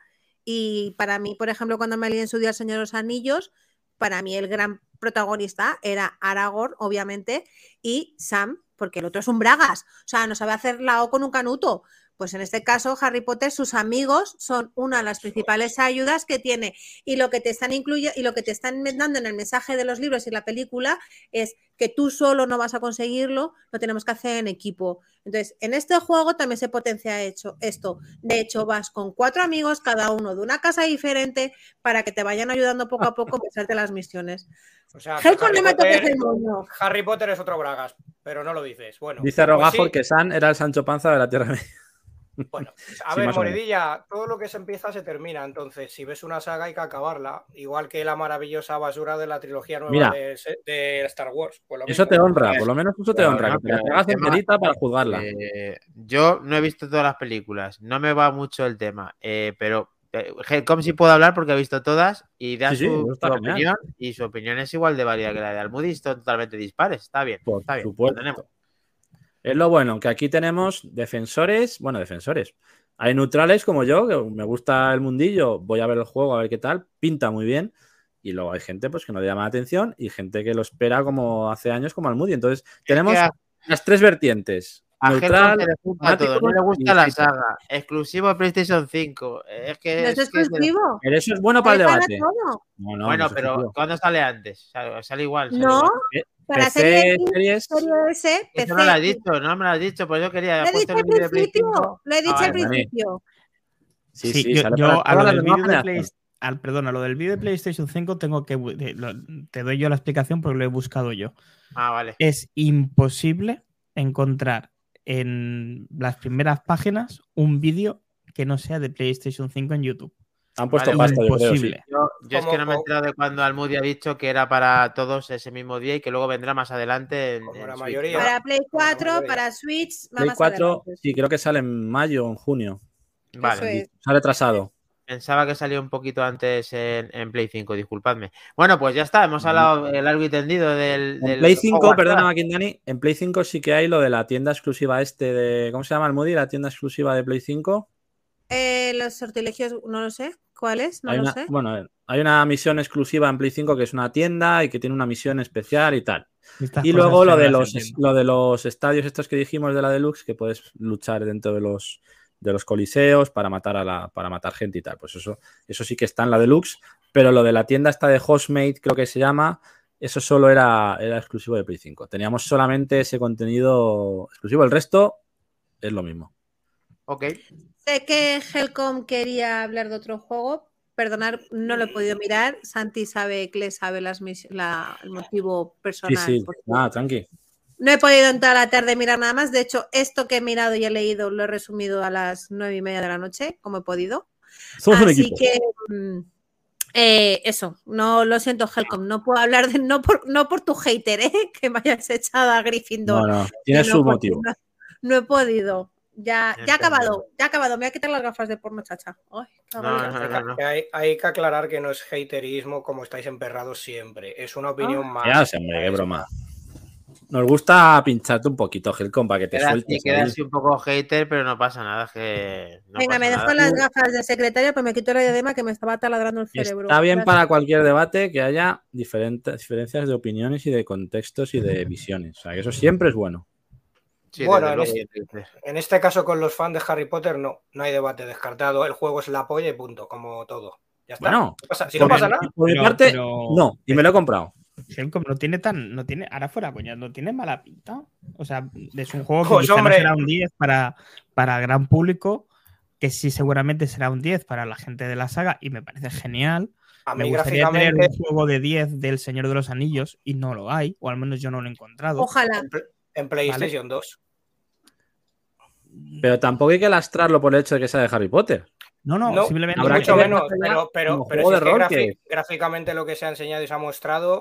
S4: y para mí, por ejemplo, cuando me leí en su día El Señor de los Anillos, para mí el gran protagonista era Aragorn, obviamente, y Sam, porque el otro es un bragas. O sea, no sabe hacer la O con un canuto. Pues en este caso, Harry Potter, sus amigos son una de las principales ayudas que tiene. Y lo que te están incluye, y lo que te están dando en el mensaje de los libros y la película es que tú solo no vas a conseguirlo, lo tenemos que hacer en equipo. Entonces, en este juego también se potencia hecho, esto. De hecho, vas con cuatro amigos, cada uno de una casa diferente, para que te vayan ayudando poco a poco a pasarte las misiones.
S2: O sea, que
S4: Helcon,
S2: Harry
S4: no me toques
S2: Potter,
S4: el moño.
S2: Harry Potter es otro bragas, pero no lo dices. Bueno,
S3: Dice
S2: pues
S3: Rogajor
S2: sí.
S3: que San era el Sancho Panza de la Tierra Media.
S2: Bueno, a
S3: Sí,
S2: ver,
S3: más o menos.
S2: Moredilla, todo lo que se empieza se termina. Entonces, si ves una saga hay que acabarla. Igual que la maravillosa basura de la trilogía nueva
S3: Mira.
S2: de, de Star Wars. Pues lo
S3: Eso
S2: mismo.
S3: te honra, por lo menos eso te
S1: Pero
S3: honra.
S1: no,
S3: Que te la
S1: pero
S3: hagas
S1: el tema-
S3: enterita para juzgarla.
S1: Eh, yo no he visto todas las películas, no me va mucho el tema, eh, pero eh, Helcom sí puedo hablar porque ha visto todas y da
S3: Sí, sí,
S1: su,
S3: eso está
S1: su
S3: genial.
S1: opinión y su opinión es igual de válida que la de Almudi, son totalmente dispares, está bien,
S3: Por
S1: está bien, lo
S3: supuesto.
S1: tenemos.
S3: Es lo bueno, que aquí tenemos defensores, bueno, defensores. Hay neutrales como yo, que me gusta el mundillo, voy a ver el juego, a ver qué tal, pinta muy bien. Y luego hay gente pues que no le llama la atención y gente que lo espera como hace años como Almudi. Entonces, tenemos
S1: que a-
S3: las tres vertientes.
S1: A Helcom
S3: Neutral,
S1: se le junta
S3: fanático
S1: todo, no le
S3: y
S1: gusta la
S3: hater.
S1: saga, exclusivo de PlayStation cinco, es que,
S4: No es
S1: es que-
S4: exclusivo.
S3: Pero eso es bueno para el
S4: Vale para
S3: debate.
S4: todo.
S3: No, no,
S1: bueno,
S3: no es
S1: pero
S3: exclusivo.
S1: ¿cuándo sale antes? Sale, sale igual. sale
S4: No,
S1: igual.
S4: para
S3: P C,
S4: serie X,
S3: series,
S4: serie S, P C.
S1: Eso no lo has dicho, no me lo has dicho, pues yo quería.
S4: Lo
S1: he
S4: he
S1: puesto
S4: dicho
S1: el
S4: al
S1: vídeo de Play
S4: principio.
S1: cinco.
S4: Lo he dicho
S1: Ah,
S4: al
S1: vale, vale.
S4: principio.
S3: sí,
S6: Sí,
S3: sí,
S6: yo,
S3: sale
S6: yo
S3: para
S6: a
S3: todas
S6: lo
S3: las
S6: del
S3: nuevas
S6: vídeo de
S3: generaciones.
S6: Play- al, perdón, a lo del vídeo de PlayStation cinco tengo que de- lo- te doy yo la explicación porque lo he buscado yo.
S1: Ah, vale.
S6: Es imposible encontrar en las primeras páginas un vídeo que no sea de PlayStation cinco en YouTube.
S3: Han puesto
S1: Vale,
S3: pasta, yo creo, sí.
S6: imposible.
S1: Yo, yo es
S2: Como-
S1: que no me he enterado de cuando Almudi ha dicho que era para todos ese mismo día y que luego vendrá más adelante en,
S2: Como
S1: en
S2: la
S1: Switch,
S2: mayoría.
S1: ¿no?
S4: Para Play
S2: Como la
S4: cuatro,
S2: mayoría.
S4: para Switch, va
S3: Play
S4: más
S3: cuatro,
S4: adelante.
S3: sí, creo que sale en mayo o en junio.
S1: Vale.
S4: Eso es.
S3: Se ha retrasado.
S1: Pensaba que salió un poquito antes en, en Play cinco, disculpadme. Bueno, pues ya está, hemos hablado el largo y tendido del,
S3: En
S1: del
S3: Play cinco,
S1: Hogwarts
S3: perdona,
S1: Legacy.
S3: Makindani, en Play cinco sí que hay lo de la tienda exclusiva este de... ¿Cómo se llama el Moody? La tienda exclusiva de Play cinco.
S4: Eh, los sortilegios, no lo sé. ¿Cuál es? No
S3: Hay
S4: lo
S3: una,
S4: sé.
S3: bueno, hay una misión exclusiva en Play cinco que es una tienda y que tiene una misión especial y tal.
S6: Estas
S3: Y
S6: cosas
S3: luego
S6: que
S3: lo
S6: no
S3: de,
S6: las
S3: los,
S6: entiendo.
S3: lo de los estadios estos que dijimos de la Deluxe, que puedes luchar dentro de los, de los coliseos para matar a la, para matar gente y tal. Pues eso, eso sí que está en la Deluxe, pero lo de la tienda esta de Hostmate, creo que se llama, eso solo era, era exclusivo de Play cinco. Teníamos solamente ese contenido exclusivo, el resto es lo mismo.
S1: Ok.
S4: Sé que Helcom quería hablar de otro juego. Perdonar, no lo he podido mirar. Santi sabe que le sabe las mis- la- el motivo
S3: Sí,
S4: personal.
S3: sí,
S4: porque
S3: nada, tranqui.
S4: No he podido en toda la tarde mirar nada más. De hecho, esto que he mirado y he leído lo he resumido a las nueve y media de la noche, como he podido.
S3: Somos un
S4: Así
S3: equipo.
S4: que mm, eh, eso, no lo siento, Helcom. No puedo hablar de no por, no por tu hater, ¿eh? Que me hayas echado a Gryffindor.
S3: No, no, tiene
S4: sino
S3: su
S4: porque
S3: motivo.
S4: No, no he podido. Ya, ya ha
S1: Entendido.
S4: acabado, ya ha acabado. Me voy a quitar las gafas de porno, chacha. Ay, qué
S1: No,
S4: agobiante.
S1: no, no, no.
S2: Que Hay, hay que aclarar que no es haterismo como estáis emperrados siempre. Es una opinión
S4: Ah.
S2: más.
S3: Ya, sí, hombre, qué broma. Nos gusta pincharte un poquito, Helcom, para que te
S1: Queda,
S3: sueltes.
S1: queda
S3: ahí.
S1: así un poco hater, pero no pasa nada. Que no
S4: Venga,
S1: pasa
S4: me dejo
S1: nada.
S4: las gafas de secretaria, pues me quito la diadema que me estaba taladrando el cerebro.
S3: Está bien
S4: Gracias.
S3: para cualquier debate que haya diferentes diferencias de opiniones y de contextos y de visiones. O sea, que eso siempre es bueno.
S1: Sí,
S2: Bueno,
S1: desde
S2: en
S1: luego,
S2: este-
S1: ya te dices.
S2: En este caso, con los fans de Harry Potter, no, no hay debate descartado. El juego es la polla y punto, como todo. Ya está.
S3: Bueno,
S2: No pasa- si no
S3: por
S2: pasa
S3: mi-
S2: nada,
S3: por mi
S6: Pero-
S3: parte,
S6: pero-
S3: no, y me lo he comprado.
S6: Helcom no tiene tan. No tiene, ahora fuera, coña, no tiene mala pinta. O sea, es un juego que
S2: Pues,
S6: quizá no
S2: hombre.
S6: será un diez para, para gran público, que sí seguramente será un diez para la gente de la saga, y me parece genial.
S2: a
S6: Me
S2: mí
S6: gustaría tener
S2: gráficamente,
S6: un juego de diez del Señor de los Anillos, y no lo hay, o al menos yo no lo he encontrado.
S4: Ojalá.
S2: en, pl- en PlayStation dos.
S3: Pero tampoco hay que lastrarlo por el hecho de que sea de Harry Potter.
S6: No, no,
S2: No,
S6: simplemente
S2: ni
S3: habrá
S2: mucho
S3: que ver
S2: menos,
S3: más allá
S2: pero, pero,
S3: como
S2: pero
S3: juego
S2: si es
S3: de
S2: que
S3: rol
S2: grafi-
S3: que-
S2: gráficamente lo que se ha enseñado y se ha mostrado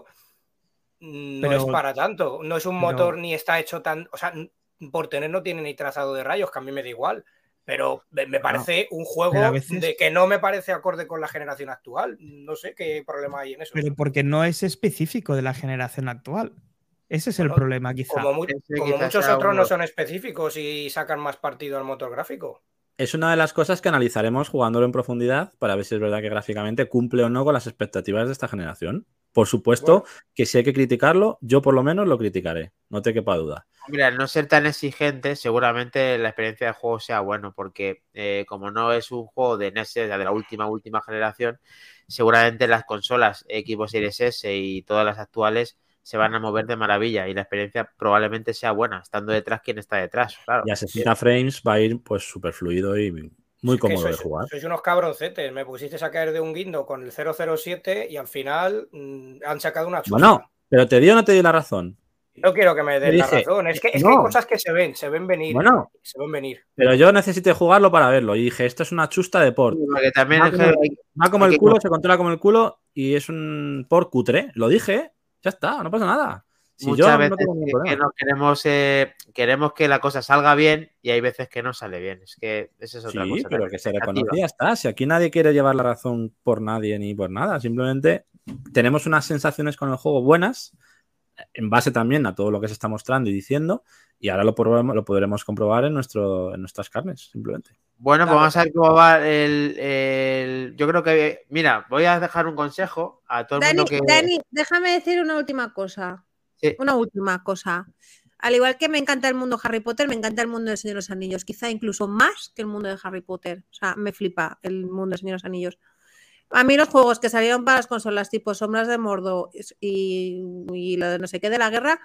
S2: mm, no
S6: Pero-
S2: es para tanto. No es un
S6: pero-
S2: motor ni está hecho tan. O sea, n- por tener no tiene ni trazado de rayos, que a mí me da igual. Pero me me parece un
S6: pero
S2: juego
S6: a veces-
S2: de que no me parece acorde con la generación actual. No sé qué problema hay en eso.
S6: Pero porque no es específico de la generación actual. Ese es el
S2: Bueno,
S6: problema, quizá.
S2: Como, mu-
S1: Ese
S2: como
S1: quizás
S2: muchos
S1: sea
S2: otros
S1: uno-
S2: no son específicos y sacan más partido al motor gráfico.
S3: Es una de las cosas que analizaremos jugándolo en profundidad para ver si es verdad que gráficamente cumple o no con las expectativas de esta generación. Por supuesto
S2: Bueno.
S3: que si hay que criticarlo, yo por lo menos lo criticaré. No te quepa duda.
S1: Hombre, al no ser tan exigente, seguramente la experiencia de juego sea bueno, porque eh, como no es un juego de N E S, de la última, última generación, seguramente las consolas Xbox Series S y todas las actuales se van a mover de maravilla y la experiencia probablemente sea buena, estando detrás quien está detrás, claro.
S3: Y a sesenta frames va a ir pues súper fluido y muy
S2: Es que
S3: cómodo de
S2: sois,
S3: jugar.
S2: sois unos cabroncetes. Me pusiste a caer de un guindo con el cero cero siete y al final mm, han sacado una chusta.
S3: Bueno, pero te dio o no te dio la razón.
S2: No quiero que me den
S3: Te
S2: la
S3: dije,
S2: razón. Es que, es
S3: no.
S2: que hay cosas que se ven, se ven venir.
S3: Bueno,
S2: Se ven venir.
S3: pero yo necesité jugarlo para verlo y dije, esto es una chusta de port.
S1: Porque también
S3: Va
S1: es
S3: como,
S1: que-
S3: va como
S1: hay
S3: el
S1: que-
S3: culo, se controla como el culo y es un port cutre. Lo dije, ya está, no pasa nada. Si
S1: muchas
S3: yo no
S1: veces
S3: tengo ningún
S1: que,
S3: problema.
S1: que no queremos eh, queremos que la cosa salga bien y hay veces que no sale bien. Es que esa es otra
S3: Sí,
S1: cosa.
S3: pero
S1: también,
S3: que se
S1: expectativa.
S3: reconoce y ya está. Si aquí nadie quiere llevar la razón por nadie ni por nada, simplemente tenemos unas sensaciones con el juego buenas, en base también a todo lo que se está mostrando y diciendo, y ahora lo, probemos- lo podremos comprobar en, nuestro, en nuestras carnes, simplemente.
S1: Bueno, pues
S2: Claro.
S1: vamos a ver cómo va el, el- Yo creo que... Mira, voy a dejar un consejo a todo el
S4: Dani,
S1: mundo que...
S4: Dani, déjame decir una última cosa.
S1: Sí.
S4: Una última cosa. Al igual que me encanta el mundo Harry Potter, me encanta el mundo del Señor de los Anillos. Quizá incluso más que el mundo de Harry Potter. O sea, me flipa el mundo del Señor de los Anillos. A mí los juegos que salieron para las consolas tipo Sombras de Mordor y, y lo de no sé qué de la guerra,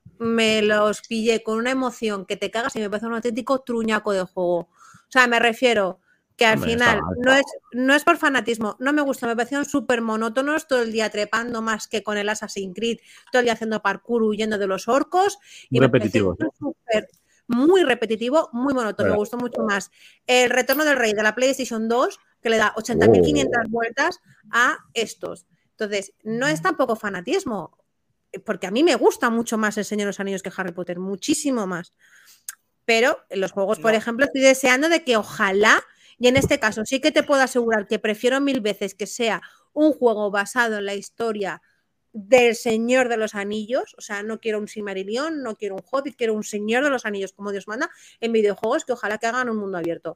S4: me los pillé con una emoción que te cagas y me parece un auténtico truñaco de juego. O sea, me refiero que al
S3: Hombre,
S4: final
S3: está mal.
S4: no es, no es por fanatismo, no me gusta, me parecieron súper monótonos todo el día trepando más que con el Assassin's Creed, todo el día haciendo parkour huyendo de los orcos.
S3: Muy
S4: y me
S3: repetitivo,
S4: pareció súper, muy repetitivo, muy monótono,
S3: Verdad.
S4: me gustó mucho más. El Retorno del Rey de la PlayStation dos que le da ochenta mil quinientas
S3: Oh.
S4: vueltas a estos. Entonces, no es tampoco fanatismo, porque a mí me gusta mucho más El Señor de los Anillos que Harry Potter, muchísimo más. Pero en los juegos, por
S2: No.
S4: ejemplo, estoy deseando de que ojalá, y en este caso sí que te puedo asegurar que prefiero mil veces que sea un juego basado en la historia del Señor de los Anillos, o sea, no quiero un Silmarillion, no quiero un Hobbit, quiero un Señor de los Anillos como Dios manda en videojuegos, que ojalá que hagan un mundo abierto.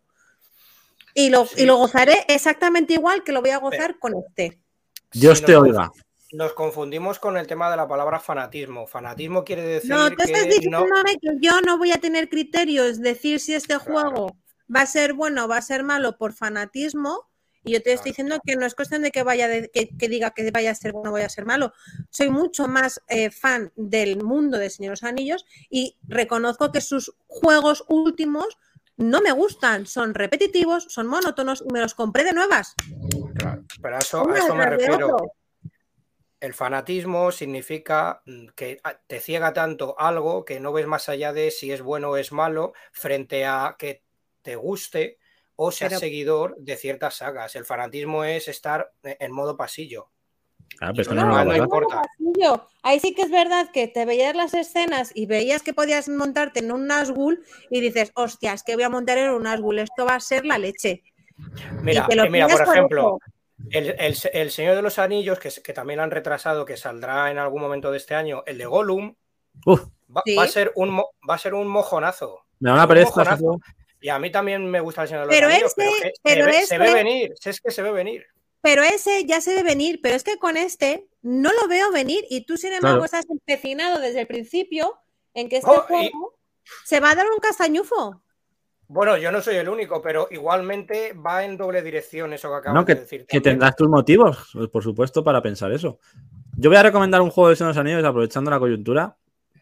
S4: Y lo,
S2: Sí.
S4: y lo gozaré exactamente igual que lo voy a gozar con este.
S3: Dios
S2: Si
S3: te
S2: nos
S3: oiga.
S2: Nos confundimos con el tema de la palabra fanatismo. Fanatismo quiere decir
S4: No, tú estás
S2: que no.
S4: diciéndome que yo no voy a tener criterios, decir si este juego va a ser bueno o va a ser malo por fanatismo, y yo te estoy
S2: Claro.
S4: diciendo que no es cuestión de que vaya de- que, que diga que vaya a ser bueno o vaya a ser malo. Soy mucho más eh, fan del mundo de Señor de los Anillos y reconozco que sus juegos últimos no me gustan, son repetitivos, son monótonos y me los compré de nuevas.
S2: Claro, pero a eso,
S4: Uno
S2: a eso me
S4: detrás de
S2: refiero.
S4: otro.
S2: El fanatismo significa mm, que a- te ciega tanto algo que no ves más allá de si es bueno o es malo frente a que te guste o seas
S4: Pero-
S2: seguidor de ciertas sagas. El fanatismo es estar e- en modo pasillo.
S3: Claro,
S2: Y
S3: pero esto
S2: lo
S3: no nos va a
S2: demás no
S3: pasar.
S2: importa.
S4: Pasillo. Ahí sí que es verdad que te veías las escenas y veías que podías montarte en un Nazgûl y dices, hostia, es que voy a montar en un Nazgûl, esto va a ser la leche.
S2: Mira,
S4: y te lo
S2: eh, mira,
S4: pillas
S2: por
S4: por
S2: ejemplo,
S4: eso.
S2: el, el- el Señor de los Anillos, que, s- que también han retrasado, que saldrá en algún momento de este año, el de Gollum,
S3: Uf,
S2: va,
S4: Sí.
S2: va a ser un mo- va a ser un mojonazo.
S3: me da una
S2: Un
S3: pereza ese
S2: mojonazo.
S3: juego.
S2: Y a mí también me gusta el Señor de los
S4: Pero
S2: Anillos,
S4: ese-
S2: pero, que
S4: pero
S2: se, ve, se ve
S4: ese-
S2: venir, si es que se ve venir.
S4: Pero ese ya se ve venir, pero es que con este no lo veo venir y tú, sin embargo,
S3: Claro.
S4: estás empecinado desde el principio en que este
S2: Oh, y-
S4: juego se va a dar un castañufo.
S2: Bueno, yo no soy el único, pero igualmente va en doble dirección eso que acabas
S3: No, que,
S2: de decir.
S3: que
S2: también.
S3: tendrás tus motivos, por supuesto, para pensar eso. Yo voy a recomendar un juego de Señor de los Anillos, aprovechando la coyuntura,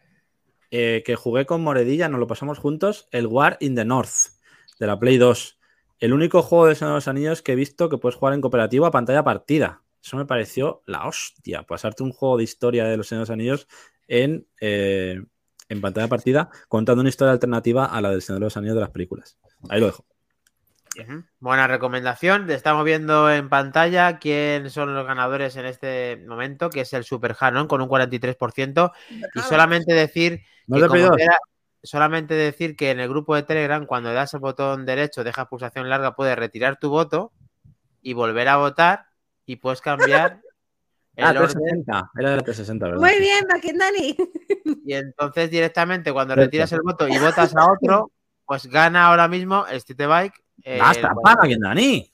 S3: eh, que jugué con Moredilla, nos lo pasamos juntos, el War in the North, de la Play dos. El único juego de Señor de los Anillos que he visto que puedes jugar en cooperativo a pantalla partida. Eso me pareció la hostia, pasarte un juego de historia de los Señor de los Anillos en, eh, en pantalla partida, contando una historia alternativa a la del Señor de los Anillos de las películas. Ahí lo dejo.
S1: Ujú. Buena recomendación. Estamos viendo en pantalla quién son los ganadores en este momento, que es el Super Hanon con un cuarenta y tres por ciento. Y solamente decir
S3: ¿No
S1: que
S3: te
S1: como
S3: pido?
S1: queda- solamente decir que en el grupo de Telegram, cuando das el botón derecho, dejas pulsación larga, puedes retirar tu voto y volver a votar y puedes cambiar el
S3: Ah,
S1: orden.
S3: trescientos sesenta. Era de la trescientos sesenta, ¿verdad?
S4: Muy
S3: Sí.
S4: bien, Dani.
S1: Y entonces directamente cuando
S3: Cierto.
S1: retiras el voto y votas a otro, pues gana ahora mismo el Street Bike.
S3: No hagas
S1: el-
S3: trampas, ¿a quién, Dani?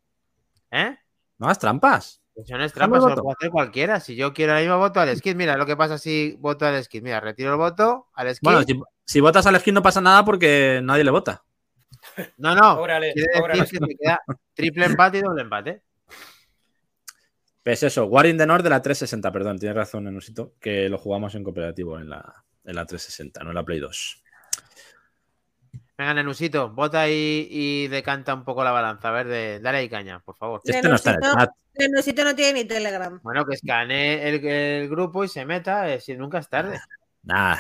S1: ¿Eh?
S3: No hagas trampas.
S1: Eso no es
S3: Déjame
S1: trampa,
S3: el
S1: se lo
S3: voto.
S1: puede hacer cualquiera. Si yo quiero ahora mismo voto al skid, mira lo que pasa si voto al skid. Mira, retiro el voto al skid.
S3: Bueno, si, si votas al skin no pasa nada porque nadie le vota.
S1: No, no.
S2: Órale,
S1: Quiere
S2: órale.
S1: decir que te queda triple empate y doble empate.
S3: Pues eso, War in the North de la trescientos sesenta, perdón, tienes razón, Enusito, que lo jugamos en cooperativo en la, en la trescientos sesenta, no en la Play dos.
S1: Venga, Nenusito, vota y, y decanta un poco la balanza. A ver, de, dale ahí caña, por favor.
S3: Este no está en el
S4: Nenusito-
S3: chat.
S4: Nenusito no tiene ni Telegram.
S1: Bueno, que escanee el, el grupo y se meta, eh, si nunca es tarde.
S3: Nada,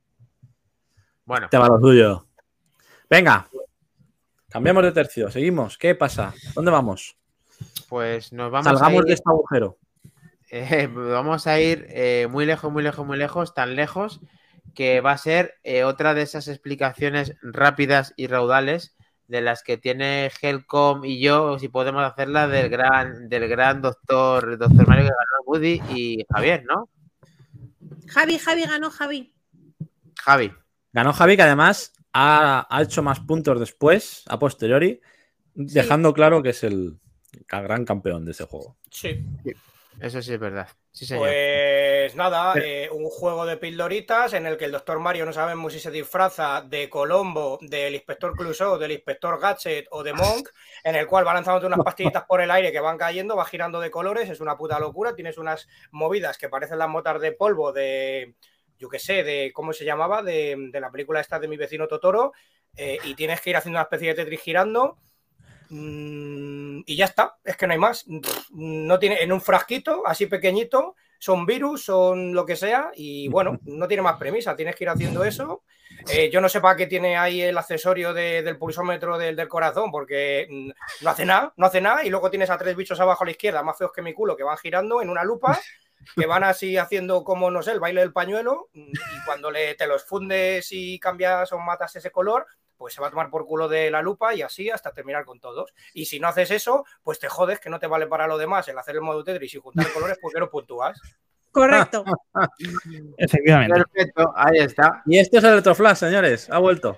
S1: Bueno,
S3: te va lo tuyo. Venga, cambiamos de tercio, seguimos. ¿Qué pasa? ¿Dónde vamos?
S1: pues nos vamos a
S3: Salgamos
S1: ir,
S3: de este agujero.
S1: eh, vamos a ir eh, muy lejos, muy lejos, muy lejos, tan lejos que va a ser eh, otra de esas explicaciones rápidas y raudales de las que tiene Helcom y yo, si podemos hacerla, del gran, del gran doctor, doctor Mario que ganó Woody y Javier, ¿no?
S4: Javi, Javi ganó, Javi.
S1: Javi.
S3: Ganó Javi, que además ha, ha hecho más puntos después, a posteriori, dejando claro que es el, el gran campeón de ese juego.
S2: Sí.
S1: Eso sí es verdad. Sí, señor.
S2: Pues nada, eh, un juego de pildoritas en el que el doctor Mario no sabemos si se disfraza de Colombo, del inspector Clouseau, del inspector Gadget o de Monk, en el cual va lanzándote unas pastillitas por el aire que van cayendo, va girando de colores, es una puta locura, tienes unas movidas que parecen las motas de polvo de, yo qué sé, de, ¿cómo se llamaba? De, de la película esta de Mi vecino Totoro, eh, y tienes que ir haciendo una especie de Tetris girando. Mm, y ya está, es que no hay más. No tiene, en un frasquito así pequeñito, son virus, son lo que sea, y bueno, no tiene más premisa, tienes que ir haciendo eso. Eh, yo no sé para qué tiene ahí el accesorio de, del pulsómetro del, del corazón, porque no hace nada, no hace nada, y luego tienes a tres bichos abajo a la izquierda, más feos que mi culo, que van girando en una lupa, que van así haciendo como, no sé, el baile del pañuelo, y cuando le, te los fundes y cambias o matas ese color, pues se va a tomar por culo de la lupa y así hasta terminar con todos. Y si no haces eso, pues te jodes, que no te vale para lo demás el hacer el modo Tetris y juntar colores porque no puntúas.
S4: Correcto.
S6: Efectivamente.
S1: Perfecto, ahí está.
S3: Y esto es el Retroflash, señores. Ha vuelto.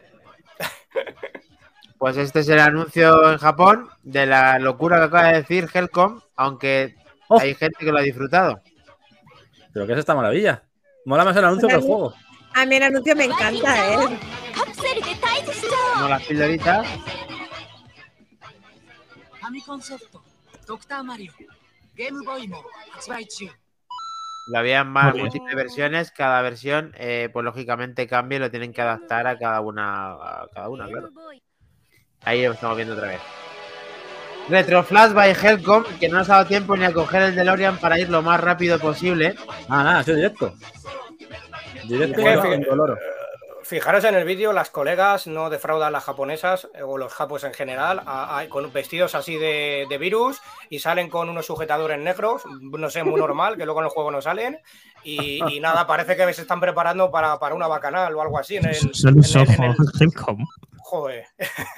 S1: Pues este es el anuncio en Japón de la locura que acaba de decir Helcom, aunque
S3: Oh.
S1: hay gente que lo ha disfrutado.
S3: ¿Pero qué es esta maravilla? Mola más el anuncio que el juego.
S4: A mí el anuncio me encanta, ¿eh?
S1: Como las pildoritas.
S8: ファミコンソフトドクターマリオゲームボーイも発売中
S1: Lo habían más
S6: Muy bien.
S1: múltiples versiones. Cada versión, eh, pues lógicamente cambia y lo tienen que adaptar a cada una, a cada una, claro. Ahí lo estamos viendo otra vez. Retroflash by Helcom, que no nos ha dado tiempo ni a coger el DeLorean para ir lo más rápido posible.
S3: Ah, nada, es directo. Directo
S2: Jefe,
S3: y en dolor.
S2: Fijaros en el vídeo, las colegas no defraudan las japonesas eh, o los japos en general, a, a, con vestidos así de, de virus y salen con unos sujetadores negros, no sé, muy normal, que luego en el juego no salen. Y, y nada, parece que se están preparando para, para una bacanal o algo así. En el,
S6: Son los
S2: en el- en
S6: ojos,
S2: el-
S6: Helcom.
S2: Joder.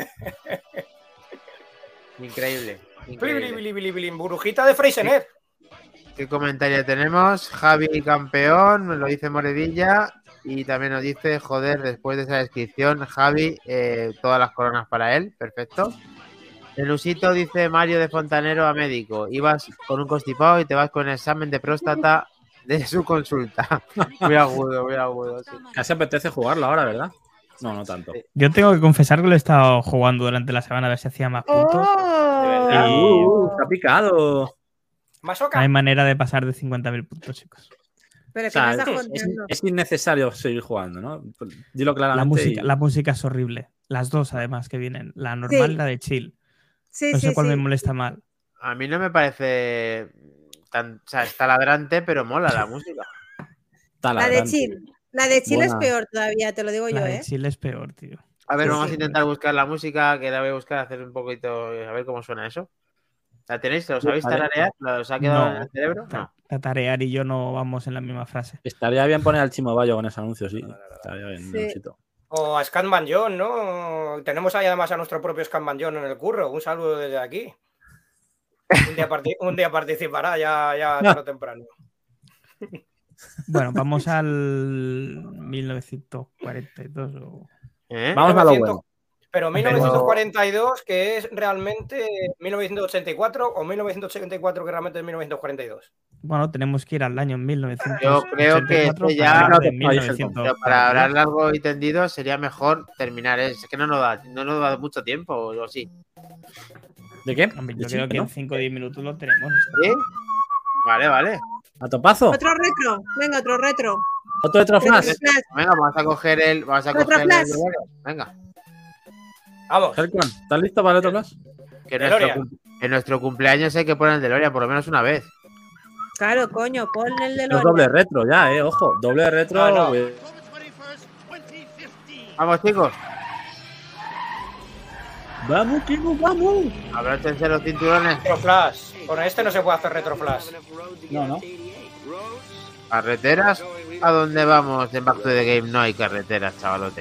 S1: Increíble.
S2: Bili,
S1: increíble.
S2: bili, bili, bili, burujita de Freysenet.
S1: ¿Qué comentario tenemos? Javi campeón, lo dice Moredilla. Y también nos dice, joder, después de esa descripción, Javi, eh, todas las coronas para él. Perfecto. El usito dice Mario de Fontanero a médico. Ibas con un constipado y te vas con el examen de próstata de su consulta. Muy agudo, muy agudo. Sí.
S3: Casi apetece jugarlo ahora, ¿verdad? No, no tanto.
S6: Yo tengo que confesar que lo he estado jugando durante la semana a ver si hacía más puntos.
S1: verdad.
S6: Y
S3: Uh, está picado.
S2: Masoka.
S6: no hay manera de pasar de cincuenta mil puntos, chicos.
S4: Pero
S3: O
S4: que
S3: sea,
S4: me estás
S3: es, es-
S4: contando.
S3: es innecesario seguir jugando, ¿no? Dilo claramente.
S6: La música,
S3: y-
S6: la música es horrible. Las dos, además, que vienen. La normal
S4: Sí.
S6: y la de chill.
S4: Sí,
S6: No sé
S4: sí,
S6: cuál
S4: sí.
S6: me molesta mal.
S1: A mí no me parece tan... O sea, está ladrante, pero mola la música.
S3: Está
S4: La de
S3: ladrando.
S4: chill. La de chill es
S3: Buena.
S4: peor todavía, te lo digo
S6: La
S4: yo,
S6: de
S4: ¿eh?
S6: chill es peor, tío.
S1: A ver,
S4: Sí,
S1: vamos
S4: sí.
S1: a intentar buscar la música, que la voy a buscar, hacer un poquito, a ver cómo suena eso. ¿La tenéis? ¿Lo sabéis
S3: Vale.
S1: tararear? ¿Os ha quedado
S6: No.
S1: en el cerebro? No.
S6: Ta- Tatarear y yo no vamos en la misma frase.
S3: Estaría bien poner al Chimo Bayo con ese anuncio, sí. Estaría bien.
S4: Sí.
S3: Leoncito.
S2: O a Scatman John, ¿no? Tenemos ahí además a nuestro propio Scatman John en el curro. Un saludo desde aquí. Un día, parti- un día participará ya, ya tarde o temprano.
S6: Bueno, vamos al mil novecientos cuarenta y dos. O...
S1: ¿Eh?
S3: Vamos a lo
S2: novecientos
S3: bueno.
S2: Pero mil novecientos cuarenta y dos, que es realmente mil novecientos ochenta y cuatro, o mil novecientos ochenta y cuatro, que realmente es mil novecientos cuarenta y dos.
S6: Bueno, tenemos que ir al año mil novecientos
S1: Yo creo que este ya-
S6: para hablar de
S3: Pero para
S1: Pero para hablar largo y tendido sería mejor terminar. Es que no nos da, no nos da mucho tiempo, o sí.
S3: ¿De qué?
S6: Hombre,
S3: ¿De
S6: yo
S3: Chimo,
S6: creo que
S3: no?
S6: en cinco o diez minutos lo tenemos.
S1: ¿Sí? Vale, vale.
S3: ¿A topazo?
S4: Otro retro. Venga, otro retro.
S3: ¿Otro Retroflash?
S4: Retroflash.
S1: Venga, vamos a coger el. Vamos a
S4: Otro
S1: coger el.
S4: flash.
S1: Venga.
S2: Vamos.
S3: Helcon, ¿estás listo para el Retroflash?
S1: Que en nuestro,
S2: DeLorean.
S1: cum- en nuestro cumpleaños hay que poner el DeLorean por lo menos una vez.
S4: Claro, coño, pon el de
S3: Es
S4: los.
S3: doble retro ya, eh. Ojo, doble retro.
S2: Ah, no.
S3: güey.
S1: Vamos, chicos.
S3: Vamos, chicos, vamos.
S1: Abróchense los cinturones.
S2: Retroflash. Con este no se puede hacer retroflash.
S3: No, no.
S1: Carreteras. ¿A dónde vamos? En Back to the Game no hay carreteras, chavalote.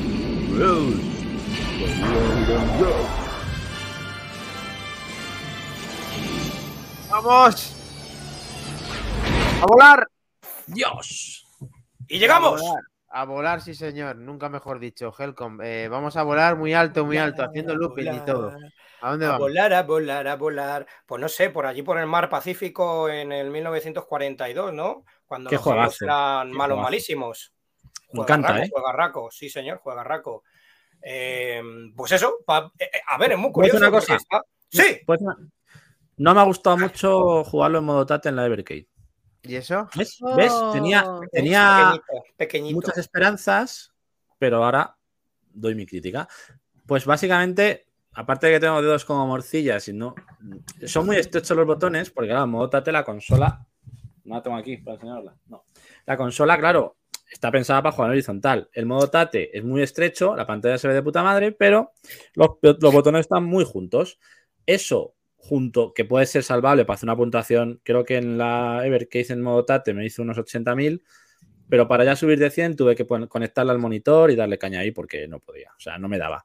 S1: ¡Vamos! ¡A volar!
S3: Dios.
S2: ¡Y llegamos!
S1: A volar, a volar, sí, señor. Nunca mejor dicho, Helcom. Eh, vamos a volar muy alto, muy alto, haciendo looping y todo. ¿A dónde
S2: A
S1: vamos?
S2: volar, a volar, a volar. Pues no sé, por allí por el mar Pacífico en el mil novecientos cuarenta y dos, ¿no? Cuando
S3: Qué
S2: los juegos
S3: juegazo.
S2: eran
S3: Qué
S2: malos,
S3: juegazo.
S2: malísimos.
S3: Me encanta,
S2: Juegarraco,
S3: ¿eh?
S2: Juegarraco, sí, señor, juegarraco. Eh, pues eso, pa- eh, eh, a ver, es muy
S3: ¿Puedo
S2: curioso.
S3: decir una
S2: porque
S3: cosa?
S2: está- Sí,
S3: Pues no, no me ha gustado mucho jugarlo en modo Tate en la Evercade.
S1: ¿Y eso?
S3: ¿Ves?
S4: Oh.
S3: ¿Ves? Tenía, tenía
S2: pequeñito, pequeñito.
S3: muchas esperanzas, pero ahora doy mi crítica. Pues básicamente, aparte de que tengo dedos como morcillas y no. Son muy estrechos los botones, porque claro, en modo Tate la consola No la tengo aquí para enseñarla. No. La consola, claro, está pensada para jugar en horizontal. El modo Tate es muy estrecho, la pantalla se ve de puta madre, pero los, los botones están muy juntos. Eso, junto, que puede ser salvable para hacer una puntuación, creo que en la Evercase en modo Tate me hizo unos ochenta mil, pero para ya subir de cien tuve que poner, conectarla al monitor y darle caña ahí porque no podía, o sea, no me daba.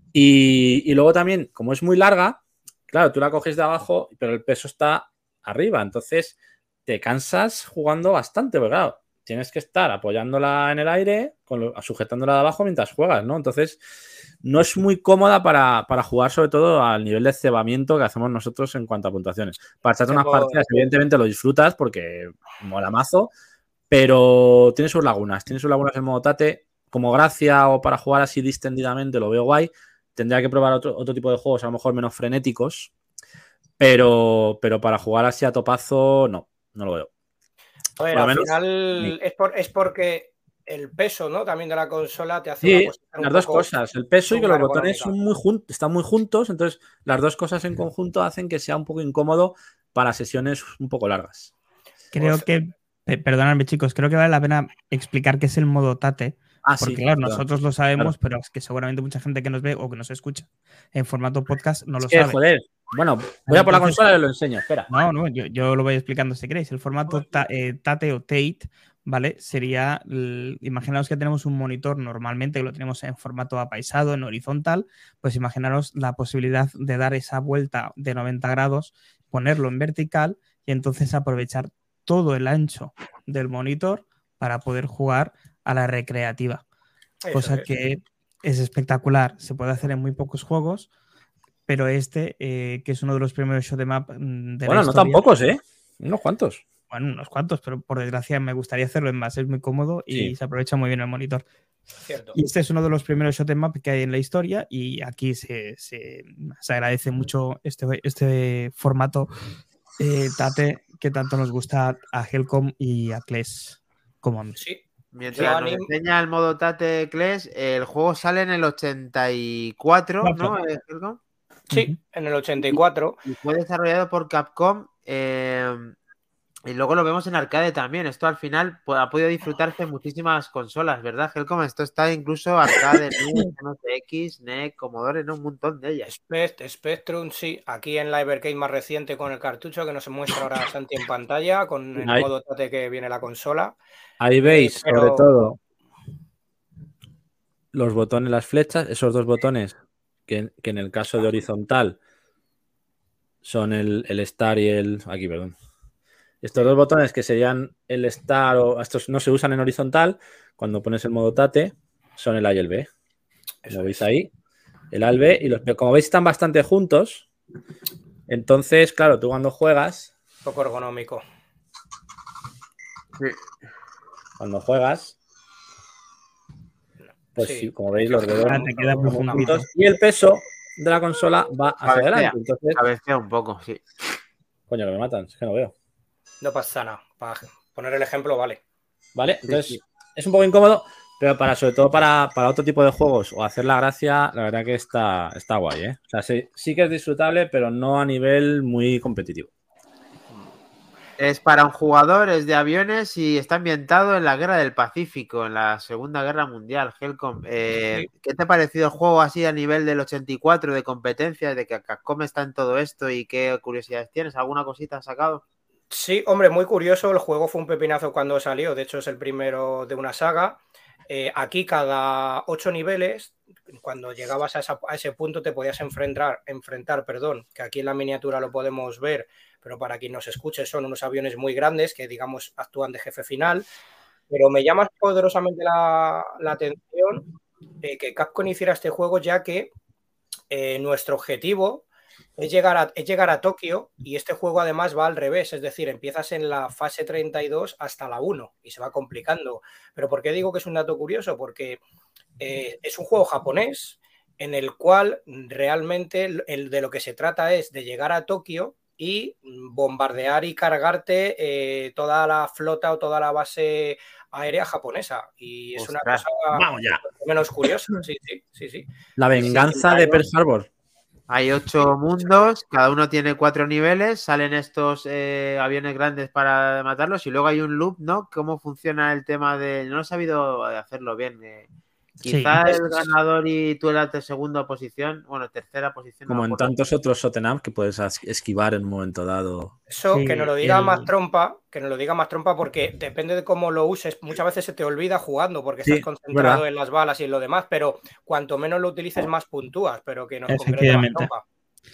S3: Y, y luego también, como es muy larga, claro, tú la coges de abajo, pero el peso está arriba, entonces te cansas jugando bastante, porque claro, tienes que estar apoyándola en el aire, con lo, sujetándola de abajo mientras juegas, ¿no? Entonces, no es muy cómoda para, para jugar, sobre todo al nivel de cebamiento que hacemos nosotros en cuanto a puntuaciones. Para echarte unas partidas, evidentemente lo disfrutas porque mola mazo, pero tiene sus lagunas. Tiene sus lagunas en modo Tate. Como gracia o para jugar así distendidamente lo veo guay. Tendría que probar otro, otro tipo de juegos, a lo mejor menos frenéticos, pero, pero para jugar así a topazo, no, no lo veo.
S2: A ver,
S3: Por lo
S2: al
S3: menos,
S2: final es, por, es porque el peso, ¿no? También de la consola te hace
S3: sí,
S2: una posición
S3: las
S2: un
S3: dos
S2: poco
S3: cosas, el peso y que los botones
S2: subargonómica.
S3: son muy jun- están muy juntos, entonces las dos cosas en conjunto hacen que sea un poco incómodo para sesiones un poco largas.
S6: Creo
S2: Pues-
S6: que, pe- perdonadme chicos, creo que vale la pena explicar qué es el modo Tate.
S3: Ah,
S6: Porque
S3: sí,
S6: claro,
S3: perdón.
S6: nosotros lo sabemos,
S3: Claro.
S6: pero es que seguramente mucha gente que nos ve o que nos escucha en formato podcast no
S3: Es
S6: lo
S3: que,
S6: sabe.
S3: joder, bueno, voy a por la
S6: Entonces,
S3: consola y os lo enseño, espera.
S6: No, no, yo, yo lo voy explicando si queréis. El formato ta- eh, Tate o Tate, ¿vale? Sería, l- imaginaos que tenemos un monitor normalmente, que lo tenemos en formato apaisado, en horizontal, pues imaginaros la posibilidad de dar esa vuelta de noventa grados, ponerlo en vertical y entonces aprovechar todo el ancho del monitor para poder jugar a la recreativa.
S2: Eso
S6: Cosa
S2: es.
S6: que es espectacular. Se puede hacer en muy pocos juegos, pero este, eh, que es uno de los primeros shoot 'em up mm, de
S3: Bueno,
S6: la
S3: no
S6: historia.
S3: tan pocos, ¿eh? Unos cuantos.
S6: Bueno, unos cuantos, pero por desgracia me gustaría hacerlo en más. Es muy cómodo y
S3: Sí.
S6: se aprovecha muy bien el monitor.
S2: Cierto.
S6: Y este es uno de los primeros shoot 'em up que hay en la historia y aquí se, se, se agradece mucho este, este formato eh, Tate que tanto nos gusta a Helcom y a Kles como a mí.
S2: Sí.
S1: Mientras
S2: Yo
S1: nos
S2: anim-
S1: enseña el modo Tate Clash, el juego sale en el ochenta y cuatro, ¿no?
S6: Cuatro.
S1: Eh, Helcom.
S2: Sí, en el ochenta y cuatro.
S1: Y fue desarrollado por Capcom. eh, y luego lo vemos en arcade también. Esto al final pues, ha podido disfrutarse en muchísimas consolas, ¿verdad, Helcom? Esto está incluso arcade, N E S, M S X, N E C, Commodore, ¿no? Un montón de ellas.
S2: Spect- Spectrum, sí. Aquí en la Evercade más reciente con el cartucho que nos muestra ahora Santi en pantalla, con el
S3: Ahí.
S2: modo Tate que viene la consola.
S3: Ahí veis,
S2: Eh, pero-
S3: sobre todo, los botones, las flechas, esos dos botones que, que en el caso de horizontal son el, el Star y el... Aquí, perdón. Estos dos botones que serían el Star o estos no se usan en horizontal, cuando pones el modo Tate, son el A y el B.
S2: Eso
S3: Como veis
S2: es.
S3: ahí, el A y el B, y los, como veis están bastante juntos. Entonces, claro, tú cuando juegas,
S2: Un poco ergonómico.
S3: cuando juegas, pues
S2: Sí.
S3: sí, como veis, los dedos
S6: Ah, te queda muy
S3: muy
S6: juntito.
S3: juntos y el peso de la consola va hacia
S1: Cabecea.
S3: adelante. Entonces,
S1: Cabecea un poco, sí.
S3: coño, que me matan, es que no veo.
S2: No pasa nada. Para poner el ejemplo, vale.
S3: ¿Vale?
S1: Sí,
S3: Entonces,
S1: sí.
S3: es un poco incómodo, pero para sobre todo para, para otro tipo de juegos o hacer la gracia, la verdad que está, está guay, ¿eh? O sea, sí, sí que es disfrutable, pero no a nivel muy competitivo.
S1: Es para un jugador, es de aviones y está ambientado en la Guerra del Pacífico, en la Segunda Guerra Mundial. Helcom, eh, ¿qué te ha parecido el juego así a nivel del ochenta y cuatro de competencias, de que Capcom está en todo esto y qué curiosidades tienes? ¿Alguna cosita has sacado?
S2: Sí, hombre, muy curioso. El juego fue un pepinazo cuando salió. De hecho, es el primero de una saga. Eh, aquí, cada ocho niveles, cuando llegabas a, esa- a ese punto, te podías enfrentar, enfrentar, perdón, que aquí en la miniatura lo podemos ver, pero para quien nos escuche, son unos aviones muy grandes que, digamos, actúan de jefe final. Pero me llama poderosamente la, la atención eh, que Capcom hiciera este juego, ya que eh, nuestro objetivo es llegar, a, es llegar a Tokio y este juego además va al revés, es decir, empiezas en la fase treinta y dos hasta la uno y se va complicando. Pero ¿por qué digo que es un dato curioso? Porque eh, es un juego japonés en el cual realmente el, el de lo que se trata es de llegar a Tokio y bombardear y cargarte eh, toda la flota o toda la base aérea japonesa. Y es
S1: Ostras,
S2: una cosa
S3: ¡Vamos ya!
S2: menos curiosa. Sí, sí, sí, sí.
S3: La venganza de Pearl Harbor.
S1: Hay ocho mundos, cada uno tiene cuatro niveles, salen estos eh, aviones grandes para matarlos y luego hay un loop, ¿no? ¿Cómo funciona el tema de...? No he sabido hacerlo bien. Eh. Quizá
S6: Sí.
S1: el ganador y tú en la segunda posición, bueno, tercera posición.
S3: Como
S1: no
S3: en tantos otros shoot'em up que puedes esquivar en un momento dado.
S2: Eso,
S6: Sí,
S2: que nos lo diga
S6: el...
S2: más trompa, que nos lo diga más trompa porque depende de cómo lo uses, muchas veces se te olvida jugando porque
S3: Sí,
S2: estás concentrado
S3: verdad.
S2: en las balas y en lo demás, pero cuanto menos lo utilices más puntúas, pero que nos concrete más
S6: Efectivamente.
S2: trompa.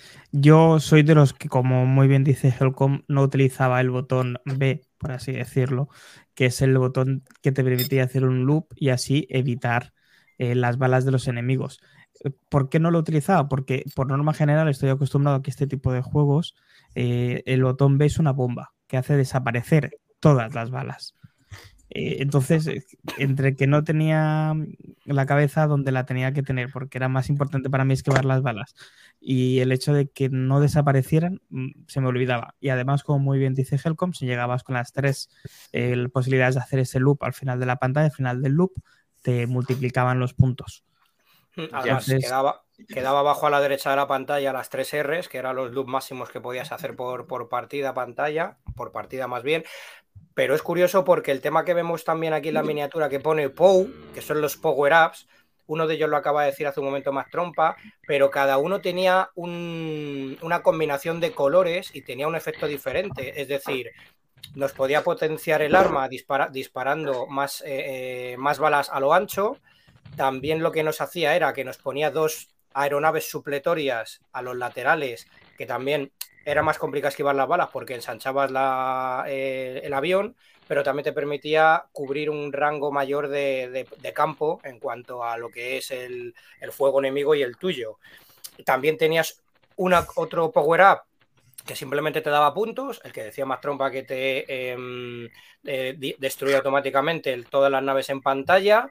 S6: Yo soy de los que, como muy bien dice Helcom, no utilizaba el botón B, por así decirlo, que es el botón que te permitía hacer un loop y así evitar eh, las balas de los enemigos. ¿Por qué no lo utilizaba? Porque por norma general estoy acostumbrado a que este tipo de juegos eh, el botón B es una bomba que hace desaparecer todas las balas. Eh, entonces, entre que no tenía la cabeza donde la tenía que tener, porque era más importante para mí esquivar las balas, y el hecho de que no desaparecieran, se me olvidaba. Y además, como muy bien dice Helcom, si llegabas con las tres eh, posibilidades de hacer ese loop al final de la pantalla, al final del loop, te multiplicaban los puntos.
S2: Además,
S6: Entonces,
S2: quedaba, quedaba abajo a la derecha de la pantalla las tres R's, que eran los loops máximos que podías hacer por, por partida pantalla, por partida más bien. Pero es curioso porque el tema que vemos también aquí en la miniatura que pone P O W, que son los power-ups, uno de ellos lo acaba de decir hace un momento más trompa, pero cada uno tenía un, una combinación de colores y tenía un efecto diferente. Es decir, nos podía potenciar el arma dispara, disparando más, eh, más balas a lo ancho. También lo que nos hacía era que nos ponía dos aeronaves supletorias a los laterales, que también era más complicado esquivar las balas porque ensanchabas la, eh, el avión, pero también te permitía cubrir un rango mayor de, de, de campo en cuanto a lo que es el, el fuego enemigo y el tuyo. También tenías una, otro power-up que simplemente te daba puntos, el que decía más trompa que te eh, eh, destruía automáticamente el, todas las naves en pantalla.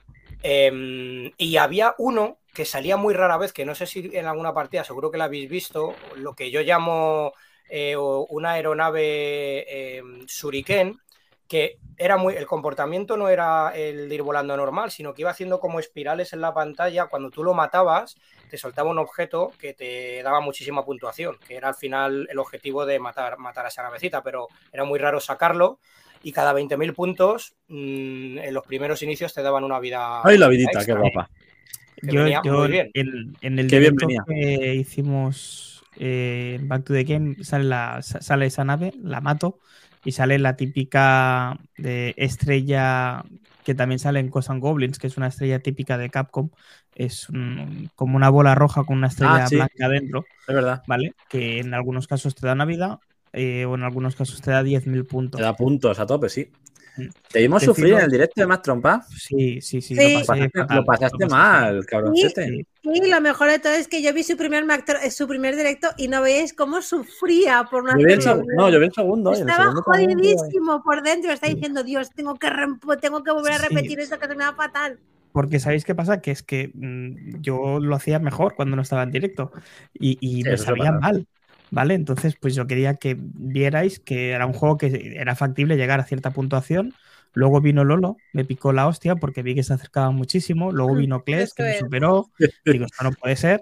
S2: Eh, y había uno que salía muy rara vez, que no sé si en alguna partida, seguro que la habéis visto, lo que yo llamo eh, una aeronave eh, Shuriken, que era muy, el comportamiento no era el de ir volando normal, sino que iba haciendo como espirales en la pantalla. Cuando tú lo matabas, te soltaba un objeto que te daba muchísima puntuación, que era al final el objetivo de matar, matar a esa navecita, pero era muy raro sacarlo. Y cada veinte mil puntos, mmm, en los primeros inicios te daban una vida.
S3: ¡Ay, la vidita!
S2: Extra,
S3: ¡Qué guapa!
S2: Que
S6: yo,
S2: venía
S6: yo
S2: muy bien.
S6: En, en el
S3: Qué bien
S6: directo
S3: venía.
S6: que hicimos eh, en Back to the Game, sale, la, sale esa nave, la mato, y sale la típica de estrella que también sale en Ghosts and Goblins, que es una estrella típica de Capcom. Es un, como una bola roja con una estrella
S3: Ah, sí.
S6: blanca dentro,
S3: Es verdad.
S6: ¿vale? Que en algunos casos te da una vida eh, o en algunos casos te da diez mil puntos.
S3: Te da puntos a tope, sí.
S6: Mm.
S3: ¿Te vimos
S6: Deciros...
S3: sufrir en el directo de Más Trompa?
S6: Sí, sí, sí,
S4: Sí.
S6: lo pasé,
S3: pasaste,
S6: fatal,
S3: lo pasaste
S6: lo pasé
S3: mal,
S6: fatal.
S3: cabroncete.
S6: Sí.
S4: Y lo mejor de todo es que yo vi su primer, su primer directo y no veis cómo sufría por no
S3: Yo vi el
S4: hacerlo
S3: seg-
S4: bien.
S3: no, yo vi el segundo. y en el
S4: Estaba
S3: segundo también, tío.
S4: jodidísimo por dentro. Está diciendo, Dios, tengo que, tengo que volver a repetir
S6: Sí.
S4: esto que se me da fatal.
S6: Porque ¿sabéis qué pasa? Que es que mmm, yo lo hacía mejor cuando no estaba en directo y, y
S3: Sí,
S6: me
S3: eso
S6: sabía
S3: pasa.
S6: mal, ¿vale? Entonces, pues yo quería que vierais que era un juego que era factible llegar a cierta puntuación. Luego vino Lolo, me picó la hostia porque vi que se acercaba muchísimo. Luego vino Kles, que me superó. Digo, esto no puede ser.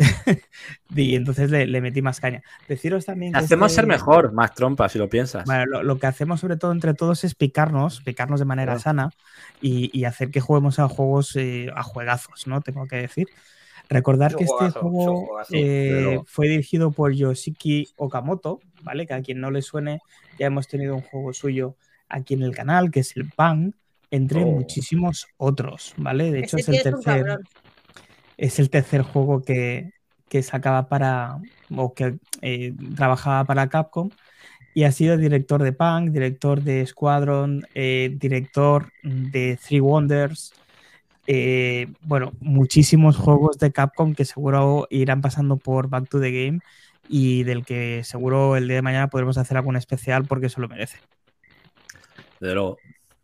S6: Y entonces le, le metí más caña. Deciros también que
S3: Hacemos
S6: este...
S3: ser mejor, Más Trompa, si lo piensas.
S6: Bueno, lo, lo que hacemos sobre todo entre todos es picarnos, picarnos de manera
S3: Claro.
S6: sana y, y hacer que juguemos a juegos, eh, a juegazos, ¿no? Tengo que decir. Recordar
S2: Es un
S6: que este
S2: juegazo, es un
S6: juego
S2: juegazo.
S6: eh, fue dirigido por Yoshiki Okamoto, ¿vale? Que a quien no le suene, ya hemos tenido un juego suyo aquí en el canal, que es el Pang, entre
S3: Oh.
S6: muchísimos otros, ¿vale? De hecho,
S4: Ese
S6: es el
S4: tío es un
S6: tercer,
S4: cabrón.
S6: es el tercer juego que, que sacaba para, o que eh, trabajaba para Capcom. Y ha sido director de Punk, director de Squadron, eh, director de Three Wonders. Eh, bueno, muchísimos juegos de Capcom que seguro irán pasando por Back to the Game y del que seguro el día de mañana podremos hacer algún especial porque se lo merece.
S3: Desde luego.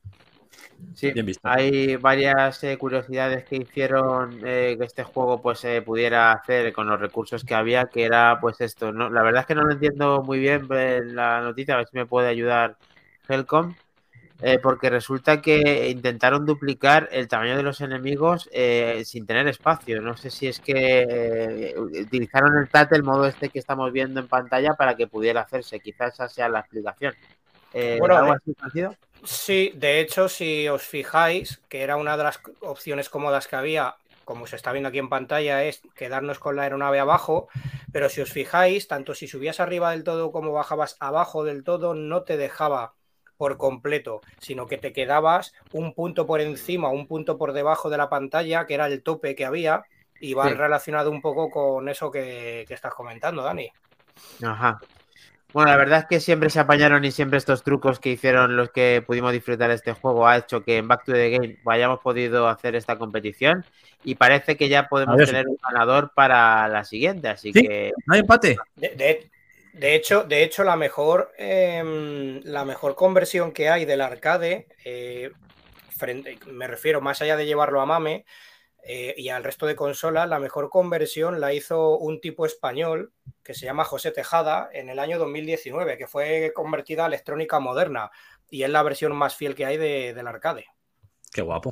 S1: Sí,
S3: Bien visto.
S1: hay varias eh, curiosidades que hicieron eh, que este juego pues se eh, pudiera hacer con los recursos que había, que era pues esto, ¿no? La verdad es que no lo entiendo muy bien en la noticia, a ver si me puede ayudar Helcom, eh, porque resulta que intentaron duplicar el tamaño de los enemigos eh, sin tener espacio. No sé si es que eh, utilizaron el T A T, el modo este que estamos viendo en pantalla, para que pudiera hacerse. Quizás esa sea la explicación. Eh,
S2: Bueno,
S1: ¿algo
S2: de-
S1: así parecido?
S2: Sí, de hecho, si os fijáis, que era una de las opciones cómodas que había, como se está viendo aquí en pantalla, es quedarnos con la aeronave abajo, pero si os fijáis, tanto si subías arriba del todo como bajabas abajo del todo, no te dejaba por completo, sino que te quedabas un punto por encima, un punto por debajo de la pantalla, que era el tope que había, y va
S1: Sí.
S2: relacionado un poco con eso que, que estás comentando, Dani.
S1: Ajá. Bueno, la verdad es que siempre se apañaron y siempre estos trucos que hicieron los que pudimos disfrutar de este juego ha hecho que en Back to the Game hayamos podido hacer esta competición y parece que ya podemos
S3: Adiós.
S1: tener un ganador para la siguiente, así
S3: Sí.
S1: que
S3: ¿No hay empate?
S2: De, de- de hecho, de hecho, la mejor, eh, la mejor conversión que hay del arcade, eh, frente, me refiero más allá de llevarlo a MAME eh, y al resto de consolas, la mejor conversión la hizo un tipo español que se llama José Tejada en el año dos mil diecinueve, que fue convertida a electrónica moderna y es la versión más fiel que hay de- del arcade.
S3: Qué guapo.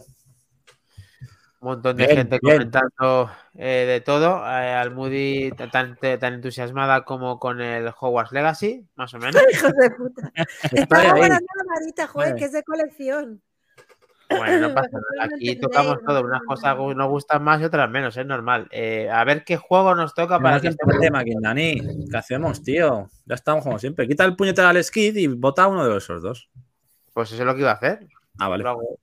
S1: un montón de
S3: Bien,
S1: gente
S3: bien.
S1: comentando eh, de todo. Eh, Almudi tan, tan entusiasmada como con el Hogwarts Legacy, más o menos.
S4: Hijos de puta.
S3: Estoy
S4: Estaba
S3: ahí.
S4: guardando la varita, joder,
S3: Eh.
S4: que es de colección.
S1: Bueno, no pasa
S4: Vosotros
S1: nada.
S4: no
S1: Aquí
S4: entendéis,
S1: tocamos
S4: no
S1: todo. Unas
S4: entendéis.
S1: cosas nos gustan más y otras menos, es normal. Eh, a ver qué juego nos toca para
S3: Para
S1: que
S3: que
S1: estemos...
S3: tema aquí, Dani. ¿Qué hacemos, tío? Ya estamos como siempre. Quita el puñetero al skid y vota uno de esos dos.
S1: Pues eso es lo que iba a hacer.
S3: Ah, vale.
S1: Lo hago.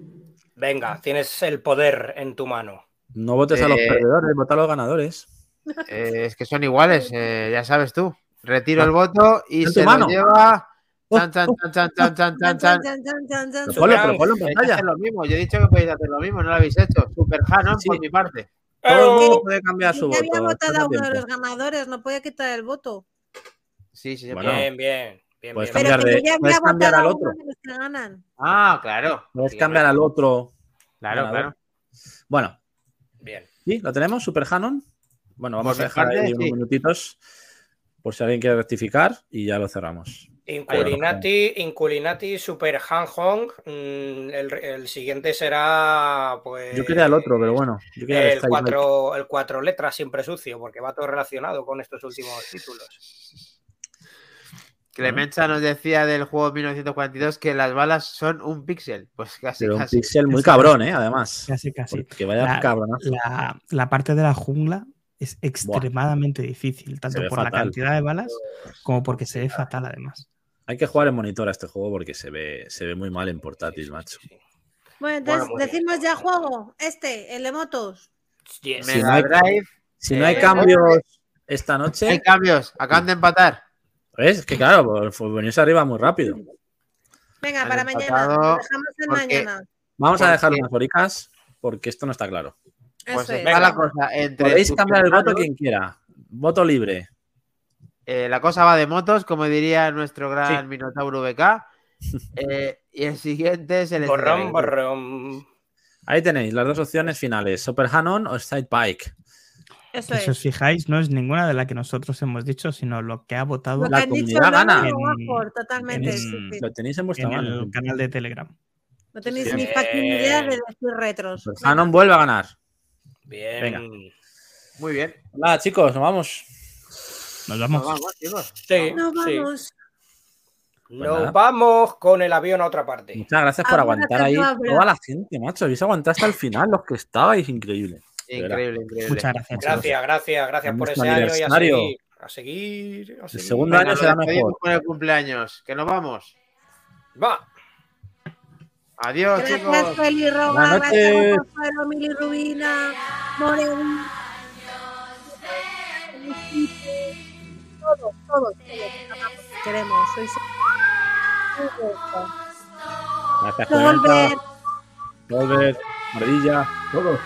S2: Venga, tienes el poder en tu mano.
S3: No votes a los
S1: Eh,
S3: perdedores, vota a los ganadores.
S1: Eh, es que son iguales, eh, ya sabes tú. Retiro
S3: Ah.
S1: el voto y
S3: En tu
S1: se
S3: mano.
S1: lo lleva.
S3: Oh,
S1: Chan, chan, chan, chan, chan, chan, chan, chan.
S4: Chan, chan, chan, chan, chan.
S3: Pero ponlo,
S2: Superan.
S3: pero ponlo en
S1: Podéis
S3: pantalla.
S1: hacer lo mismo. Yo he dicho que podéis hacer lo mismo, no lo habéis hecho. Super Hanon
S3: Sí.
S1: por mi parte.
S3: Todo el mundo
S2: ¡Oh!
S3: puede cambiar su
S4: Yo ya había
S3: voto.
S4: votado
S3: estás
S4: a
S3: a
S4: uno de los
S3: tiempo.
S4: ganadores, no podía quitar el voto.
S1: Sí, sí, sí.
S3: Bueno.
S2: Bien, bien, bien,
S3: Puedes
S2: bien.
S4: Pero
S3: cambiar
S4: que
S3: de-
S4: yo ya había
S3: puedes cambiar
S4: votado
S3: al
S4: a uno
S3: otro.
S4: de los que ganan.
S1: Ah, claro.
S3: Puedes
S1: Sí,
S3: cambiar al otro.
S1: Claro,
S3: ganador.
S1: claro.
S3: Bueno,
S2: Bien.
S3: ¿sí? ¿Lo tenemos? ¿Super Hanon? Bueno, vamos
S1: Por
S3: a
S1: mi
S3: dejar
S1: parte,
S3: ahí unos
S1: sí.
S3: minutitos por si alguien quiere rectificar y ya lo cerramos.
S2: Inculinati, Inculinati, Super Han Hong. mm, El, el siguiente será, pues.
S3: Yo quería el otro, pero bueno. Yo quería el
S2: El
S3: Sky
S2: cuatro, el cuatro letras siempre sucio, porque va todo relacionado con estos últimos títulos.
S1: Clemenza nos decía del juego mil novecientos cuarenta y dos que las balas son un píxel. Pues casi,
S3: Pero un
S1: casi.
S3: pixel muy
S6: Casi,
S3: cabrón, ¿eh? Además.
S6: Casi, casi.
S3: Que vaya
S6: La,
S3: cabronazo.
S6: la, la parte de la jungla es extremadamente difícil, tanto
S3: ve
S6: por la
S3: fatal.
S6: cantidad de balas como porque se ve fatal además.
S3: Hay que jugar en monitor a este juego porque se ve, se ve muy mal en portátil, macho.
S4: Bueno, entonces
S2: Bueno, muy bien.
S4: decimos ya juego. Este, el de motos.
S2: Yes.
S3: Sí.
S1: Mega
S3: no hay-
S1: Drive.
S3: Si no hay
S1: Eh,
S3: cambios esta
S1: Hay
S3: noche,
S1: cambios. Acaban de empatar.
S3: ¿ves? Es que claro, pues, pues venirse arriba muy rápido.
S4: Venga,
S1: Han
S4: para mañana.
S1: empatado
S4: Lo dejamos en
S1: porque-
S4: mañana.
S3: Vamos a
S1: Porque-
S3: dejar unas horicas porque esto no está claro.
S1: Pues
S4: Eso
S1: está
S4: es.
S1: la cosa entre.
S3: Podéis cambiar el voto
S1: Superhanon-
S3: quien quiera. Voto libre.
S1: Eh, la cosa va de motos, como diría nuestro gran
S3: Sí.
S1: Minotauro B K. Eh, y el siguiente es el.
S2: Borrón, borrón.
S3: Ahí tenéis las dos opciones finales: Super Hanon o Side Bike.
S4: Eso
S6: Si os
S4: es.
S6: fijáis, no es ninguna de las que nosotros hemos dicho, sino lo que ha votado
S4: Lo
S3: la
S4: que han dicho
S3: comunidad
S4: Lola
S3: gana.
S4: y
S6: En-
S4: Warford, totalmente.
S6: en-
S4: sí, sí.
S3: Lo tenéis en vuestra
S6: en
S3: mano.
S6: el canal de Telegram.
S4: No tenéis
S2: Sí.
S4: ni fucking idea de decir retros.
S3: Super
S4: Venga.
S3: Hanon vuelve a ganar.
S2: Bien.
S3: Venga.
S1: Muy bien.
S3: Hola, chicos, nos vamos.
S6: Nos
S1: Nos
S6: vamos.
S1: vamos, chicos.
S2: Sí,
S4: Nos
S2: sí.
S4: vamos.
S2: Nos
S3: nada.
S2: vamos con el avión a otra parte.
S3: Muchas gracias por
S4: Ahora
S3: aguantar
S4: te
S3: ahí.
S4: hablo.
S3: Toda la gente, macho. Habéis aguantado hasta el final, los que estabais, increíble.
S1: Increíble, increíble.
S6: Muchas gracias. chicos.
S2: Gracias, gracias, gracias por
S3: Nuestro
S2: ese año y a
S3: aniversario.
S2: seguir. A seguir, a
S3: El
S2: seguir.
S3: segundo
S1: Venga,
S3: año
S1: nos
S3: será
S1: despedimos
S3: mejor.
S1: con el cumpleaños. Que nos vamos.
S2: Va.
S1: Adiós,
S4: Gracias,
S1: chicos.
S4: Feli Roga.
S3: Buenas
S4: Gracias,
S3: noches.
S4: Rafael, Mili Rubina, Moreno. Todos, todos, todos. Queremos. Sois.
S3: Gracias,
S4: Volver.
S3: Clemenza, Volver, Maravilla, todo.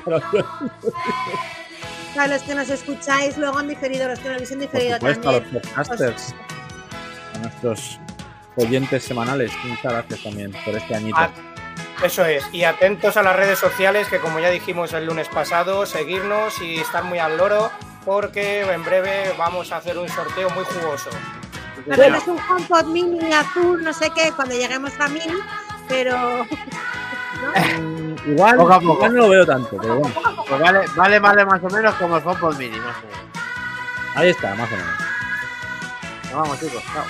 S4: A los que nos escucháis luego han diferido, los que nos habéis
S3: Por
S4: diferido
S3: supuesto, a los
S4: también.
S3: podcasters, a nuestros oyentes semanales. Muchas gracias también por este añito.
S2: Ah, Eso es. Y atentos a las redes sociales, que como ya dijimos el lunes pasado, seguirnos y estar muy al loro, porque en breve vamos a hacer un sorteo muy jugoso.
S4: Nos vendes un HomePod mini azul, no sé qué, cuando lleguemos a mil, pero...
S3: Mm, igual,
S1: Poco a poco.
S3: igual no lo veo tanto, pero bueno.
S1: Pues vale, vale, vale más o menos como el HomePod mini, más o menos.
S3: Ahí está, más o menos.
S1: Nos vamos, chicos. Chao.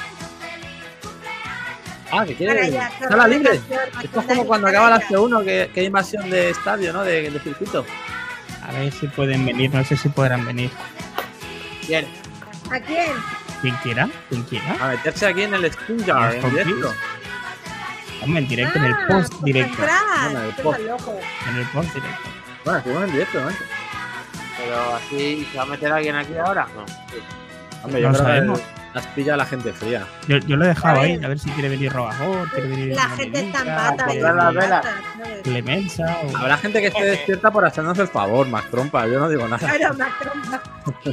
S3: Ah, que
S4: Ahora
S3: quiere.
S4: ya,
S3: Sala libre.
S4: invasión,
S3: Esto es como cuando acaba la C uno, que, que hay invasión de estadio, ¿no? De, de circuito.
S6: A ver si pueden venir, no sé si podrán venir.
S1: Bien.
S4: ¿A quién?
S6: Quien quiera, quien quiera.
S3: A meterse aquí en el Spinjar, en directo.
S6: Hombre, en directo, en el
S4: Ah,
S6: post
S4: pues
S6: directo.
S4: entrar,
S3: No, en el
S4: qué
S3: post.
S4: loco.
S6: En el post directo.
S3: Bueno, estuvimos en directo, ¿no?
S1: Pero así, ¿se va a meter alguien aquí ahora? No. Sí.
S3: Hombre, yo
S6: No
S3: creo
S6: sabemos.
S3: que has pillado a la gente fría.
S6: Yo, yo lo he dejado
S4: A
S6: ahí,
S4: ver.
S6: a ver si quiere venir Robajor, quiere venir
S4: La gente está en
S6: Morenica,
S4: pata. y
S1: comprar las
S4: en
S1: velas.
S4: pata, ¿sabes?
S6: Clemenza o...
S3: Habrá gente que esté despierta por hacernos el favor, Mac Trompa. Yo no digo nada.
S4: Claro, más trompa.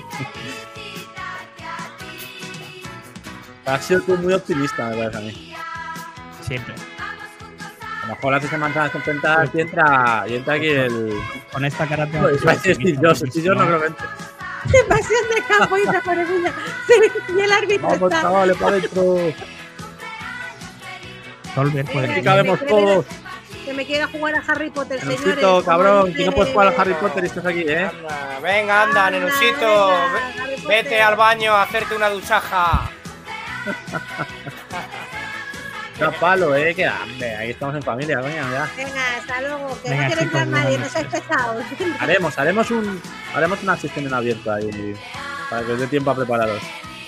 S3: Has sido tú muy optimista, me parece a mí.
S6: Siempre.
S3: A lo mejor hace manzanas enfrentadas y entra, y entra aquí el.
S6: Con esta cara tengo
S3: No,
S6: que
S3: iba a decir Steve
S6: optimista,
S3: Jobs,
S6: porque
S3: Steve
S6: si
S3: Jobs no
S6: no-
S3: creo que entre.
S4: Invasión de campo y otra por ella. Y el árbitro
S3: Vamos,
S4: está.
S3: chavales, para adentro.
S6: Solver puede
S4: Venga,
S3: Aquí
S6: venir.
S3: cabemos
S4: que me quiere-
S3: todos.
S4: Que me quiera jugar a Harry Potter, señores.
S3: Nenusito,
S4: como
S3: cabrón,
S4: dice-
S3: que no puedes jugar a Harry Potter y estás aquí, ¿eh?
S2: Anda, venga, anda,
S4: Anda,
S2: Nenusito.
S4: venga,
S2: ve-
S4: Harry Potter.
S2: Vete al baño a hacerte una duchaja.
S3: Da palo, ¿eh? Que hambre. Aquí estamos en familia, coño, ya.
S4: Venga, hasta luego. Que
S6: Venga,
S4: no quiere
S6: chicos,
S4: entrar nadie,
S6: buenas
S4: no seáis
S6: noches.
S4: pesados.
S3: Haremos, haremos un. Haremos una sesión en abierto ahí. Para que os dé tiempo a prepararos.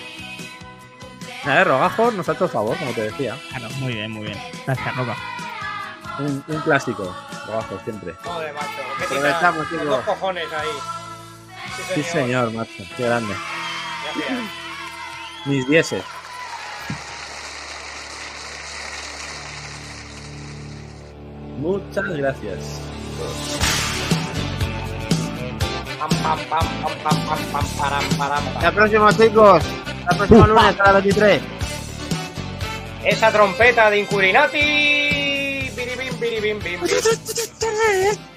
S3: A ver, Rogajos nos ha hecho el favor, como te decía.
S6: Claro, muy bien, muy bien. Gracias, Roca.
S3: Un, un clásico, Rogajos, siempre.
S2: Joder, macho. ¿Qué
S1: Aprovechamos,
S2: tiene
S1: chicos.
S2: los dos cojones ahí?
S3: Sí, señor, macho. Qué grande.
S2: Gracias.
S3: Mis dieces. Muchas gracias.
S2: Pam, pam, pam, pam, pam, pam, pam, param, param, pam.
S1: Hasta el próximo, chicos. Hasta el próximo lunes a las veintitrés.
S2: Esa trompeta de Incurinati. Biribim, biribim, bim, bim.